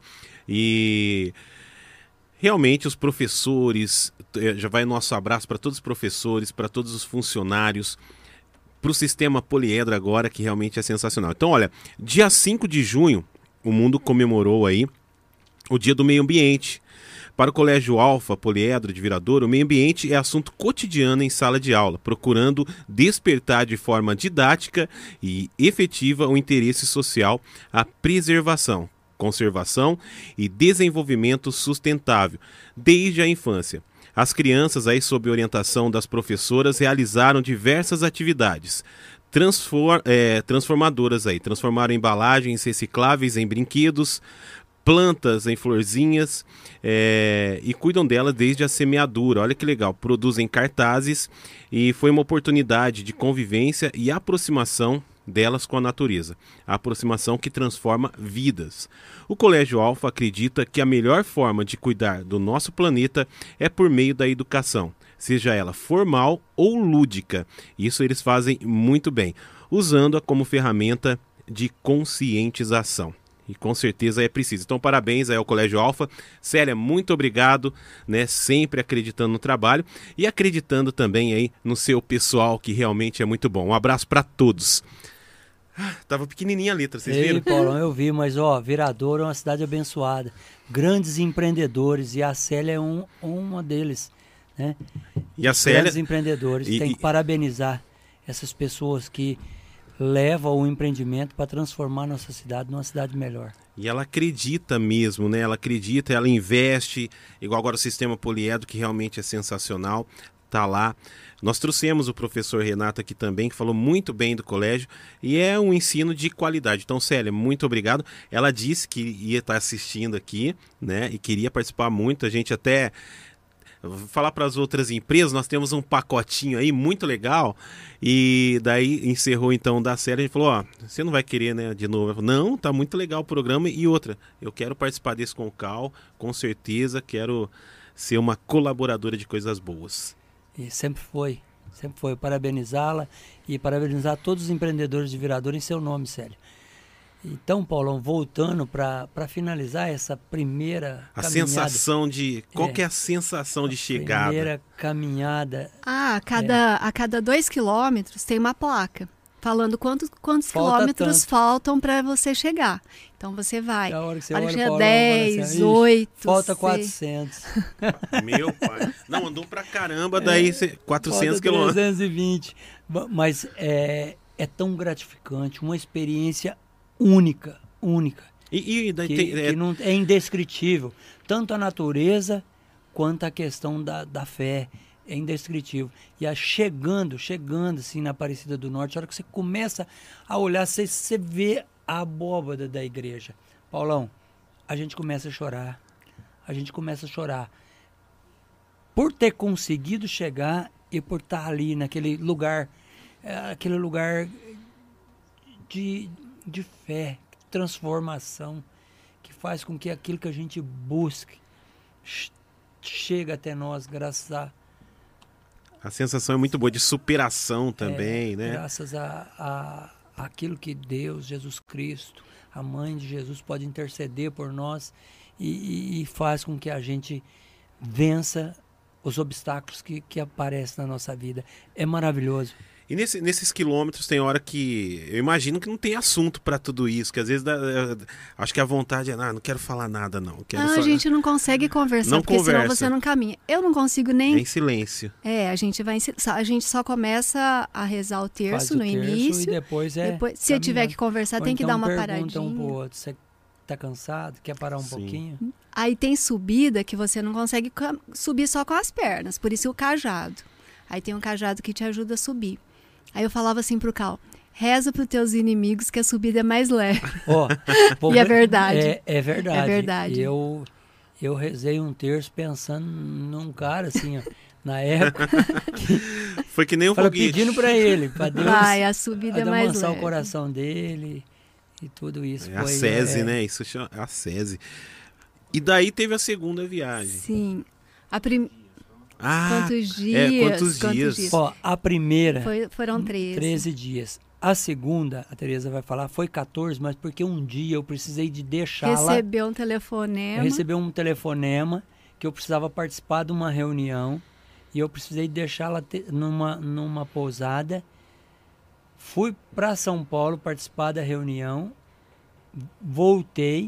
E realmente os professores, eh, já vai o nosso abraço para todos os professores, para todos os funcionários, para o sistema poliedro agora, que realmente é sensacional. Então, olha, dia cinco de junho, o mundo comemorou aí o Dia do Meio Ambiente. Para o Colégio Alfa Poliedro de Viradouro, o meio ambiente é assunto cotidiano em sala de aula, procurando despertar de forma didática e efetiva o interesse social, a preservação, conservação e desenvolvimento sustentável desde a infância. As crianças, aí sob orientação das professoras, realizaram diversas atividades transfor- é, transformadoras, aí, transformaram embalagens recicláveis em brinquedos, plantas em florzinhas, é, e cuidam delas desde a semeadura. Olha que legal, produzem cartazes e foi uma oportunidade de convivência e aproximação delas com a natureza, a aproximação que transforma vidas. O Colégio Alfa acredita que a melhor forma de cuidar do nosso planeta é por meio da educação, seja ela formal ou lúdica. Isso eles fazem muito bem, usando-a como ferramenta de conscientização. E com certeza é preciso. Então, parabéns aí ao Colégio Alfa. Célia, muito obrigado, né? Sempre acreditando no trabalho e acreditando também aí no seu pessoal, que realmente é muito bom. Um abraço para todos. Ah, tava pequenininha a letra, vocês Ei, viram? Paulão, eu vi, mas ó, Viradouro é uma cidade abençoada. Grandes empreendedores, e a Célia é um, uma deles, né? E a Célia... Grandes empreendedores. E, Tem e... que parabenizar essas pessoas que leva o empreendimento para transformar nossa cidade numa cidade melhor. E ela acredita mesmo, né? Ela acredita, ela investe, igual agora o sistema Poliedro, que realmente é sensacional, tá lá. Nós trouxemos o professor Renato aqui também, que falou muito bem do colégio, e é um ensino de qualidade. Então, Célia, muito obrigado. Ela disse que ia estar assistindo aqui, né? E queria participar muito. A gente até... Vou falar para as outras empresas, nós temos um pacotinho aí muito legal, e daí encerrou então da série, a gente falou, ó, você não vai querer, né, de novo? Eu falei, não, tá muito legal o programa, e outra, eu quero participar desse com o Cal, com certeza, quero ser uma colaboradora de coisas boas. E sempre foi, sempre foi, parabenizá-la e parabenizar todos os empreendedores de Viradouro em seu nome, Célia. Então, Paulão, voltando para finalizar essa primeira a caminhada... A sensação de... Qual é, que é a sensação de chegada? Primeira caminhada... Ah, a cada, é. a cada dois quilômetros tem uma placa falando quantos, quantos Falta quilômetros tanto. faltam para você chegar. Então, você vai... A hora que você olha, olha, chega Paulão, dez, assim, oito... Falta seis. quatrocentos. Meu pai. Não, andou pra caramba, daí é, quatrocentos quilômetros. trezentos e vinte. Mas é, é tão gratificante, uma experiência única, única. E, e daí que, tem, é... que não, é indescritível. Tanto a natureza quanto a questão da, da fé. É indescritível. E a, chegando, chegando assim na Aparecida do Norte, a hora que você começa a olhar, você, você vê a abóbada da igreja. Paulão, a gente começa a chorar. A gente começa a chorar. Por ter conseguido chegar e por estar ali naquele lugar, é, aquele lugar de... de fé, transformação, que faz com que aquilo que a gente busque chegue até nós, graças a... A sensação é muito boa, de superação também, é, né? Graças a, a aquilo que Deus, Jesus Cristo, a mãe de Jesus pode interceder por nós e, e, e faz com que a gente vença os obstáculos que, que aparecem na nossa vida. É maravilhoso. E nesse, nesses quilômetros tem hora que eu imagino que não tem assunto para tudo isso, que às vezes dá, acho que a vontade é, ah, não quero falar nada não. Quero ah, só... A gente não consegue conversar, não porque conversa. senão você não caminha. Eu não consigo nem... É em silêncio. É, a gente vai em silêncio. A gente só começa a rezar o terço o no terço início. E depois é depois, se eu tiver que conversar, Ou tem então que dar uma pergunta paradinha. Um pro outro, você tá cansado? Quer parar um Sim. pouquinho? Aí tem subida que você não consegue subir só com as pernas, por isso o cajado. Aí tem um cajado que te ajuda a subir. Aí eu falava assim pro Cal, reza pros teus inimigos que a subida é mais leve. Oh, e é verdade. É, é verdade. É verdade. Eu, eu rezei um terço pensando num cara assim, ó, na época. Que foi que nem um foguete. Pedindo pra ele, pra Deus. Vai, a subida é mais amansar leve. o coração dele e tudo isso. É foi, a SESI, é... né? Isso chama a SESI. E daí teve a segunda viagem. Sim. A primeira... Ah, quantos dias? É, quantos, quantos dias? dias? Ó, a primeira... Foi, foram treze. treze dias. A segunda, a Tereza vai falar, foi quatorze, mas porque um dia eu precisei de deixá-la... Recebeu um telefonema. Recebeu um telefonema que eu precisava participar de uma reunião e eu precisei deixá-la numa, numa pousada. Fui para São Paulo participar da reunião, voltei...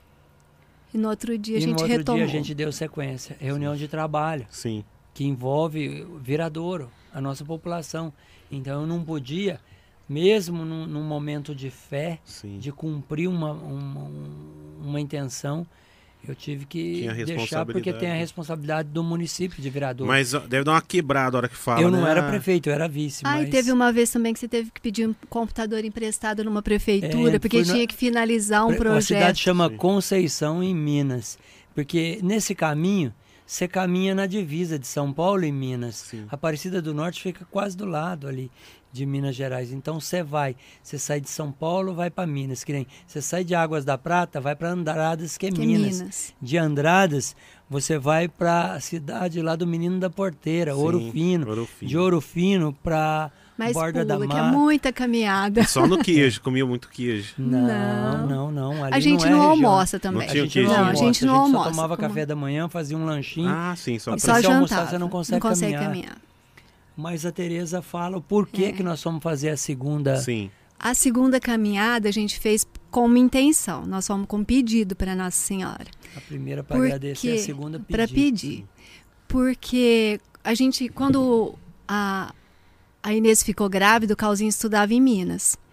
E no outro dia e a gente no outro retomou. dia a gente deu sequência. Reunião Sim. de trabalho. Sim. Que envolve Viradouro, a nossa população. Então eu não podia, mesmo num, num momento de fé, Sim. de cumprir uma, uma, uma intenção, eu tive que deixar porque tem a responsabilidade do município de Viradouro. Mas deve dar uma quebrada a hora que fala, Eu não né? era prefeito, eu era vice. Ah, mas... e teve uma vez também que você teve que pedir um computador emprestado numa prefeitura, É, porque foi tinha na- que finalizar um A projeto. cidade chama Conceição, em Minas. Porque nesse caminho, você caminha na divisa de São Paulo e Minas. Sim. Aparecida do Norte fica quase do lado ali de Minas Gerais. Então você vai, você sai de São Paulo, vai para Minas. Que nem você sai de Águas da Prata, vai para Andradas, que é Que é Minas. Minas. De Andradas, você vai para a cidade lá do Menino da Porteira, Sim, Ouro Fino. Ouro Fino. De Ouro Fino para Mas Borda da pula, que é Mata. muita caminhada. Só no queijo, comia muito queijo. Não, não, não. Ali A gente não, é não região. almoça também. Não A tinha gente queijo. não, Não, a almoça, gente não só almoça, tomava como- café da manhã, fazia um lanchinho. Ah, sim, só E E pra... só se almoçar, jantava. você não consegue caminhar. caminhar. Mas a Tereza fala o porquê É. que nós fomos fazer a segunda. Sim. A segunda caminhada a gente fez com uma intenção. Nós fomos com pedido para Nossa Senhora. A primeira para Por agradecer, a quê? segunda pedir. Para pedir. Porque a gente, quando a, a Inês ficou grávida, o Calzinho estudava em Minas.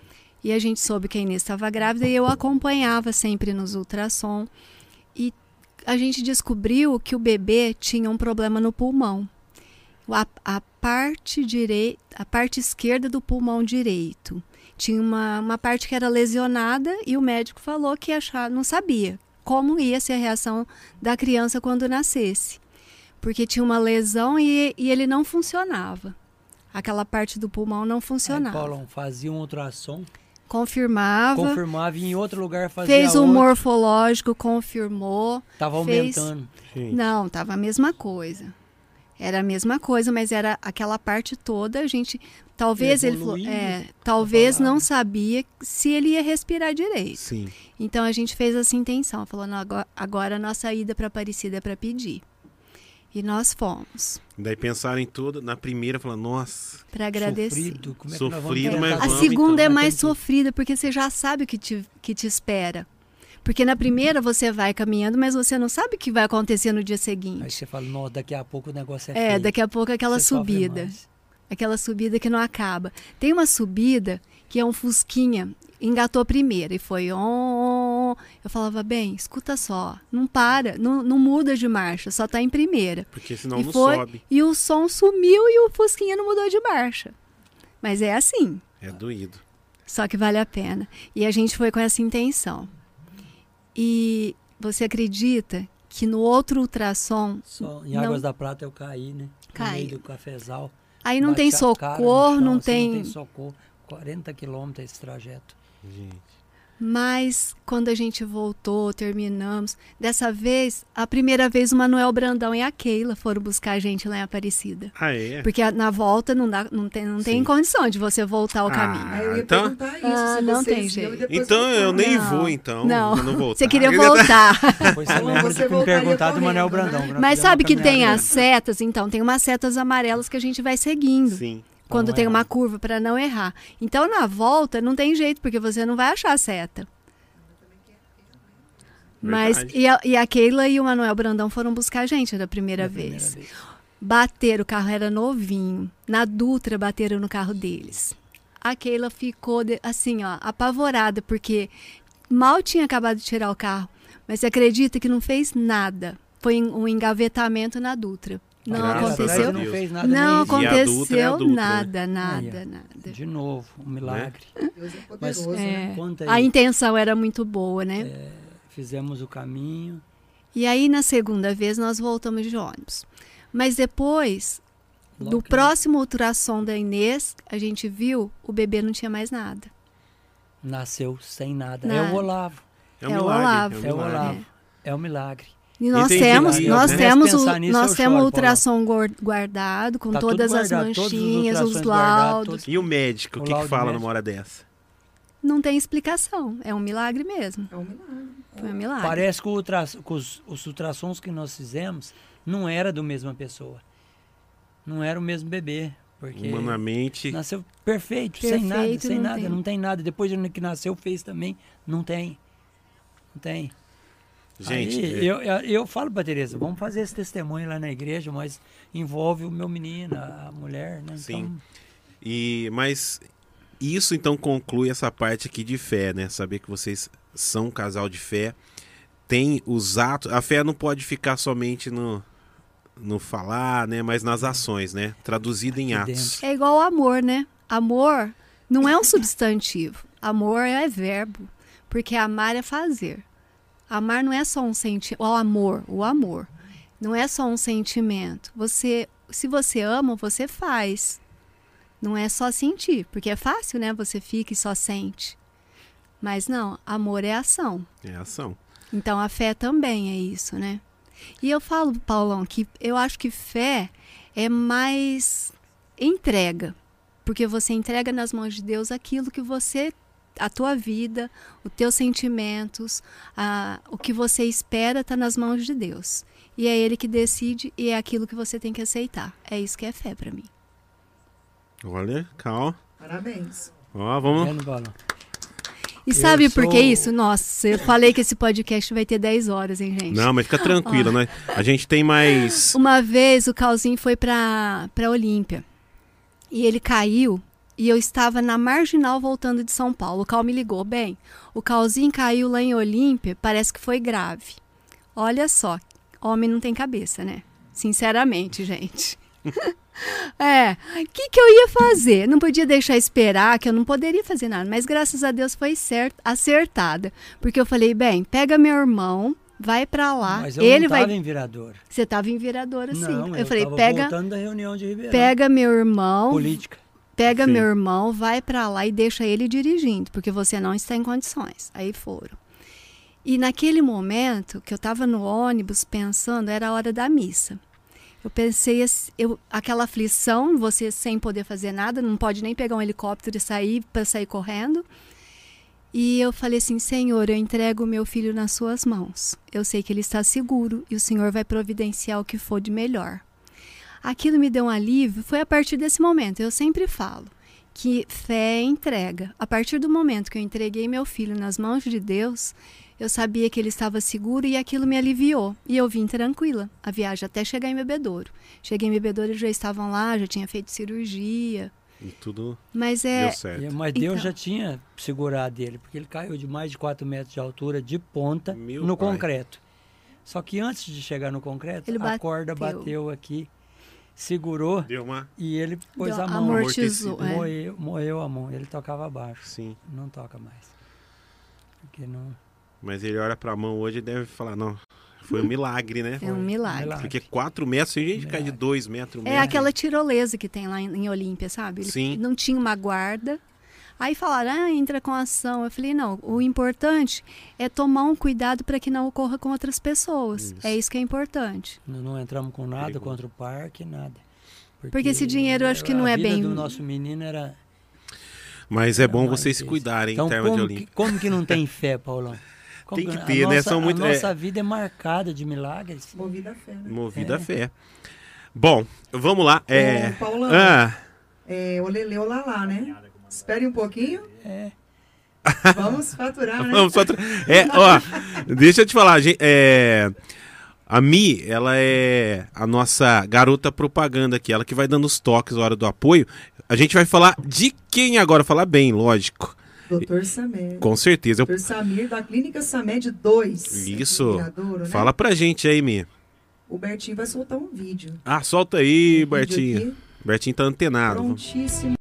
E a gente soube que a Inês estava grávida e eu acompanhava sempre nos ultrassom. E a gente descobriu que o bebê tinha um problema no pulmão. A, a, parte direi, a parte esquerda do pulmão direito. Tinha uma, uma parte que era lesionada e o médico falou que achar, não sabia como ia ser a reação da criança quando nascesse. Porque tinha uma lesão e, e ele não funcionava. Aquela parte do pulmão não funcionava. Aí, Paulão, fazia um ultrassom. Confirmava. Confirmava e em outro lugar fazia Fez um outro. morfológico, confirmou. Tava fez... aumentando. Gente. Não, tava a mesma coisa. Era a mesma coisa, mas era aquela parte toda, a gente... Talvez ele falou, é, talvez não sabia se ele ia respirar direito. Sim. Então a gente fez essa intenção, falou, não, agora, agora a nossa ida para Aparecida é para pedir. E nós fomos. Daí pensaram em tudo, na primeira falaram, nossa. Para agradecer. Sofrido, como é que Sofrido, nós vamos mas A vamos, segunda então. é mais sofrida, porque você já sabe o que te, que te espera. Porque na primeira você vai caminhando, mas você não sabe o que vai acontecer no dia seguinte. Aí você fala, nossa, daqui a pouco o negócio é É, feio. daqui a pouco aquela Você sofre subida. mais. Aquela subida que não acaba. Tem uma subida que é um fusquinha, engatou a primeira e foi on. Eu falava, bem, escuta só, não para, não, não muda de marcha, só tá em primeira. Porque senão e não foi, sobe. E o som sumiu e o fusquinha não mudou de marcha. Mas é assim. É doído. Só que vale a pena. E a gente foi com essa intenção. E você acredita que no outro ultrassom... Só em não- Águas da Prata eu caí, né? Caiu. No meio do cafezal. Aí não Bati tem a cara no socorro, chão, não assim, tem... Não tem socorro. quarenta quilômetros esse trajeto. Gente. Mas quando a gente voltou, terminamos. Dessa vez, a primeira vez o Manuel Brandão e a Keila foram buscar a gente lá em Aparecida. Ah, é? Porque a- na volta não, dá, não, tem, não tem Sim. condição de você voltar o Ah, caminho. Aí eu ia então- perguntar isso, Ah, se não vocês tem iam jeito. e depois Então eu voltavam. nem Não. vou, então. Não. Pra não voltar. Você queria voltar. Depois você Ou lembra você de me voltaria perguntar do correndo, Manuel né? Brandão. que nós Mas fizemos sabe uma que tem caminhada. as setas? Então, tem umas setas amarelas que a gente vai seguindo. Sim. Quando não tem errar. uma curva, para não errar. Então, na volta, não tem jeito, porque você não vai achar a seta. Mas, Verdade. e a, e a Keila e o Manuel Brandão foram buscar a gente da primeira, Da primeira vez. vez. Bateram, o carro era novinho. Na Dutra, bateram no carro deles. A Keila ficou, de- assim, ó, apavorada, porque mal tinha acabado de tirar o carro. Mas você acredita que não fez nada? Foi um engavetamento na Dutra. Não Graças aconteceu a Não Deus. fez nada não mesmo. E a Dutra é a aconteceu Dutra, né? nada, nada, Aí, ó. nada. De novo, um milagre. Deus é Mas poderoso, né? É, conta aí. a intenção era muito boa, né? É, fizemos o caminho. E aí, na segunda vez, nós voltamos de ônibus. Mas depois, Logo do que- próximo ultrassom da Inês, a gente viu, o bebê não tinha mais nada. Nasceu sem nada. Nada. É o Olavo. É um É o milagre. Olavo. É um É o milagre. Olavo. É o milagre. E nós Entendi, temos, Maria, nós né? temos, o, Pensar nisso, nós eu temos o choro, ultrassom gor- guardado, com Tá tudo todas as guardado, todos os manchinhas, os ultrassons guardados, laudos. todos- E o médico, o O que, que laudo fala médico. numa hora dessa? Não tem explicação. É um milagre mesmo. É um milagre. Foi um milagre. Parece que, o ultra- que os, os ultrassons que nós fizemos não era do mesma pessoa. Não era o mesmo bebê. Porque Humanamente. nasceu perfeito, sem nada, Perfeito, sem não nada, tem. não tem nada. Depois de que nasceu, fez também. Não tem. Não tem. Gente, Aí, é- eu, eu, eu falo pra Tereza, vamos fazer esse testemunho lá na igreja, mas envolve o meu menino, a mulher, né? Sim. Então, E, mas isso então conclui essa parte aqui de fé, né? Saber que vocês são um casal de fé. Tem os atos. A fé não pode ficar somente no, no falar, né? Mas nas ações, né? Traduzida em Aqui atos. É igual ao amor, né? Amor não é um substantivo. Amor é verbo. Porque amar é fazer. Amar não é só um sentimento. O amor, o amor. Não é só um sentimento. Você, se você ama, você faz. Não é só sentir. Porque é fácil, né? Você fica e só sente. Mas não, amor é ação. É ação. Então a fé também é isso, né? E eu falo, Paulão, que eu acho que fé é mais entrega. Porque você entrega nas mãos de Deus aquilo que você, a tua vida, os teus sentimentos, a, o que você espera está nas mãos de Deus. E é Ele que decide e é aquilo que você tem que aceitar. É isso que é fé para mim. Olha, calma. Parabéns. Ó, vamos. vendo, Paulo? E Eu sabe por que sou- isso? Nossa, eu falei que esse podcast vai ter dez horas, hein, gente? Não, mas fica tranquila, né? A gente tem mais. Uma vez o Calzinho foi pra, pra Olímpia. E ele caiu e eu estava na Marginal voltando de São Paulo. O Cal me ligou, bem, o Calzinho caiu lá em Olímpia, parece que foi grave. Olha só, homem não tem cabeça, né? Sinceramente, gente. É, o que, que eu ia fazer? Não podia deixar esperar, que eu não poderia fazer nada, mas graças a Deus foi certo, acertada. Porque eu falei, bem, pega meu irmão, vai pra lá. Mas eu ele não tava vai... em Viradouro. Você tava em Viradouro, sim. Não, eu, eu falei, tava pega, voltando da reunião de Ribeirão. pega meu irmão, Política. pega Sim. meu irmão, vai pra lá e deixa ele dirigindo, porque você não está em condições. Aí foram. E naquele momento que eu tava no ônibus pensando, era a hora da missa. Eu pensei, assim, eu, aquela aflição, você sem poder fazer nada, não pode nem pegar um helicóptero e sair para sair correndo. E eu falei assim, Senhor, eu entrego o meu filho nas suas mãos. Eu sei que ele está seguro e o Senhor vai providenciar o que for de melhor. Aquilo me deu um alívio, foi a partir desse momento. Eu sempre falo que fé é entrega. A partir do momento que eu entreguei meu filho nas mãos de Deus, eu sabia que ele estava seguro e aquilo me aliviou. E eu vim tranquila, a viagem até chegar em Bebedouro. Cheguei em Bebedouro, eles já estavam lá, já tinha feito cirurgia. E tudo Mas é... deu certo. Mas Deus Então. já tinha segurado ele, porque ele caiu de mais de quatro metros de altura, de ponta, Meu no pai. concreto. Só que antes de chegar no concreto, Ele a corda bateu. bateu aqui, segurou Deu uma... e ele pôs Deu- a mão. amortizou, é. Moeu, moeu a mão, ele tocava abaixo. Sim. Não toca mais. Porque não... Mas ele olha pra mão hoje e deve falar, não, foi um milagre, né? É um milagre. milagre. Porque quatro metros, tem gente que cai de Milagre. dois metros. um É metro. aquela tirolesa que tem lá em, em Olímpia, sabe? Ele Sim. não tinha uma guarda. Aí falaram, ah, entra com ação. Eu falei, não, o importante é tomar um cuidado para que não ocorra com outras pessoas. Isso. É isso que é importante. Não, não entramos com nada Perigoso. contra o parque, nada. Porque esse dinheiro eu acho que não a é vida bem- do nosso menino era... Mas é bom mais vocês se isso. cuidarem Então, em termos de como Olímpia. que, como que não tem fé, Paulão? Como Tem que a ter, né? nossa- São muito- A é. nossa vida é marcada de milagres. Movida a fé, né? Movida É. a fé. Bom, vamos lá. É... Ô, Paulão. Ah, É, o Lele, o Lalá, né? Espere um pouquinho. É. Vamos faturar, né? vamos só tra- é, ó, deixa eu te falar, gente, é... a Mi, ela é a nossa garota propaganda aqui, ela que vai dando os toques na hora do apoio. A gente vai falar de quem agora? Falar bem, lógico. doutor Samed. Com certeza. Eu... doutor Samir, da Clínica Samed dois. Isso. aqui em Viradouro, né? Fala pra gente aí, Mi. O Bertinho vai soltar um vídeo. Ah, solta aí, Um vídeo Bertinho. aqui, Bertinho tá antenado. Prontíssimo.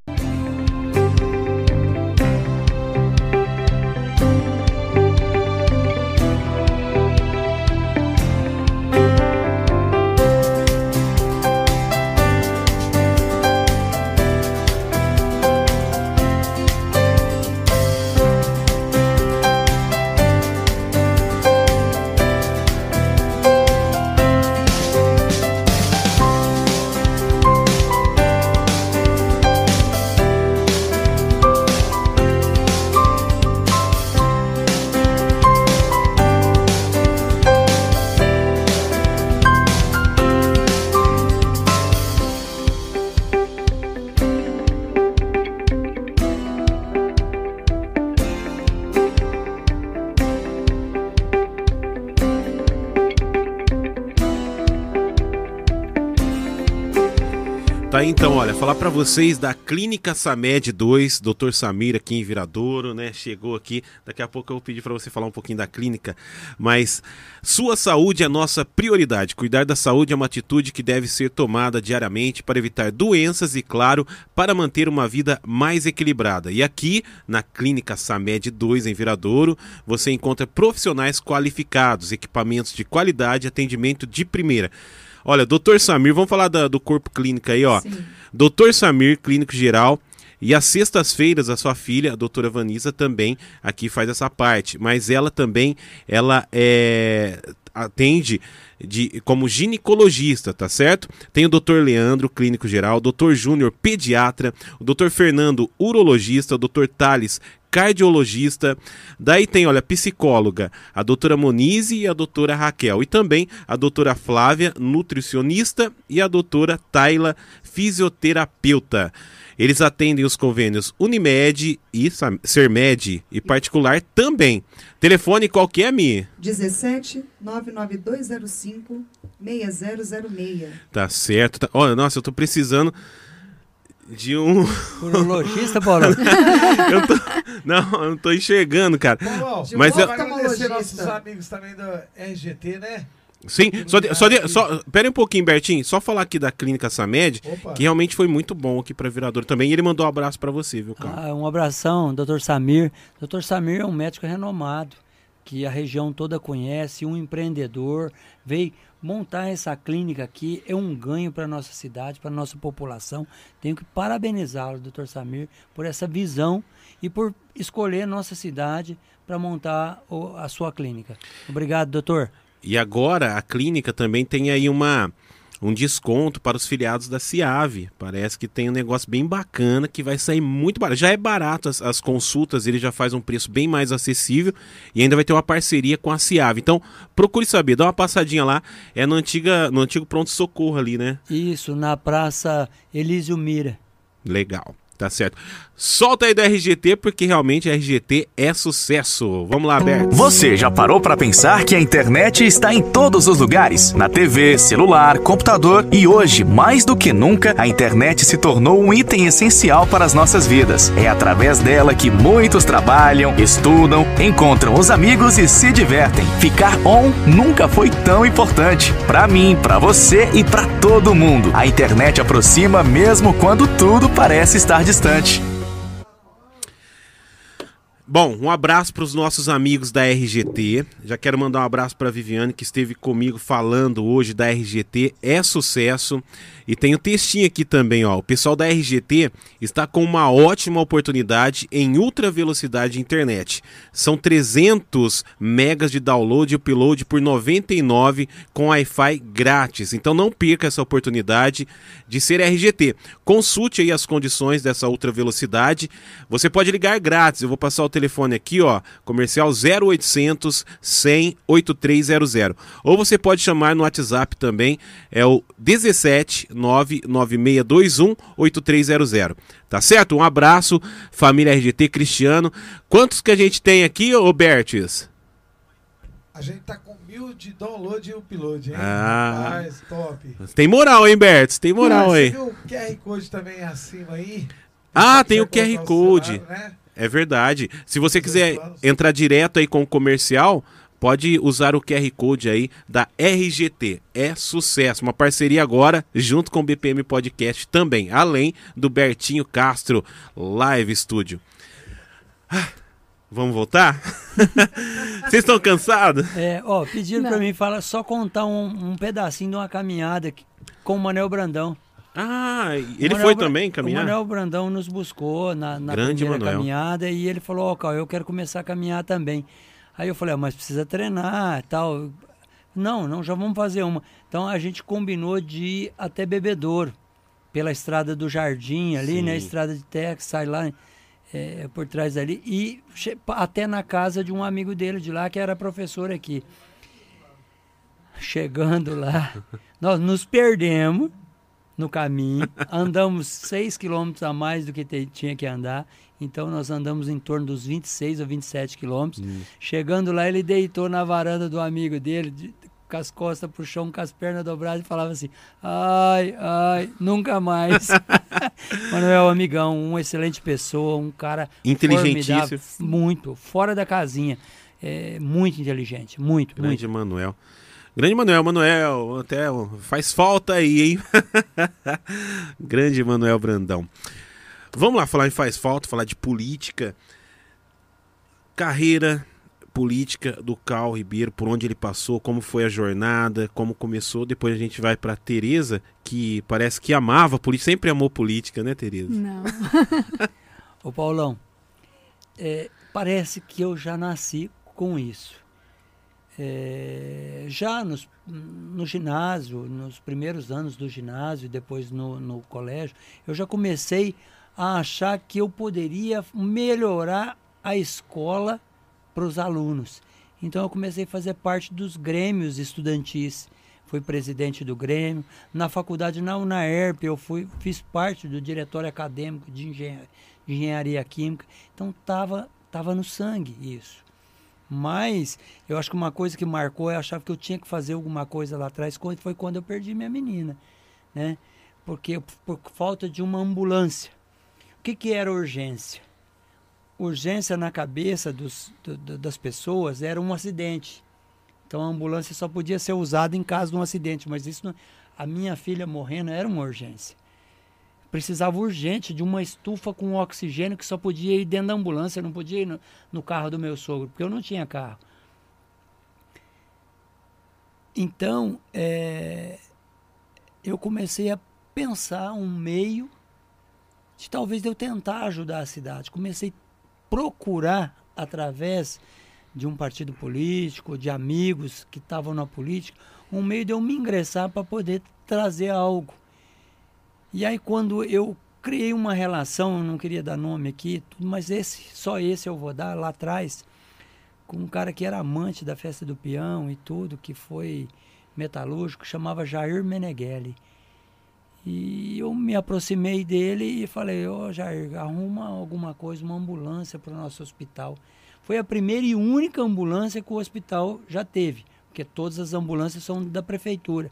Tá aí, então, olha, falar pra vocês da Clínica Samed dois, doutor Samir aqui em Viradouro, né? Chegou aqui, daqui a pouco eu vou pedir pra você falar um pouquinho da clínica, mas sua saúde é nossa prioridade. Cuidar da saúde é uma atitude que deve ser tomada diariamente para evitar doenças e, claro, para manter uma vida mais equilibrada. E aqui, na Clínica Samed dois em Viradouro, você encontra profissionais qualificados, equipamentos de qualidade e atendimento de primeira. Olha, doutor Samir, vamos falar da, do corpo clínico aí, ó. Sim. doutor Samir, clínico geral. E às sextas-feiras, a sua filha, a doutora Vanisa, também aqui faz essa parte. Mas ela também, ela é, atende de, como ginecologista, tá certo? Tem o doutor Leandro, clínico geral, o doutor Júnior, pediatra, o doutor Fernando, urologista, o doutor Thales, cardiologista, daí tem, olha, psicóloga, a doutora Monize e a doutora Raquel, e também a doutora Flávia, nutricionista, e a doutora Tayla, fisioterapeuta. Eles atendem os convênios Unimed e Sermed e particular também. Telefone qual que é, Mi? dezessete, nove nove dois zero cinco, seis zero zero seis. Tá certo. Tá... Olha, nossa, eu tô precisando de um... Urologista, Paulo? eu tô... Não, eu não tô enxergando, cara. Paulo, Mas eu... agradecer nossos amigos também da R G T, né? Sim, só, de, só, de, só pera aí um pouquinho, Bertinho, só falar aqui da Clínica Samed, Opa. que realmente foi muito bom aqui para Virador também, e ele mandou um abraço para você, viu, Carlos? Ah, um abração, doutor Samir. doutor Samir é um médico renomado, que a região toda conhece, um empreendedor, veio montar essa clínica aqui, é um ganho para a nossa cidade, para a nossa população. Tenho que parabenizá-lo, doutor Samir, por essa visão e por escolher a nossa cidade para montar o, a sua clínica. Obrigado, doutor. E agora a clínica também tem aí uma, um desconto para os filiados da CIAV. Parece que tem um negócio bem bacana que vai sair muito barato. Já é barato as, as consultas, ele já faz um preço bem mais acessível e ainda vai ter uma parceria com a CIAV. Então procure saber, dá uma passadinha lá, é no, antiga, no antigo pronto-socorro ali, né? Isso, na Praça Elísio Mira. Legal. Tá certo. Solta aí do R G T, porque realmente a R G T é sucesso. Vamos lá, Berto. Você já parou para pensar que a internet está em todos os lugares? Na T V, celular, computador e hoje, mais do que nunca, a internet se tornou um item essencial para as nossas vidas. É através dela que muitos trabalham, estudam, encontram os amigos e se divertem. Ficar on nunca foi tão importante. Para mim, para você e para todo mundo. A internet aproxima mesmo quando tudo parece estar distante. Bom, um abraço para os nossos amigos da R G T. Já quero mandar um abraço para a Viviane, que esteve comigo falando hoje da R G T. É sucesso. E tem um textinho aqui também, ó. O pessoal da R G T está com uma ótima oportunidade em ultra velocidade de internet. São trezentos megas de download e upload por noventa e nove com Wi-Fi grátis. Então não perca essa oportunidade de ser R G T. Consulte aí as condições dessa ultra velocidade. Você pode ligar grátis. Eu vou passar o telefone aqui, ó. Comercial zero oitocentos, cem, oitenta e três zero zero. Ou você pode chamar no WhatsApp também. É o dezessete, nove nove seis dois um, oito três zero zero. Tá certo? Um abraço, família R G T Cristiano. Quantos que a gente tem aqui, ô Bertis? A gente tá com mil de download e upload, hein? Ah, Rapaz, top. Tem moral, hein, Bertis? Tem moral, Você hein? viu o Q R Code também acima aí? Ah, tem o Q R Code. Celular, né? É verdade. Se você quiser entrar direto aí com o comercial, pode usar o Q R Code aí da R G T. É sucesso. Uma parceria agora junto com o B P M Podcast também, além do Bertinho Castro Live Studio. Ah, vamos voltar? Vocês estão cansados? É, ó, pediram para mim fala, só contar um, um pedacinho de uma caminhada aqui, com o Manel Brandão. Ah, ele Manuel foi Bra também caminhar? O Manuel Brandão nos buscou na, na Grande primeira Manuel. caminhada e ele falou, ó, Cal, eu quero começar a caminhar também. Aí eu falei, ah, mas precisa treinar e tal. Não, não, já vamos fazer uma. Então a gente combinou de ir até Bebedouro, pela estrada do Jardim ali, Sim. né? Estrada de terra que sai lá é, por trás ali. E até na casa de um amigo dele de lá, que era professor aqui. Chegando lá, nós nos perdemos no caminho, andamos seis quilômetros a mais do que te, tinha que andar, então nós andamos em torno dos vinte e seis ou vinte e sete quilômetros. Hum. Chegando lá, ele deitou na varanda do amigo dele, de, com as costas pro chão, com as pernas dobradas e falava assim, ai, ai, nunca mais. Manuel, amigão, uma excelente pessoa, um cara inteligentíssimo, muito, fora da casinha, é, muito inteligente, muito, Grande muito. Manuel. Grande Manuel, Manuel, até faz falta aí, hein? Grande Manuel Brandão. Vamos lá falar em faz falta, falar de política. Carreira política do Cal Ribeiro, por onde ele passou, como foi a jornada, como começou. Depois a gente vai para Tereza, que parece que amava política, sempre amou política, né, Tereza? Não. Ô, Paulão, é, parece que eu já nasci com isso. É, já nos, no ginásio, nos primeiros anos do ginásio, depois no, no colégio, eu já comecei a achar que eu poderia melhorar a escola para os alunos. Então eu comecei a fazer parte dos grêmios estudantis. Fui presidente do grêmio. Na faculdade, na UNAERP, eu fui, fiz parte do diretório acadêmico de engenharia, de engenharia química. Então estava tava no sangue isso. Mas eu acho que uma coisa que marcou, eu achava que eu tinha que fazer alguma coisa lá atrás, foi quando eu perdi minha menina, né? porque por falta de uma ambulância. O que, que era urgência? Urgência na cabeça dos, do, do, das pessoas era um acidente. Então a ambulância só podia ser usada em caso de um acidente, mas isso não, a minha filha morrendo era uma urgência. Precisava urgente de uma estufa com oxigênio que só podia ir dentro da ambulância, não podia ir no, no carro do meu sogro, porque eu não tinha carro. Então, é, eu comecei a pensar um meio de talvez eu tentar ajudar a cidade. Comecei a procurar, através de um partido político, de amigos que estavam na política, um meio de eu me ingressar para poder trazer algo. E aí quando eu criei uma relação, eu não queria dar nome aqui, mas esse, só esse eu vou dar, lá atrás, com um cara que era amante da festa do peão e tudo, que foi metalúrgico, chamava Jair Meneghelli. E eu me aproximei dele e falei, ô oh, Jair, arruma alguma coisa, uma ambulância para o nosso hospital. Foi a primeira e única ambulância que o hospital já teve, porque todas as ambulâncias são da prefeitura.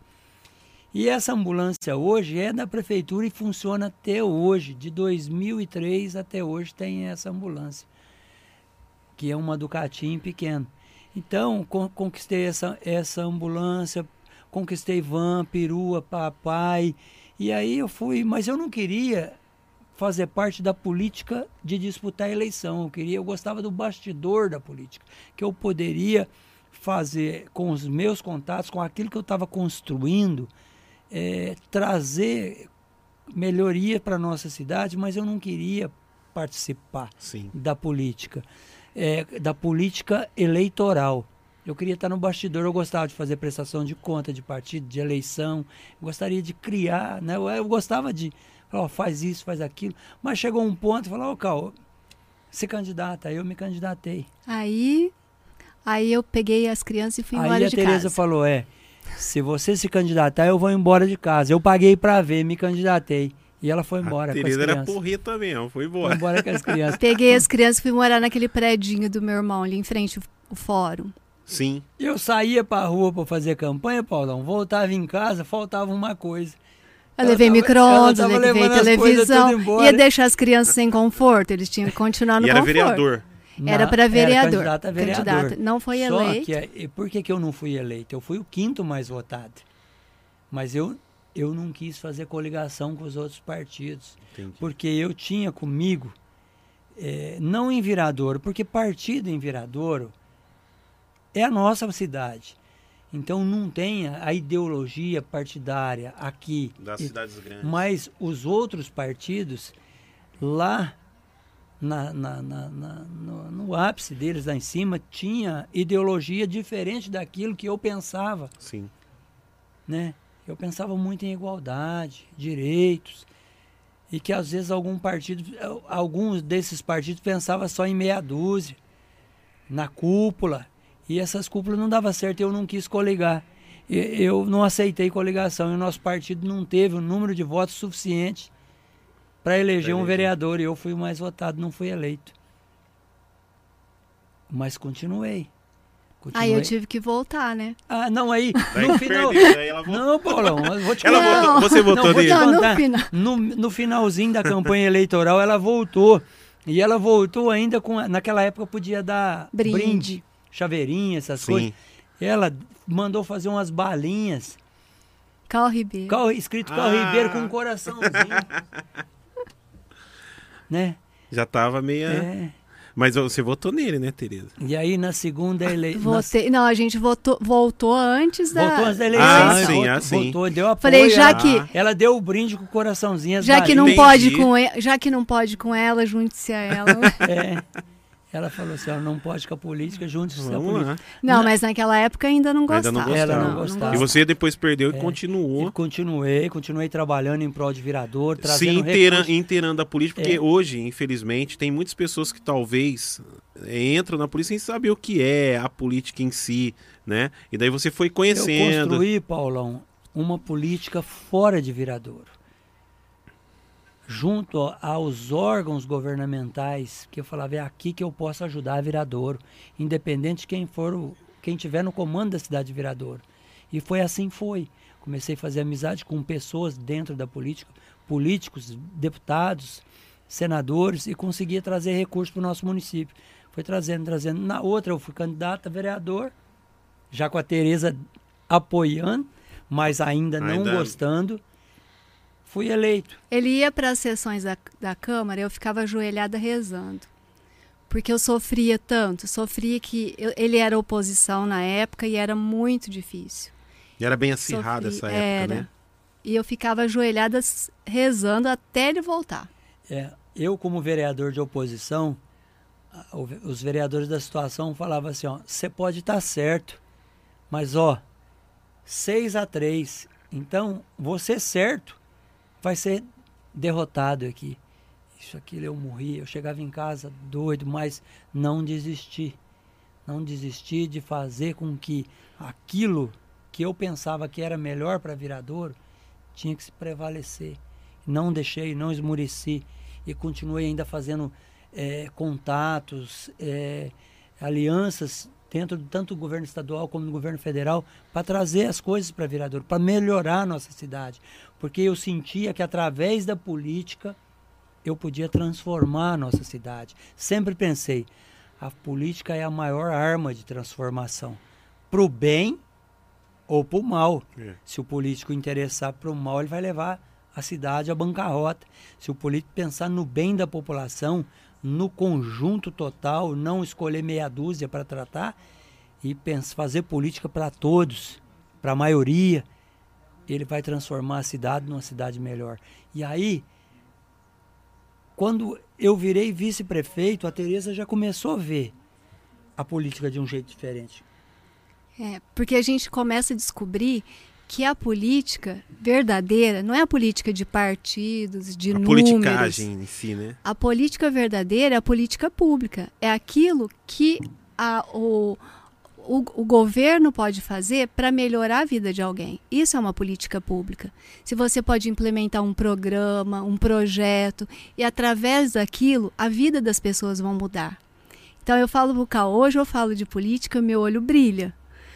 E essa ambulância hoje é da prefeitura e funciona até hoje, de dois mil e três até hoje tem essa ambulância, que é uma Ducatinho pequena. Então, con conquistei essa, essa ambulância, conquistei van, perua, papai, e aí eu fui, mas eu não queria fazer parte da política de disputar a eleição, eu queria, eu gostava do bastidor da política, que eu poderia fazer com os meus contatos, com aquilo que eu estava construindo, é, trazer melhoria para a nossa cidade, mas eu não queria participar Sim. da política, é, da política eleitoral. Eu queria estar no bastidor, eu gostava de fazer prestação de conta de partido, de eleição, eu gostaria de criar, né? eu, eu gostava de, ó, faz isso, faz aquilo, mas chegou um ponto e falou, ó, Cal, se candidata, aí eu me candidatei. Aí, aí eu peguei as crianças e fui aí embora de casa. Aí a Tereza falou, é, se você se candidatar, eu vou embora de casa. Eu paguei para ver, me candidatei. E ela foi embora a com as crianças. A crianças. Tereza era porreta mesmo, foi embora. Foi embora com as crianças. Peguei as crianças e fui morar naquele predinho do meu irmão, ali em frente ao o fórum. Sim. Eu saía pra rua pra fazer campanha, Paulão, voltava em casa, faltava uma coisa. Eu levei micro-ondas, levei televisão, ia deixar as crianças sem conforto, eles tinham que continuar no e conforto. era vereador. Era para vereador. Era candidata a vereador. Candidata. Não foi Só eleito. Que, por que, que eu não fui eleito? Eu fui o quinto mais votado. Mas eu, eu não quis fazer coligação com os outros partidos. Entendi. Porque eu tinha comigo, é, não em Viradouro, porque partido em Viradouro é a nossa cidade. Então não tem a ideologia partidária aqui. Das cidades grandes. Mas os outros partidos, lá na, na, na, na, no, no ápice deles, lá em cima, tinha ideologia diferente daquilo que eu pensava. Sim. Né? Eu pensava muito em igualdade, direitos, e que às vezes algum partido, alguns desses partidos pensavam só em meia dúzia, na cúpula. E essas cúpulas não davam certo, eu não quis coligar. Eu não aceitei coligação e o nosso partido não teve o número de votos suficiente para eleger um vereador. E eu fui o mais votado, não fui eleito. Mas continuei. continuei. Aí eu tive que voltar, né? Ah, não, aí, daí no final... Perdeu, daí ela não, Paulão, eu vou te ela contar. voltou, você votou não, dele? Não, no, final. no, no finalzinho da campanha eleitoral, ela voltou. E ela voltou ainda com... Naquela época podia dar brinde. brinde. Chaveirinha, essas Sim. coisas. Ela mandou fazer umas balinhas. Cal Ribeiro. Cal, escrito Cal Ah. Ribeiro com um coraçãozinho. Né? Já tava meio... É. Mas você votou nele, né, Tereza? E aí na segunda eleição... Votei. Não, a gente votou, voltou antes da... Voltou antes da eleição. Ah, Voltou, sim, ah, sim. Voltou, deu apoio. Falei, já ela, que... Ela deu o brinde com o coraçãozinho. As Já que, não balinhas. pode com e... já que não pode com ela, junte-se a ela. É. Ela falou assim, ela não pode com a política, junte-se a Vamos política. lá. Não, Na- mas naquela época ainda não gostava. Ainda não gostava. Ela não gostava. E você depois perdeu e É. continuou E continuei, continuei trabalhando em prol de vereador, se trazendo inteira, recursos. inteirando a política, porque É. hoje, infelizmente, tem muitas pessoas que talvez eh, entram na polícia sem saber o que é a política em si, né? E daí você foi Eu conhecendo. construí, Paulão, uma política fora de Viradouro. Junto aos órgãos governamentais, que eu falava, é aqui que eu posso ajudar a Viradouro, independente de quem for, o, quem tiver no comando da cidade de Viradouro. E foi assim foi. Comecei a fazer amizade com pessoas dentro da política, políticos, deputados, senadores, e conseguia trazer recursos para o nosso município. Foi trazendo, trazendo. Na outra eu fui candidato a vereador, já com a Tereza apoiando, mas ainda não Ainda- gostando. Fui eleito. Ele ia para as sessões da, da Câmara, eu ficava ajoelhada rezando. Porque eu sofria tanto, sofria que eu- ele era oposição na época e era muito difícil. E era bem acirrada Sofri- essa época, era. né? E eu ficava ajoelhada s- rezando até ele voltar. É, eu, como vereador de oposição, a- o ve- os vereadores da situação falavam assim, ó, você pode estar certo, mas ó, seis a três, então você certo vai ser derrotado aqui. Isso, aquilo, eu morri, eu chegava em casa doido, mas não desisti. Não desisti de fazer com que aquilo que eu pensava que era melhor para Viradouro tinha que se prevalecer. Não deixei, não esmureci e continuei ainda fazendo eh, contatos, eh, alianças dentro de tanto do governo estadual como do governo federal para trazer as coisas para Viradouro, para melhorar a nossa cidade. Porque eu sentia que através da política eu podia transformar a nossa cidade. Sempre pensei, a política é a maior arma de transformação, para o bem ou para o mal. É. Se o político interessar para o mal, ele vai levar a cidade à bancarrota. Se o político pensar no bem da população, no conjunto total, não escolher meia dúzia para tratar, e pensar, fazer política para todos, para a maioria, ele vai transformar a cidade numa cidade melhor. E aí, quando eu virei vice-prefeito, a Tereza já começou a ver a política de um jeito diferente. É, porque a gente começa a descobrir que a política verdadeira não é a política de partidos, de A números. politicagem em si, né? A política verdadeira é a política pública. É aquilo que a, o, o, o governo pode fazer para melhorar a vida de alguém. Isso é uma política pública. Se você pode implementar um programa, um projeto, e através daquilo a vida das pessoas vão mudar. Então eu falo pro Cal, hoje eu falo de política, meu olho brilha.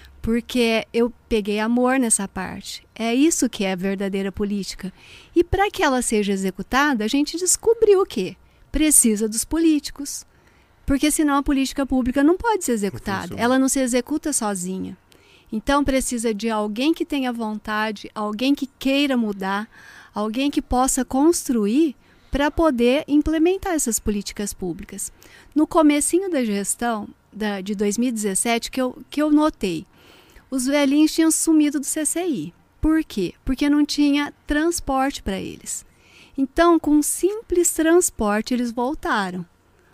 Porque eu peguei amor nessa parte. É isso que é a verdadeira política. E para que ela seja executada, a gente descobriu o quê? Precisa dos políticos. Porque senão a política pública não pode ser executada. Ela não se executa sozinha. Então precisa de alguém que tenha vontade, alguém que queira mudar, alguém que possa construir para poder implementar essas políticas públicas. No comecinho da gestão da, de dois mil e dezessete, que eu, que eu notei, os velhinhos tinham sumido do C C I. Por quê? Porque não tinha transporte para eles. Então, com simples transporte, eles voltaram.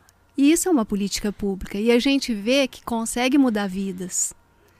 E isso é uma política pública. E a gente vê que consegue mudar vidas.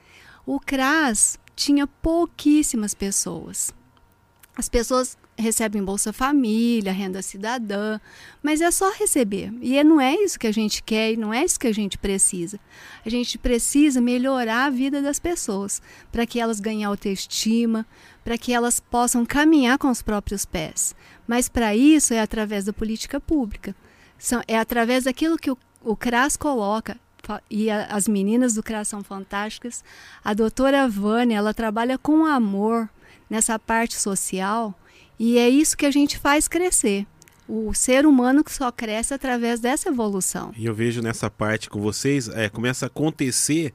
O C R A S tinha pouquíssimas pessoas. As pessoas recebem Bolsa Família, renda cidadã, mas é só receber. E não é isso que a gente quer e não é isso que a gente precisa. A gente precisa melhorar a vida das pessoas, para que elas ganhem autoestima, para que elas possam caminhar com os próprios pés. Mas para isso é através da política pública. São, é através daquilo que o, o C R A S coloca. E a, as meninas do C R A S são fantásticas. A doutora Vânia, ela trabalha com amor nessa parte social. E é isso que a gente faz crescer. O ser humano que só cresce através dessa evolução. E eu vejo nessa parte com vocês, é, começa a acontecer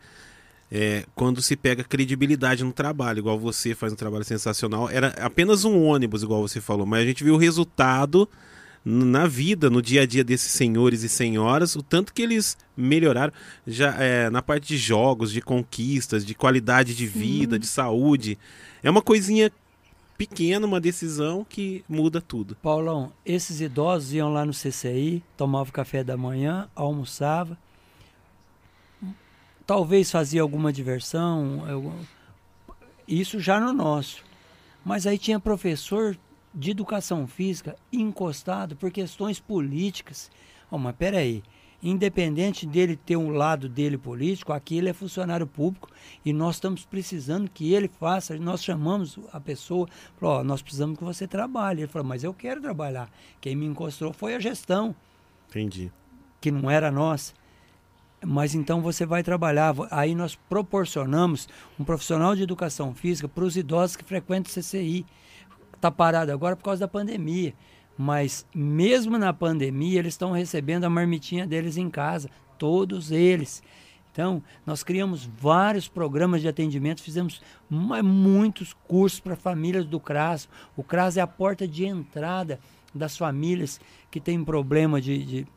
é, quando se pega credibilidade no trabalho, igual você faz um trabalho sensacional. Era apenas um ônibus, igual você falou, mas a gente viu o resultado na vida, no dia a dia desses senhores e senhoras, o tanto que eles melhoraram já é, na parte de jogos, de conquistas, de qualidade de vida, de saúde. É uma coisinha pequena, uma decisão que muda tudo. Paulão, esses idosos iam lá no C C I, tomavam café da manhã, almoçava, talvez fazia alguma diversão, eu, isso já no nosso. Mas aí tinha professor de educação física encostado por questões políticas. Oh, mas peraí, independente dele ter um lado dele político, aqui ele é funcionário público e nós estamos precisando que ele faça. Nós chamamos a pessoa, falou, oh, nós precisamos que você trabalhe. Ele falou, mas eu quero trabalhar. Quem me encostou foi a gestão. Entendi. Que não era nossa. Mas então você vai trabalhar, aí nós proporcionamos um profissional de educação física para os idosos que frequentam o C C I. Está parado agora por causa da pandemia, mas mesmo na pandemia eles estão recebendo a marmitinha deles em casa, todos eles. Então, nós criamos vários programas de atendimento, fizemos muitos cursos para famílias do CRAS. O CRAS é a porta de entrada das famílias que têm problema de... de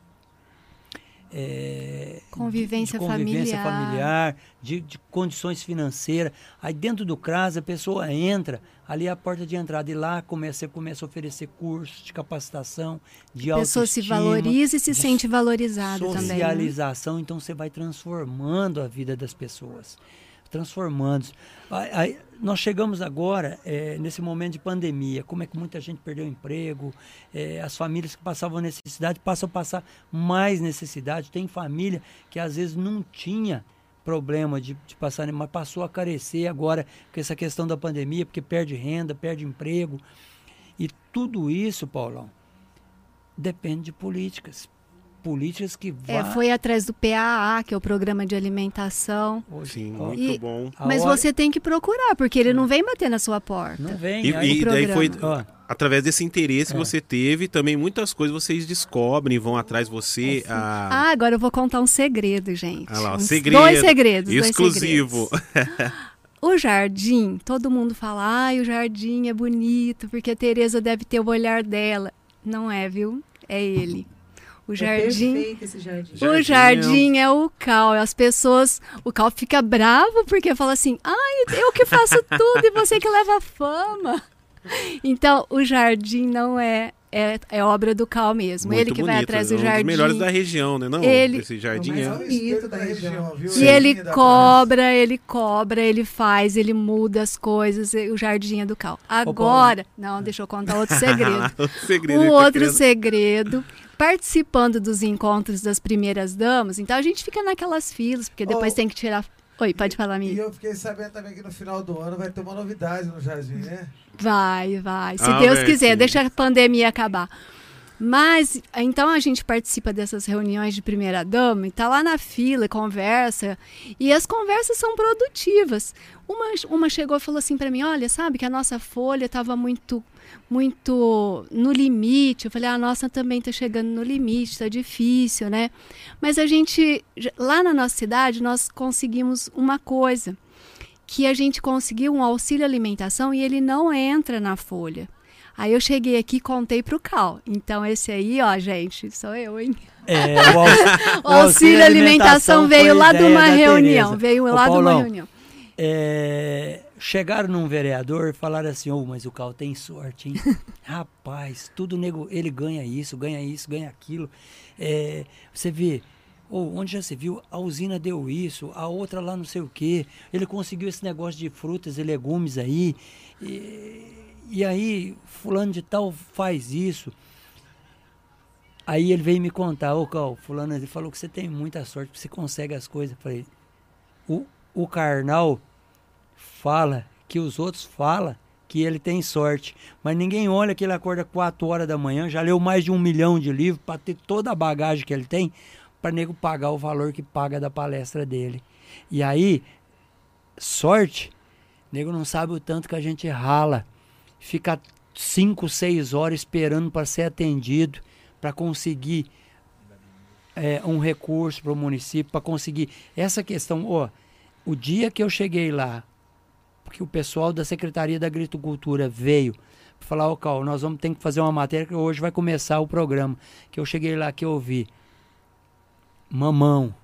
É, convivência, de convivência familiar, familiar de, de condições financeiras. Aí dentro do CRAS a pessoa entra, ali é a porta de entrada, e lá começa, você começa a oferecer cursos de capacitação, de autoestima. A pessoa se valoriza e se sente valorizada também. Socialização, né? Então você vai transformando a vida das pessoas. Transformando. Aí, aí, nós chegamos agora, é, nesse momento de pandemia, como é que muita gente perdeu o emprego, é, as famílias que passavam necessidade passam a passar mais necessidade. Tem família que às vezes não tinha problema de, de passar, mas passou a carecer agora com essa questão da pandemia, porque perde renda, perde emprego. E tudo isso, Paulão, depende de políticas. Políticas que vão... É, foi atrás do P A A, que é o Programa de Alimentação. Sim, muito e, bom. Mas hora... você tem que procurar, porque ele não vem bater na sua porta. Não vem. E, e daí foi, ó, através desse interesse é. que você teve, também muitas coisas vocês descobrem, vão atrás de você. A... Ah, agora eu vou contar um segredo, gente. Ah lá, Uns segredo. Dois segredos. Exclusivo. Dois segredos. O jardim, todo mundo fala, ai, o jardim é bonito, porque a Tereza deve ter o olhar dela. Não é, viu? É ele. O jardim, é perfeito esse jardim. O jardim é o Cal. As pessoas, o Cal fica bravo porque fala assim, ai, eu que faço tudo e você que leva a fama. Então, o jardim não é, é, é obra do Cal mesmo. Muito ele que bonito, vai atrás do é um jardim. dos melhores da região, né? Não, ele, esse jardim é... é bonito da região, viu? E ele cobra, ele cobra, ele faz, ele muda as coisas. O jardim é do Cal. Agora, não, deixa eu contar outro segredo. outro segredo o outro querendo... segredo... Participando dos encontros das primeiras damas, então a gente fica naquelas filas, porque depois oh, tem que tirar... Oi, pode falar, amiga. E eu fiquei sabendo também que no final do ano vai ter uma novidade no jardim, né? Vai, vai. Se ah, Deus bem, quiser, sim. deixa a pandemia acabar. Mas, então a gente participa dessas reuniões de primeira dama e tá lá na fila, conversa, e as conversas são produtivas. Uma, uma chegou e falou assim para mim, olha, sabe que a nossa folha estava muito, muito no limite. Eu falei, a nossa também está chegando no limite, está difícil, né? Mas a gente, lá na nossa cidade, nós conseguimos uma coisa, que a gente conseguiu um auxílio alimentação e ele não entra na folha. Aí eu cheguei aqui e contei pro Cal. Então esse aí, ó, gente, sou eu, hein? É, o, au o auxílio alimentação veio lá de uma reunião. Veio Ô, lá Paulão, de uma reunião. É, chegaram num vereador e falaram assim, ô, oh, mas o Cal tem sorte, hein? Rapaz, tudo nego, ele ganha isso, ganha isso, ganha aquilo. É, você vê, ou oh, onde já se viu, a usina deu isso, a outra lá não sei o quê. Ele conseguiu esse negócio de frutas e legumes aí. E, e aí, fulano de tal faz isso. Aí ele veio me contar, ô, Cal, fulano, ele falou que você tem muita sorte, você consegue as coisas. Eu falei, o, o Karnal fala que os outros falam que ele tem sorte, mas ninguém olha que ele acorda quatro horas da manhã, já leu mais de um milhão de livros para ter toda a bagagem que ele tem, para nego pagar o valor que paga da palestra dele. E aí, sorte, nego não sabe o tanto que a gente rala, fica cinco, seis horas esperando para ser atendido, para conseguir é, um recurso para o município, para conseguir essa questão. Ó, o dia que eu cheguei lá, porque o pessoal da Secretaria da Agricultura veio para falar, ô, Cal, nós vamos ter que fazer uma matéria que hoje vai começar o programa. Que eu cheguei lá, que eu vi mamão,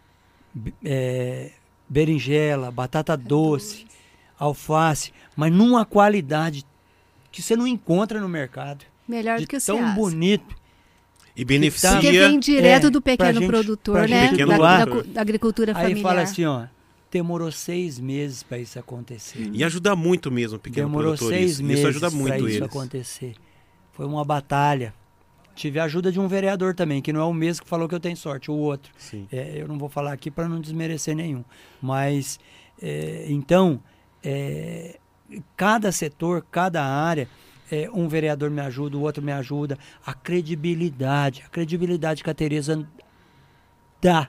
é, berinjela, batata doce, alface, mas numa qualidade que você não encontra no mercado. Melhor de do que o tão Ceasa. bonito. E beneficia... Porque vem direto é, do pequeno gente, produtor, né? Pequeno Da, da, da, da agricultura familiar. Aí fala assim, ó, demorou seis meses para isso acontecer. E ajuda muito mesmo o pequeno demorou produtor. Demorou seis isso. meses isso ajuda muito para isso eles. acontecer. Foi uma batalha. Tive a ajuda de um vereador também, que não é o mesmo que falou que eu tenho sorte, o outro. É, eu não vou falar aqui para não desmerecer nenhum. Mas, é, então, é, cada setor, cada área, é, um vereador me ajuda, o outro me ajuda. A credibilidade, a credibilidade que a Tereza dá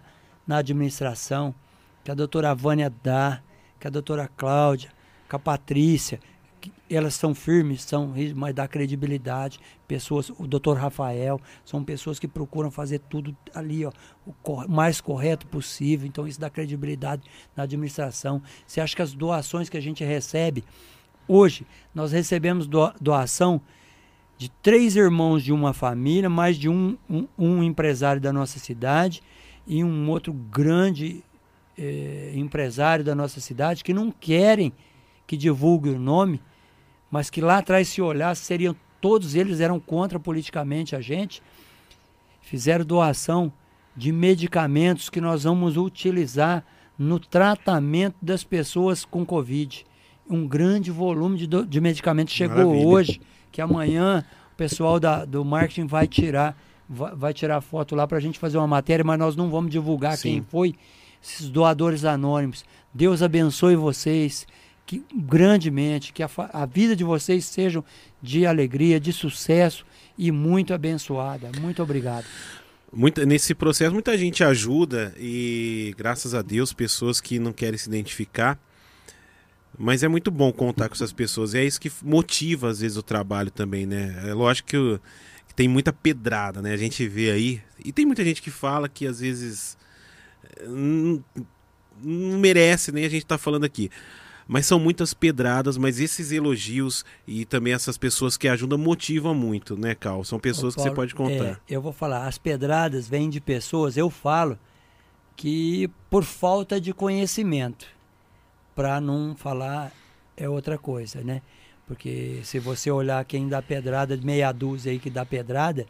na administração, que a doutora Vânia dá, que a doutora Cláudia, que a Patrícia, que elas são firmes, são, mas dá credibilidade. Pessoas, o doutor Rafael, são pessoas que procuram fazer tudo ali, ó, o cor, mais correto possível. Então isso dá credibilidade na administração. Você acha que as doações que a gente recebe, hoje nós recebemos do, doação de três irmãos de uma família, mais de um, um, um empresário da nossa cidade e um outro grande eh, empresário da nossa cidade que não querem que divulgue o nome, mas que lá atrás, se olhar, seriam todos eles eram contra politicamente a gente. Fizeram doação de medicamentos que nós vamos utilizar no tratamento das pessoas com Covid. Um grande volume de, do, de medicamentos chegou Maravilha. Hoje, que amanhã o pessoal da, do marketing vai tirar, vai, vai tirar foto lá para a gente fazer uma matéria, mas nós não vamos divulgar Sim. quem foi, esses doadores anônimos. Deus abençoe vocês que, grandemente, que a, a vida de vocês seja de alegria, de sucesso e muito abençoada. Muito obrigado. Muita, nesse processo muita gente ajuda e graças a Deus pessoas que não querem se identificar, mas é muito bom contar com essas pessoas e é isso que motiva às vezes o trabalho também, né? É lógico que, eu, que tem muita pedrada, né? A gente vê aí e tem muita gente que fala que às vezes não, não merece nem a gente tá falando aqui. Mas são muitas pedradas, mas esses elogios e também essas pessoas que ajudam motivam muito, né, Cal? São pessoas Ô, Paulo, que você pode contar. É, eu vou falar, as pedradas vêm de pessoas, eu falo, que por falta de conhecimento, para não falar é outra coisa, né? Porque se você olhar quem dá pedrada, meia dúzia aí que dá pedrada,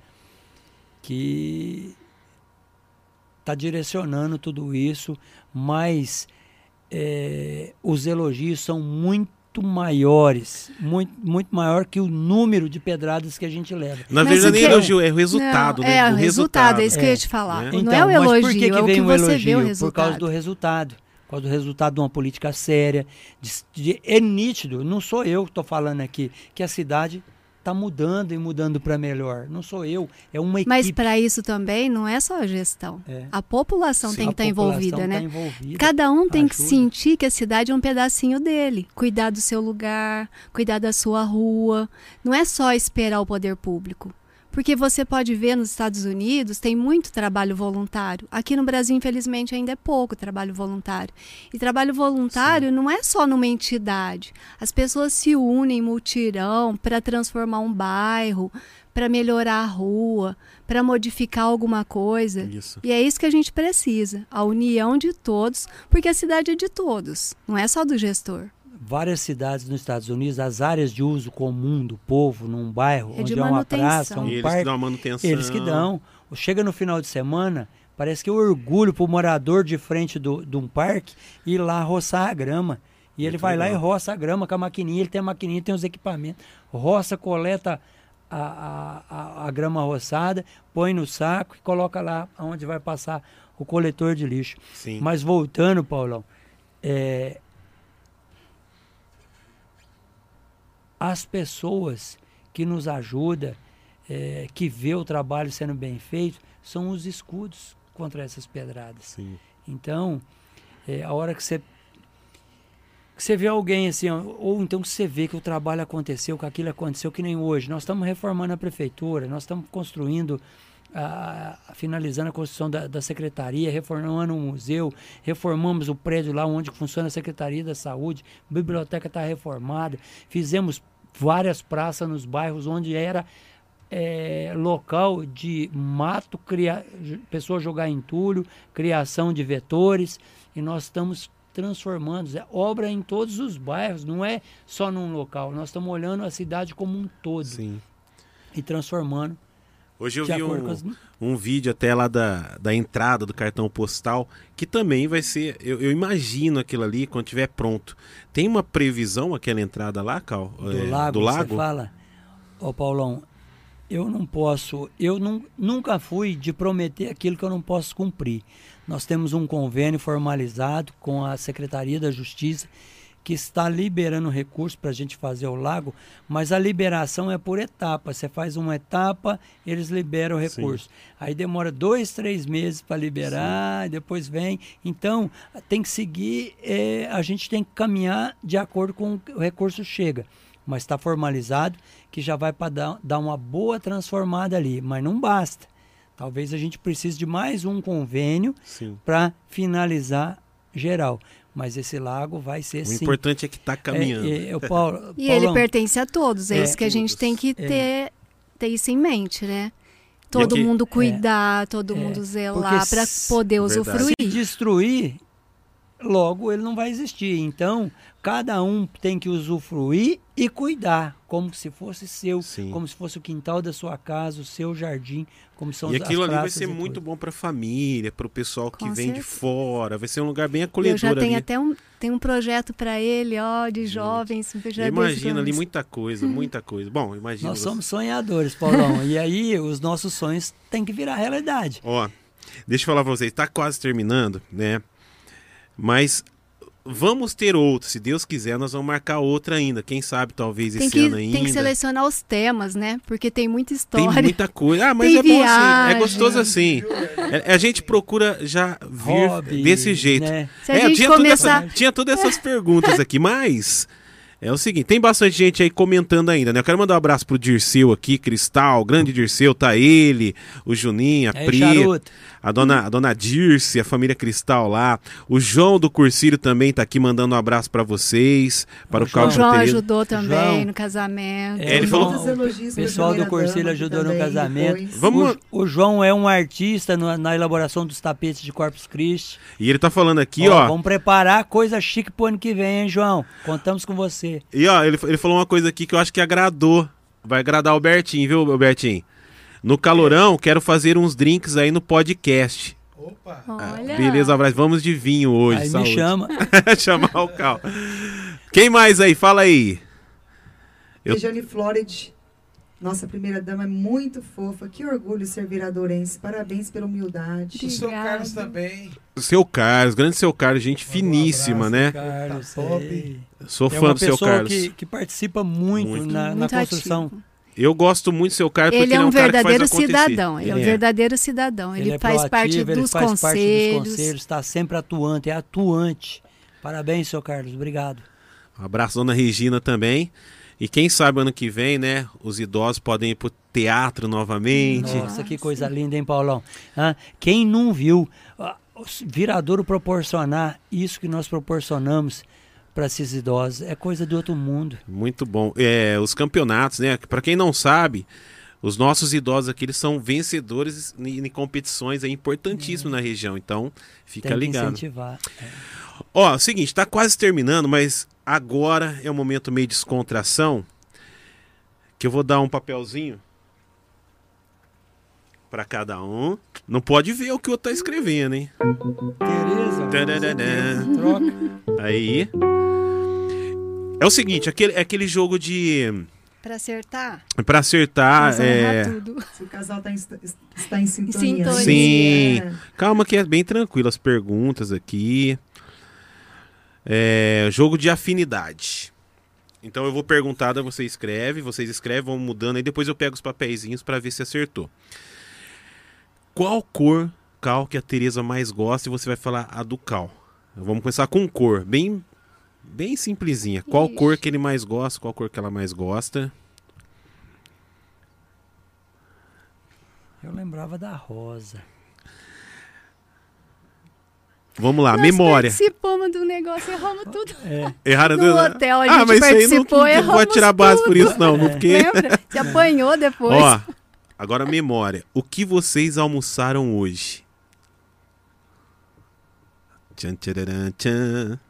que tá direcionando tudo isso, mas... É, os elogios são muito maiores, muito, muito maior que o número de pedradas que a gente leva. Na verdade, nem elogio, é o resultado. Não, né? É, o o resultado, resultado, é isso que eu ia te falar. Né? Não então, é o elogio, mas por que que é o vem que um você elogio? vê o resultado. Por causa do resultado. Por causa do resultado de uma política séria. De, de, é nítido, não sou eu que estou falando aqui, que a cidade está mudando e mudando para melhor. Não sou eu, é uma equipe. Mas para isso também não é só a gestão. É. A população Sim, tem que estar tá envolvida, né? Tá envolvida, Cada um tem ajuda. que sentir que a cidade é um pedacinho dele. Cuidar do seu lugar, cuidar da sua rua. Não é só esperar o poder público. Porque você pode ver nos Estados Unidos, tem muito trabalho voluntário. Aqui no Brasil, infelizmente, ainda é pouco trabalho voluntário. E trabalho voluntário Sim. não é só numa entidade. As pessoas se unem, multirão, para transformar um bairro, para melhorar a rua, para modificar alguma coisa. Isso. E é isso que a gente precisa, a união de todos, porque a cidade é de todos, não é só do gestor. Várias cidades nos Estados Unidos, as áreas de uso comum do povo, num bairro, é onde é uma praça, um eles parque, que dão a manutenção. Eles que dão. Chega no final de semana, parece que é um orgulho para o morador de frente do, de um parque ir lá roçar a grama. E ele Muito vai legal. lá e roça a grama com a maquininha, ele tem a maquininha, tem os equipamentos. Roça, coleta a, a, a, a grama roçada, põe no saco e coloca lá onde vai passar o coletor de lixo. Sim. Mas voltando, Paulão, é... as pessoas que nos ajudam, é, que vê o trabalho sendo bem feito, são os escudos contra essas pedradas. Sim. Então, é, a hora que você, que você vê alguém assim, ó, ou então que você vê que o trabalho aconteceu, que aquilo aconteceu, que nem hoje. Nós estamos reformando a prefeitura, nós estamos construindo, a, a, finalizando a construção da, da secretaria, reformando o museu, reformamos o prédio lá onde funciona a Secretaria da Saúde, a biblioteca está reformada, fizemos várias praças nos bairros onde era é, local de mato, cria, pessoas jogar entulho, criação de vetores, e nós estamos transformando, é obra em todos os bairros, não é só num local, nós estamos olhando a cidade como um todo. Sim. E transformando. Hoje eu vi um, as... um vídeo até lá da, da entrada do cartão postal, que também vai ser, eu, eu imagino aquilo ali quando estiver pronto. Tem uma previsão aquela entrada lá, Cal? Do é, lago, do lago? Você fala? Ô Paulão, eu não posso, eu não, nunca fui de prometer aquilo que eu não posso cumprir. Nós temos um convênio formalizado com a Secretaria da Justiça, que está liberando recursos para a gente fazer o lago, mas a liberação é por etapa. Você faz uma etapa, eles liberam o recurso. Sim. Aí demora dois, três meses para liberar, Sim. depois vem. Então, tem que seguir, é, a gente tem que caminhar de acordo com o que o recurso chega. Mas está formalizado que já vai para dar, dar uma boa transformada ali. Mas não basta. Talvez a gente precise de mais um convênio para finalizar geral. Mas esse lago vai ser sim. O importante é que está caminhando. É, é, o Paulo, e Paulão, ele pertence a todos. É, é isso que a gente todos. tem que ter, é. ter isso em mente, né? Todo aqui, mundo cuidar, é, todo é, mundo zelar para poder verdade. usufruir. Se destruir, logo ele não vai existir. Então, cada um tem que usufruir e cuidar, como se fosse seu, Sim. como se fosse o quintal da sua casa, o seu jardim, como são e as aquilo ali vai ser e muito tudo. bom para a família, para o pessoal que Com vem certeza. de fora. Vai ser um lugar bem acolhedor. Eu já tenho ali. até um, tem um projeto para ele, ó, de jovens. Já imagina ali muita coisa, muita coisa. Bom, imagina. Nós você. somos sonhadores, Paulão. E aí os nossos sonhos têm que virar realidade. Ó, deixa eu falar para vocês, está quase terminando, né? Mas vamos ter outro, se Deus quiser, nós vamos marcar outra ainda. Quem sabe, talvez, tem esse que, ano ainda. Tem que selecionar os temas, né? Porque tem muita história. Tem muita coisa. Ah, mas tem é viagem. bom assim, é gostoso assim. É, a gente procura já vir Hobby, desse jeito. Né? Se a é, gente tinha, começar... toda essa, tinha todas essas perguntas aqui, mas... É o seguinte, tem bastante gente aí comentando ainda, né? Eu quero mandar um abraço pro Dirceu aqui, Cristal, grande Dirceu, tá ele, o Juninho, a é, Pri, charuto. a dona, a dona Dirce, a família Cristal lá. O João do Cursílio também tá aqui mandando um abraço pra vocês, para o, o Carlos. O João ajudou também João, no casamento. É, ele falou, o pessoal do Cursílio ajudou no casamento. Vamos... O, o João é um artista no, na elaboração dos tapetes de Corpus Christi. E ele tá falando aqui, ó. ó vamos preparar coisa chique pro ano que vem, hein, João? Contamos com você. E ó, ele, ele falou uma coisa aqui que eu acho que agradou. Vai agradar o Albertinho, viu, Albertinho? No calorão, quero fazer uns drinks aí no podcast. Opa! Olha. Beleza, abraço. Vamos de vinho hoje. Aí saúde. me chama. Chamar o Cal. Quem mais aí? Fala aí. Eu... Rejane Flóride. Nossa primeira dama é muito fofa. Que orgulho ser viradorense. Parabéns pela humildade. O seu Carlos também. O seu Carlos, grande seu Carlos, gente um finíssima, abraço, né? Carlos, top. Sou é fã do seu Carlos. É uma pessoa que, que participa muito, muito. na, muito na construção. ativo. Eu gosto muito do seu Carlos porque ele é um, é um verdadeiro cara que faz cidadão. Ele é um é. verdadeiro cidadão. Ele, ele é faz, parte, ele dos faz conselhos. parte dos conselhos. Está sempre atuante, é atuante. Parabéns, seu Carlos. Obrigado. Um abraço, dona Regina também. E quem sabe ano que vem, né, os idosos podem ir pro teatro novamente. Nossa, que coisa linda, hein, Paulão? Ah, quem não viu o Viradouro proporcionar isso que nós proporcionamos para esses idosos é coisa de outro mundo. Muito bom. É, os campeonatos, né, para quem não sabe, os nossos idosos aqui eles são vencedores em, em competições é importantíssimo é. na região. Então, fica Tem que ligado. incentivar. É. Ó, o seguinte, tá quase terminando, mas agora é um momento meio de descontração, que eu vou dar um papelzinho para cada um. Não pode ver o que o outro tá escrevendo, hein? Tereza. Troca. Aí. É o seguinte, aquele, é aquele jogo de... Para acertar? Para acertar, é... tudo. Se o casal tá em, está em sintonia. sintonia. Sim. É. Calma que é bem tranquilo as perguntas aqui. É, jogo de afinidade. Então eu vou perguntar, você escreve, vocês escrevem, vão mudando, aí depois eu pego os papeizinhos para ver se acertou. Qual cor, Cal, que a Tereza mais gosta? E você vai falar a do Cal. Vamos começar com cor, bem, bem simplesinha. Qual Ixi. cor que ele mais gosta, qual cor que ela mais gosta? Eu lembrava da rosa. Vamos lá, Nós memória. Participamos do negócio, erramos tudo. É. Erraram no tudo. hotel, a gente ah, mas participou, isso aí não, não pode tirar base por isso, não. É. Porque... Lembra? Você apanhou depois. Ó, agora memória. O que vocês almoçaram hoje? Tchan, tcharam, tchan.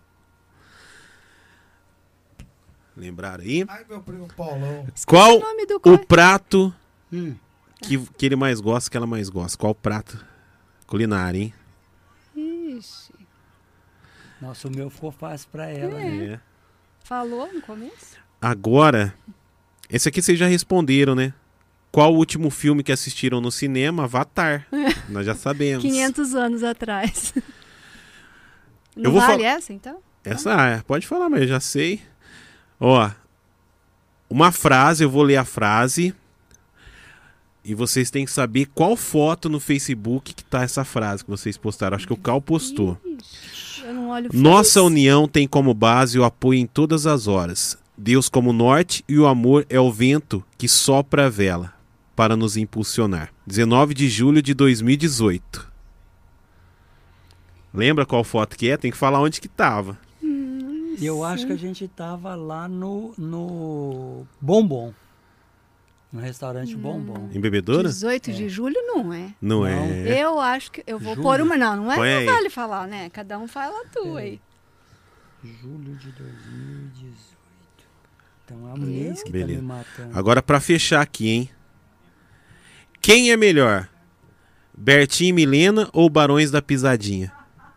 Lembraram aí? Ai, meu primo Paulão. Qual o, nome do o prato hum. que, que ele mais gosta, que ela mais gosta? Qual prato culinário, hein? Ixi. Nossa, o meu ficou fácil pra ela. É. Né? Falou no começo? Agora, esse aqui vocês já responderam, né? Qual o último filme que assistiram no cinema? Avatar. Nós já sabemos. quinhentos anos atrás. Não Eu vou vale fal... essa, então? Essa, ah, pode falar, mas eu já sei. Ó, uma frase, eu vou ler a frase. E vocês têm que saber qual foto no Facebook que tá essa frase que vocês postaram. Acho que o Cal postou. Eu não olho Nossa face. união tem como base o apoio em todas as horas. Deus como norte e o amor é o vento que sopra a vela para nos impulsionar. dezenove de julho de dois mil e dezoito. Lembra qual foto que é? Tem que falar onde que tava. Hum, Eu acho que a gente tava lá no, no Bombom. No restaurante Hum. Bombom. Em Bebedoura? dezoito de julho não é. Não, é. Eu acho que eu vou Julho. pôr uma. Não, não é. Põe aí. Não vale falar, né? Cada um fala a tua aí. Julho de dois mil e dezoito. Então é a mês que Beleza. tá me matando. Agora pra fechar aqui, hein? Quem é melhor? Bertinho e Milena ou Barões da Pisadinha?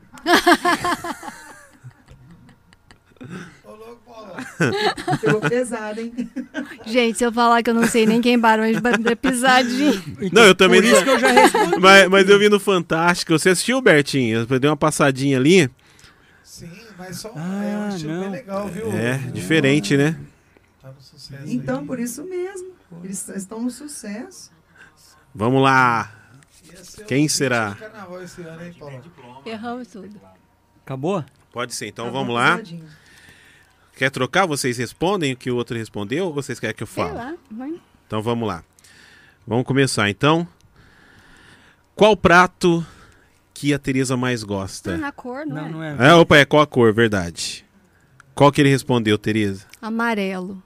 Pegou pesado, hein? Gente, se eu falar que eu não sei nem quem Barões da Pisadinha. Não, eu também Por não. isso que eu já respondi. mas, mas eu vi no Fantástico. Você assistiu, Bertinho? Eu dei uma passadinha ali. Sim, mas só Ah, é um estilo não. bem legal, viu? É, diferente, né? Tá no sucesso Então, aí. por isso mesmo. Eles estão no sucesso. Vamos lá. Ia ser Quem um será? hit de carnaval esse ano, hein, Paulo? Erramos tudo. Acabou? Pode ser, então Tá vamos bom, lá. pesadinho. Quer trocar? Vocês respondem o que o outro respondeu ou vocês querem que eu Sei fale? lá. Vai. Então vamos lá. Vamos começar então. Qual prato que a Tereza mais Ah, gosta? na cor, não, Não, é? não é. É, opa, é qual a cor, verdade. Qual que ele respondeu, Tereza? Amarelo.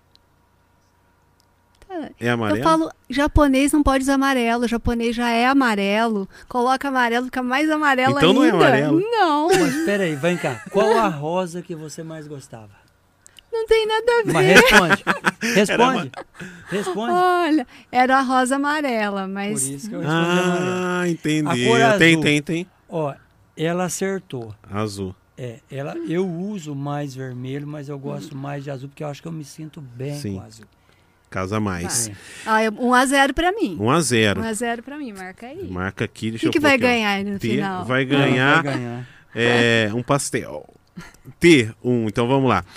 Tá. É amarelo? Eu falo, japonês não pode usar amarelo, japonês já é amarelo. Coloca amarelo, fica mais amarelo Então ainda. não é amarelo? Não, Mas espera aí, vem cá. Qual a rosa que você mais gostava? não tem nada a ver. Mas responde. Responde. Responde. Olha, era a rosa amarela, Por mas isso que eu respondi amarelo. Ah, entendi. A cor azul. Tem, tem, tem. Ó, ela acertou. Azul. É, ela, eu uso mais vermelho, mas eu gosto mais de azul porque eu acho que eu me sinto bem Sim. com azul. Casa mais. ah, eu- um a zero pra mim. um a zero. um a zero pra mim, marca aí. Marca aqui, O deixa que, eu que pôr vai aqui, ó. ganhar aí no T final? vai Ela ganhar, vai ganhar. é, um pastel. T, um. Então vamos lá.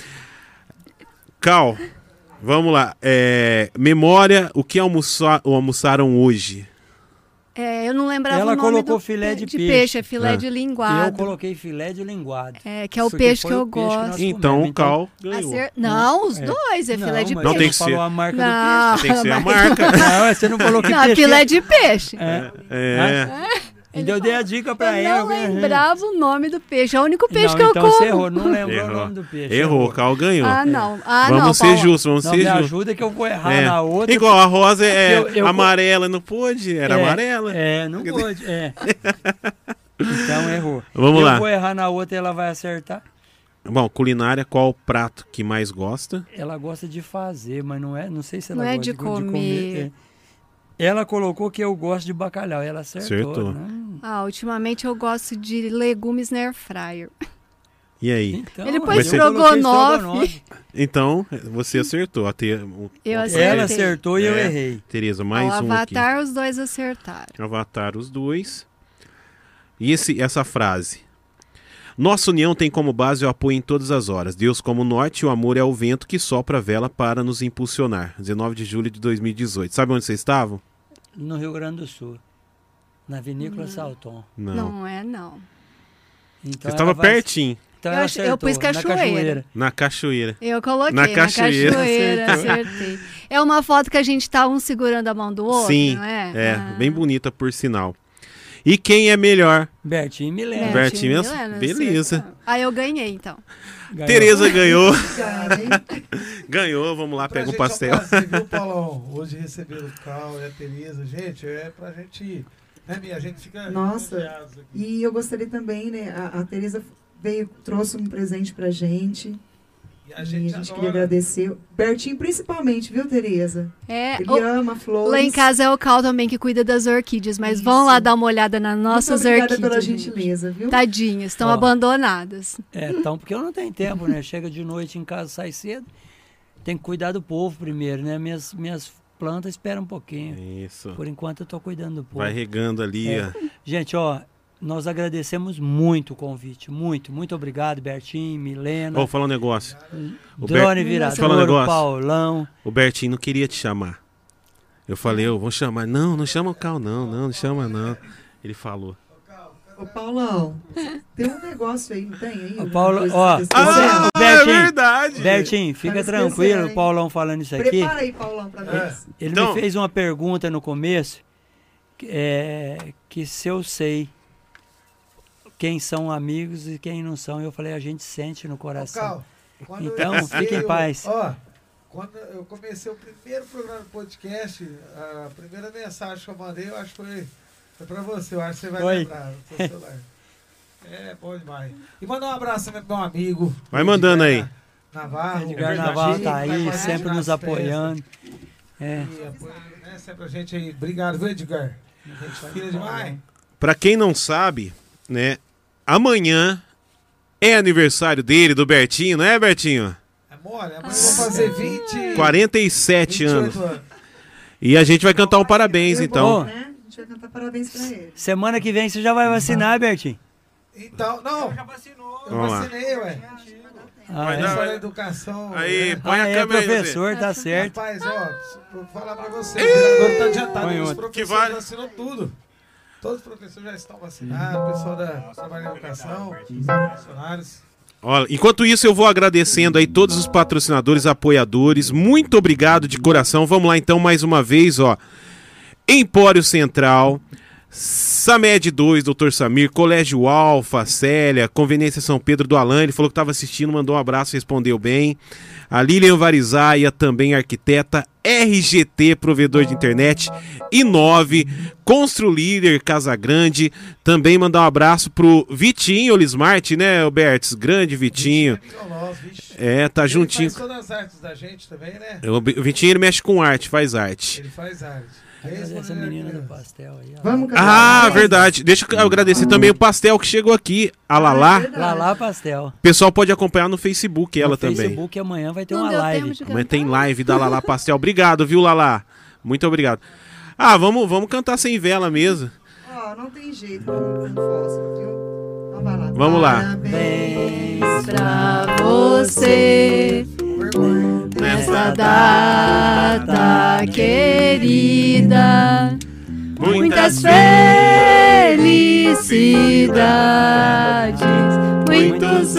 Cal, vamos lá. É, memória, o que almoçar, almoçaram hoje? É, eu não lembrava Ela o nome colocou do filé pe- de peixe. peixe. É filé Ah. de E eu linguado. coloquei filé de linguado. É, que é o Porque peixe foi que o eu peixe que nós gosto. Então comemos. o Cal ganhou. Acer- Não, os É. dois, é filé de mas Não, peixe. tem você que falou ser. a marca Não, Tem que ser a mas- marca. do peixe. Não, você não falou que Não, peixe filé de peixe. É. É. Então eu dei a dica pra Eu ela. não lembrava o nome do peixe. É o único peixe Não, que eu então como. você errou, não lembrou Errou. o nome do peixe. Errou, o Cal ganhou. Ah, não. Ah, vamos não, ser Paulo. justos, vamos Não, ser me justos. ajuda que eu vou errar É. na outra. Igual a rosa é Eu- eu- amarela, não pôde? Era É, amarela. É, não pode. É. Então errou. Vamos eu lá. vou errar na outra e ela vai acertar. Bom, culinária, qual o prato que mais gosta? Ela gosta de fazer, mas não é. Não sei se ela Não é gosta de comer. é. Ela colocou que eu gosto de bacalhau. Ela acertou. Acertou. Né? Ah, ultimamente eu gosto de legumes na air fryer. E aí? Então, Ele pôs eu coloquei estrogonofe. Então, você acertou. A Te... o- Eu o- acertei. Ela acertou e eu É. errei. Tereza, O mais um aqui. Avatar, os dois acertaram. Avatar, os dois. E esse, essa frase. Nossa união tem como base o apoio em todas as horas. Deus como norte e o amor é o vento que sopra a vela para nos impulsionar. dezenove de julho de dois mil e dezoito. Sabe onde vocês estavam? No Rio Grande do Sul. Na Vinícola Salton. Não. Não é, não. Então Você ela estava vai- pertinho. Então Eu ela ach- eu acertou, pus na cachoeira. Na cachoeira. Eu coloquei Na na cachoeira. cachoeira, Acertou. acertei. É uma foto que a gente tá um segurando a mão do outro, Sim, não é? é, Ah. bem bonita por sinal. E quem é melhor? Bertinho e Milena. É, Bertinho, tinha Milena, beleza. acertou. Aí eu ganhei, então. Ganhou. Tereza ganhou. Cara, hein? Ganhou, vamos lá, Pra pega o gente pastel. É um prazer, viu, Paulão? Hoje receber o Cal e a Tereza. Gente, é pra gente... Né, minha? A gente fica... Nossa, lisonjeados aqui. e eu gostaria também, né? A, a Tereza veio, trouxe um presente pra gente. E a E gente, a gente adora. queria agradecer. Bertinho, principalmente, viu, Tereza? É, Ele o- ama flores. lá em casa é o Cal também que cuida das orquídeas, mas Isso. vão lá dar uma olhada nas nossas Muito obrigada orquídeas. pela gente. gentileza, viu? Tadinhas, estão Ó. abandonadas. É, então, porque eu não tenho tempo, né? Chega de noite em casa, sai cedo. Tem que cuidar do povo primeiro, né? Minhas, minhas plantas esperam um pouquinho. Isso. Por enquanto eu tô cuidando do povo. Vai regando ali. É. ó. Gente, ó, nós agradecemos muito o convite, muito, muito obrigado, Bertinho, Milena. Vou falar um negócio. O Drone Ber... Virador, Fala um negócio. Paulão. O Bertinho não queria te chamar. Eu falei, eu vou chamar. Não, não chama o Cal, não, não, não chama não. Ele falou. Ô, Paulão, tem um negócio aí, não tem aí? O Paulo, Coisa ó, que você esqueceu? Ah, Bertinho, é verdade. Bertinho, fica Tá tranquilo, esquecendo, o hein? Paulão falando isso aqui. Prepara aí, Paulão, pra nós. Ele Então- me fez uma pergunta no começo, é, que se eu sei quem são amigos e quem não são, eu falei, a gente sente no coração. Cal, quando eu Então, iniciei fique em o- paz. Ó, quando eu comecei o primeiro programa de podcast, a primeira mensagem que eu mandei, eu acho que foi, foi pra você, eu acho que você vai Foi. lembrar no seu celular. É, bom demais. E mandar um abraço também pro meu amigo. Vai mandando aí. Navarro. Edgar o Navarro Gil, tá que aí, com a gente sempre nas nos festas. apoiando. É. E apoiando, né, sempre a gente aí. Obrigado, viu, Edgar? Gente fina demais. Pra quem não sabe, né? Amanhã é aniversário dele, do Bertinho, não é, Bertinho? É mole, amanhã eu vou fazer vinte... quarenta e sete vinte e anos. oito anos. E a gente vai cantar um parabéns, então. Né? A gente vai cantar parabéns pra ele. Semana que vem você já vai vacinar, Bertinho? Então, não. Já vacinou. Eu Vamos lá. vacinei, ué. Ah, Vai é? dar- Só a educação. Aí, né? põe Ah, a é, câmera aí, professor, tá certo. Rapaz, ó, vou falar pra você, o vereador tá adiantado, Põe os outro. professores Que vale. vacinam tudo. Todos os professores já estão vacinados, o pessoal da trabalho em educação, funcionários. Olha, enquanto isso, eu vou agradecendo aí todos os patrocinadores, apoiadores. Muito obrigado de coração. Vamos lá, então, mais uma vez, ó. Empório Central, Samed dois, doutor Samir, Colégio Alfa, Célia, Conveniência São Pedro do Alan, ele falou que estava assistindo, mandou um abraço, respondeu bem. A Lilian Varizaia, também arquiteta, R G T, provedor de internet, Inove, Constru Líder, Casa Grande, também mandar um abraço pro Vitinho Olismart, né, Albertos? Grande Vitinho. É, tá juntinho. Ele faz todas as artes da gente também, né? O Vitinho, ele mexe com arte, faz arte. Ele faz arte. Cadê essa menina do pastel aí? ó? Vamos Ah, cantar. verdade. Deixa eu agradecer também o Pastel que chegou aqui, a Lalá. Lalá Pastel. O pessoal pode acompanhar no Facebook ela no também. Facebook amanhã vai ter Não uma deu live. tempo de Amanhã tem live da Lalá Pastel. Obrigado, viu, Lalá? Muito obrigado. Ah, vamos, vamos cantar sem vela mesmo. Ó, não tem jeito, vamos com fósforo, viu? Então vai lá. Vamos lá. Parabéns Pra você, nessa data querida, muitas felicidades, muitos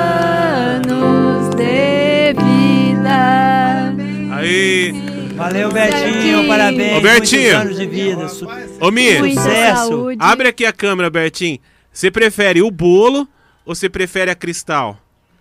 anos de vida. Aí. Valeu, Bertinho, parabéns. Ô, Bertinho. Muitos anos de vida. Su Ô, Mi, Muita sucesso. saúde. abre aqui a câmera, Bertinho. Você prefere o bolo ou você prefere a Cristal?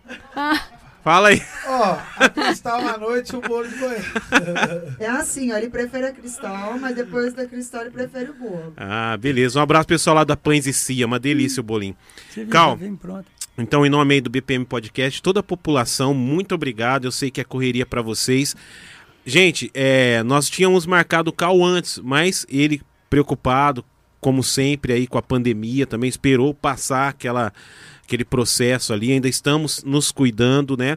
Fala aí. Ó, a Cristal à noite e o bolo de manhã. É assim, ó, ele prefere a Cristal, mas depois da Cristal ele prefere o bolo. Ah, beleza. Um abraço pessoal lá da Pães e Cia. Uma delícia o bolinho. Você viu, Cal. já vem pronto. Então, em nome aí do B P M Podcast, toda a população, muito obrigado. Eu sei que é correria para vocês. Gente, é, nós tínhamos marcado o Cal antes, mas ele, preocupado, como sempre, aí com a pandemia, também esperou passar aquela, aquele processo ali. Ainda estamos nos cuidando, né?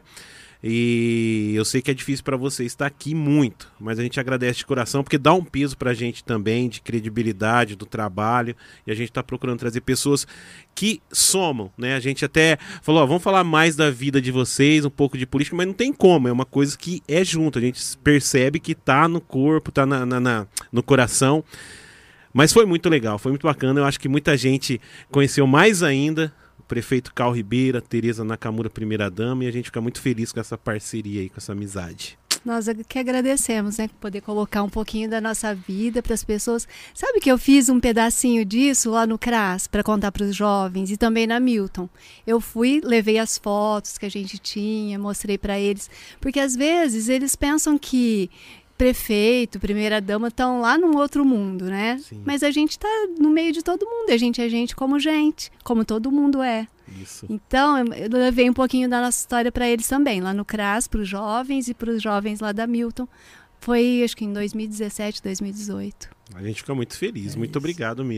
E eu sei que é difícil para você estar aqui muito, mas a gente agradece de coração, porque dá um peso pra gente também, de credibilidade do trabalho, e a gente tá procurando trazer pessoas que somam, né? A gente até falou, ó, vamos falar mais da vida de vocês, um pouco de política, mas não tem como, é uma coisa que é junto, a gente percebe que tá no corpo, tá na, na, na, no coração, mas foi muito legal, foi muito bacana, eu acho que muita gente conheceu mais ainda o prefeito Cal Ribeira, Tereza Nakamura, primeira-dama, e a gente fica muito feliz com essa parceria aí, com essa amizade. Nós que agradecemos, né? Poder colocar um pouquinho da nossa vida para as pessoas. Sabe que eu fiz um pedacinho disso lá no C R A S para contar para os jovens e também na Milton. Eu fui, levei as fotos que a gente tinha, mostrei para eles, porque às vezes eles pensam que prefeito, primeira-dama estão lá num outro mundo, né? Sim. Mas a gente está no meio de todo mundo, a gente é gente como gente, como todo mundo é. Isso. Então, eu levei um pouquinho da nossa história para eles também, lá no C R A S, para os jovens e para os jovens lá da Milton. Foi, acho que em dois mil e dezessete, dois mil e dezoito. A gente fica muito feliz, É muito isso. obrigado mesmo.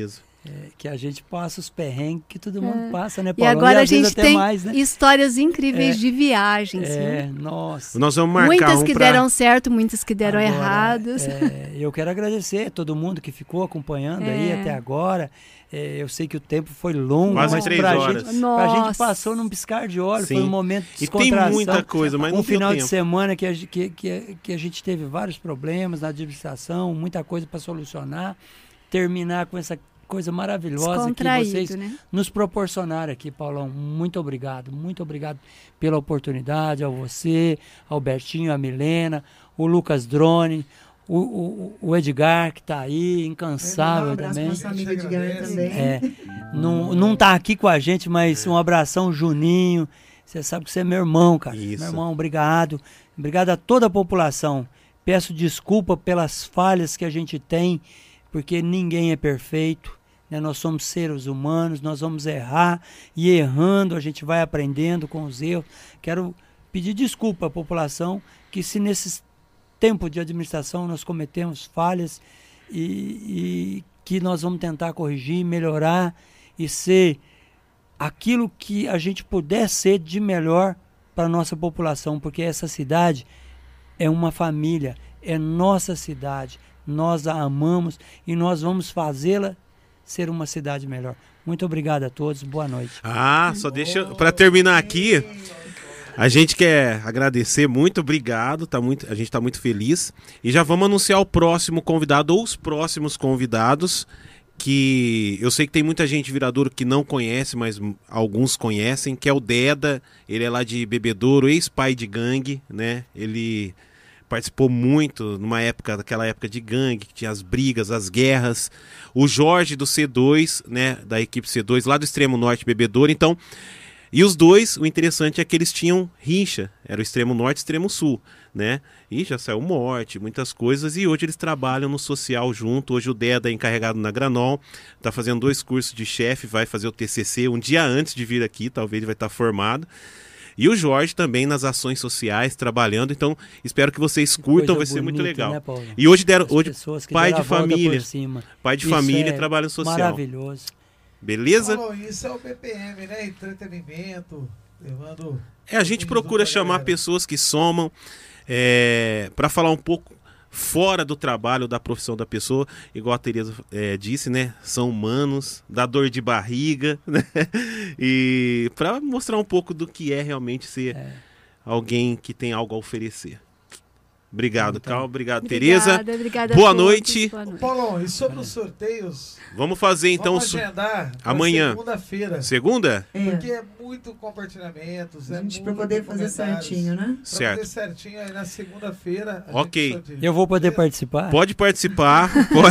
É, que a gente passa os perrengues que todo mundo É. passa, né, E Paulo? agora E a às vezes gente até tem mais, né? histórias incríveis É. de viagens. É, né? nossa. Nós vamos marcar Muitas um que pra- deram certo, muitas que deram Agora, errados. é, eu quero agradecer a todo mundo que ficou acompanhando aí É. até agora. É, eu sei que o tempo foi longo, Quase mas três pra horas. gente, pra gente Nossa. passou num piscar de olhos, Sim. foi um momento de E tem descontração. muita coisa, mas um não deu final de tempo. semana que a, ge- que, que, que a gente teve vários problemas na administração, muita coisa para solucionar, terminar com essa coisa maravilhosa que Descontraído, vocês né? nos proporcionaram aqui, Paulão. Muito obrigado, muito obrigado pela oportunidade, a você, ao Bertinho, a Milena, o Lucas Drone, o, o, o Edgar, que está aí, incansável Um abraço também. para nossa amiga Edgar também. É, não, não tá aqui com a gente, mas um abração, Juninho. Você sabe que você é meu irmão, cara. Isso. Meu irmão, obrigado. Obrigado a toda a população. Peço desculpa pelas falhas que a gente tem, porque ninguém é perfeito. Né? Nós somos seres humanos, nós vamos errar, e errando a gente vai aprendendo com os erros. Quero pedir desculpa à população que, se nesse tempo de administração nós cometemos falhas, e, e que nós vamos tentar corrigir, melhorar e ser aquilo que a gente puder ser de melhor para a nossa população, porque essa cidade é uma família, é nossa cidade, nós a amamos e nós vamos fazê-la ser uma cidade melhor. Muito obrigado a todos, boa noite. Ah, só deixa para terminar aqui. A gente quer agradecer, muito obrigado, tá muito, a gente está muito feliz. E já vamos anunciar o próximo convidado ou os próximos convidados, que eu sei que tem muita gente viradouro que não conhece, mas alguns conhecem, que é o Deda. Ele é lá de Bebedouro, ex-pai de gangue, né? Ele participou muito numa época, daquela época de gangue, que tinha as brigas, as guerras. O Jorge do C dois, né, da equipe C dois, lá do extremo norte, Bebedouro. Então, e os dois, o interessante é que eles tinham rincha, era o extremo norte e o extremo sul, né? E já saiu morte, muitas coisas, e hoje eles trabalham no social junto. Hoje o Deda é encarregado na Granol, tá fazendo dois cursos de chefe, vai fazer o T C C um dia antes de vir aqui, talvez ele vai estar formado. E o Jorge também nas ações sociais, trabalhando. Então, espero que vocês curtam, vai Coisa ser muito bonita, legal. né, Paulo? E hoje deram, As hoje pessoas que pai deram de a volta família, por cima. pai de Isso família é trabalhando social. maravilhoso. Beleza? Paulo, isso é o B P M, né? Entretenimento, levando... É, a gente procura chamar pessoas que somam, é, para falar um pouco fora do trabalho, da profissão da pessoa, igual a Tereza é, disse, né? São humanos, dá dor de barriga, né? E para mostrar um pouco do que é realmente ser É. alguém que tem algo a oferecer. Obrigado, Então. Cal. Obrigado, Obrigada, Tereza. obrigada a Boa todos, noite. boa noite. Paulão, e sobre os sorteios? Vamos fazer então Vamos so- agendar pra amanhã. segunda-feira. Segunda? É. Porque é muito compartilhamentos, é gente, pra muito poder fazer comentários. certinho, né? Pra Certo. fazer certinho aí na segunda-feira. a Ok. gente sorteia. Eu vou poder participar? Pode participar. pode...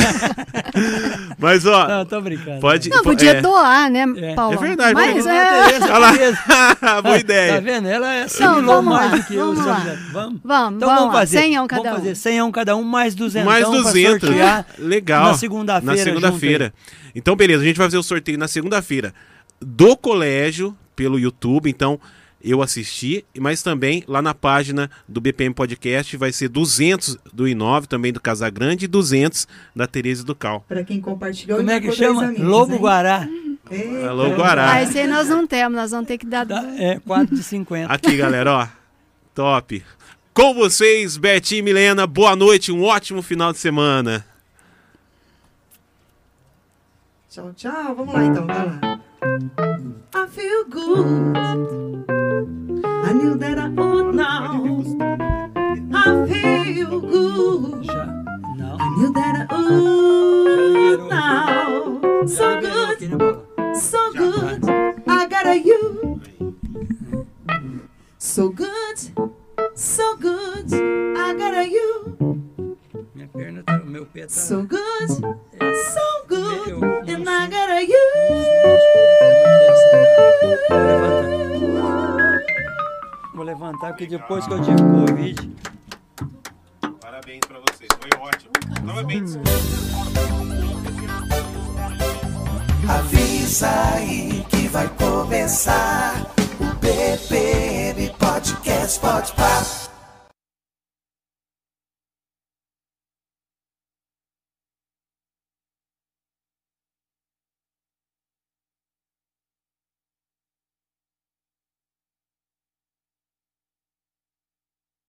Mas ó, Não, tô brincando. pode. Não, podia é, doar, né, É. Paulo? É verdade, Mas vamos- é... Olha lá. Boa ideia. Tá vendo? Ela é Não, assimilou vamos mais lá, do que eu. vamos seu lá. José. Vamos? Vamos, Então vamos vamos lá, fazer. cem a um cada vamos um. fazer cem a um cada um, mais duzentos Mais pra duzentos. sortear Legal. na segunda-feira. Na segunda-feira. Então, beleza, a gente vai fazer o sorteio na segunda-feira do colégio pelo YouTube. Então, eu assisti, mas também lá na página do B P M Podcast vai ser duzentos do Inove, também do Casagrande, e duzentos da Tereza e do Cal. Para quem compartilhou. Como e é que marcou dois chama? amigos, Lobo hein? Guará. Eita. Alô, Guará. Ah, esse aí nós não temos, nós vamos ter que dar... É, quatro de cinquenta. Aqui, galera, ó. Top. Com vocês, Betinho e Milena. Boa noite, um ótimo final de semana. Tchau, tchau. Vamos lá então, vai lá. I feel good. I knew that I would now. I feel good. Já, não. I knew that I would now. So good, so good. I got a you. So good, so good. I got a you. Minha perna tá, meu pé tá... So good, so good. Eu não And sei. I got a you. Vou levantar porque depois que eu tive Covid... Parabéns pra vocês, foi ótimo. Parabéns. Avisa aí que vai começar o B P M Podcast, pode parar.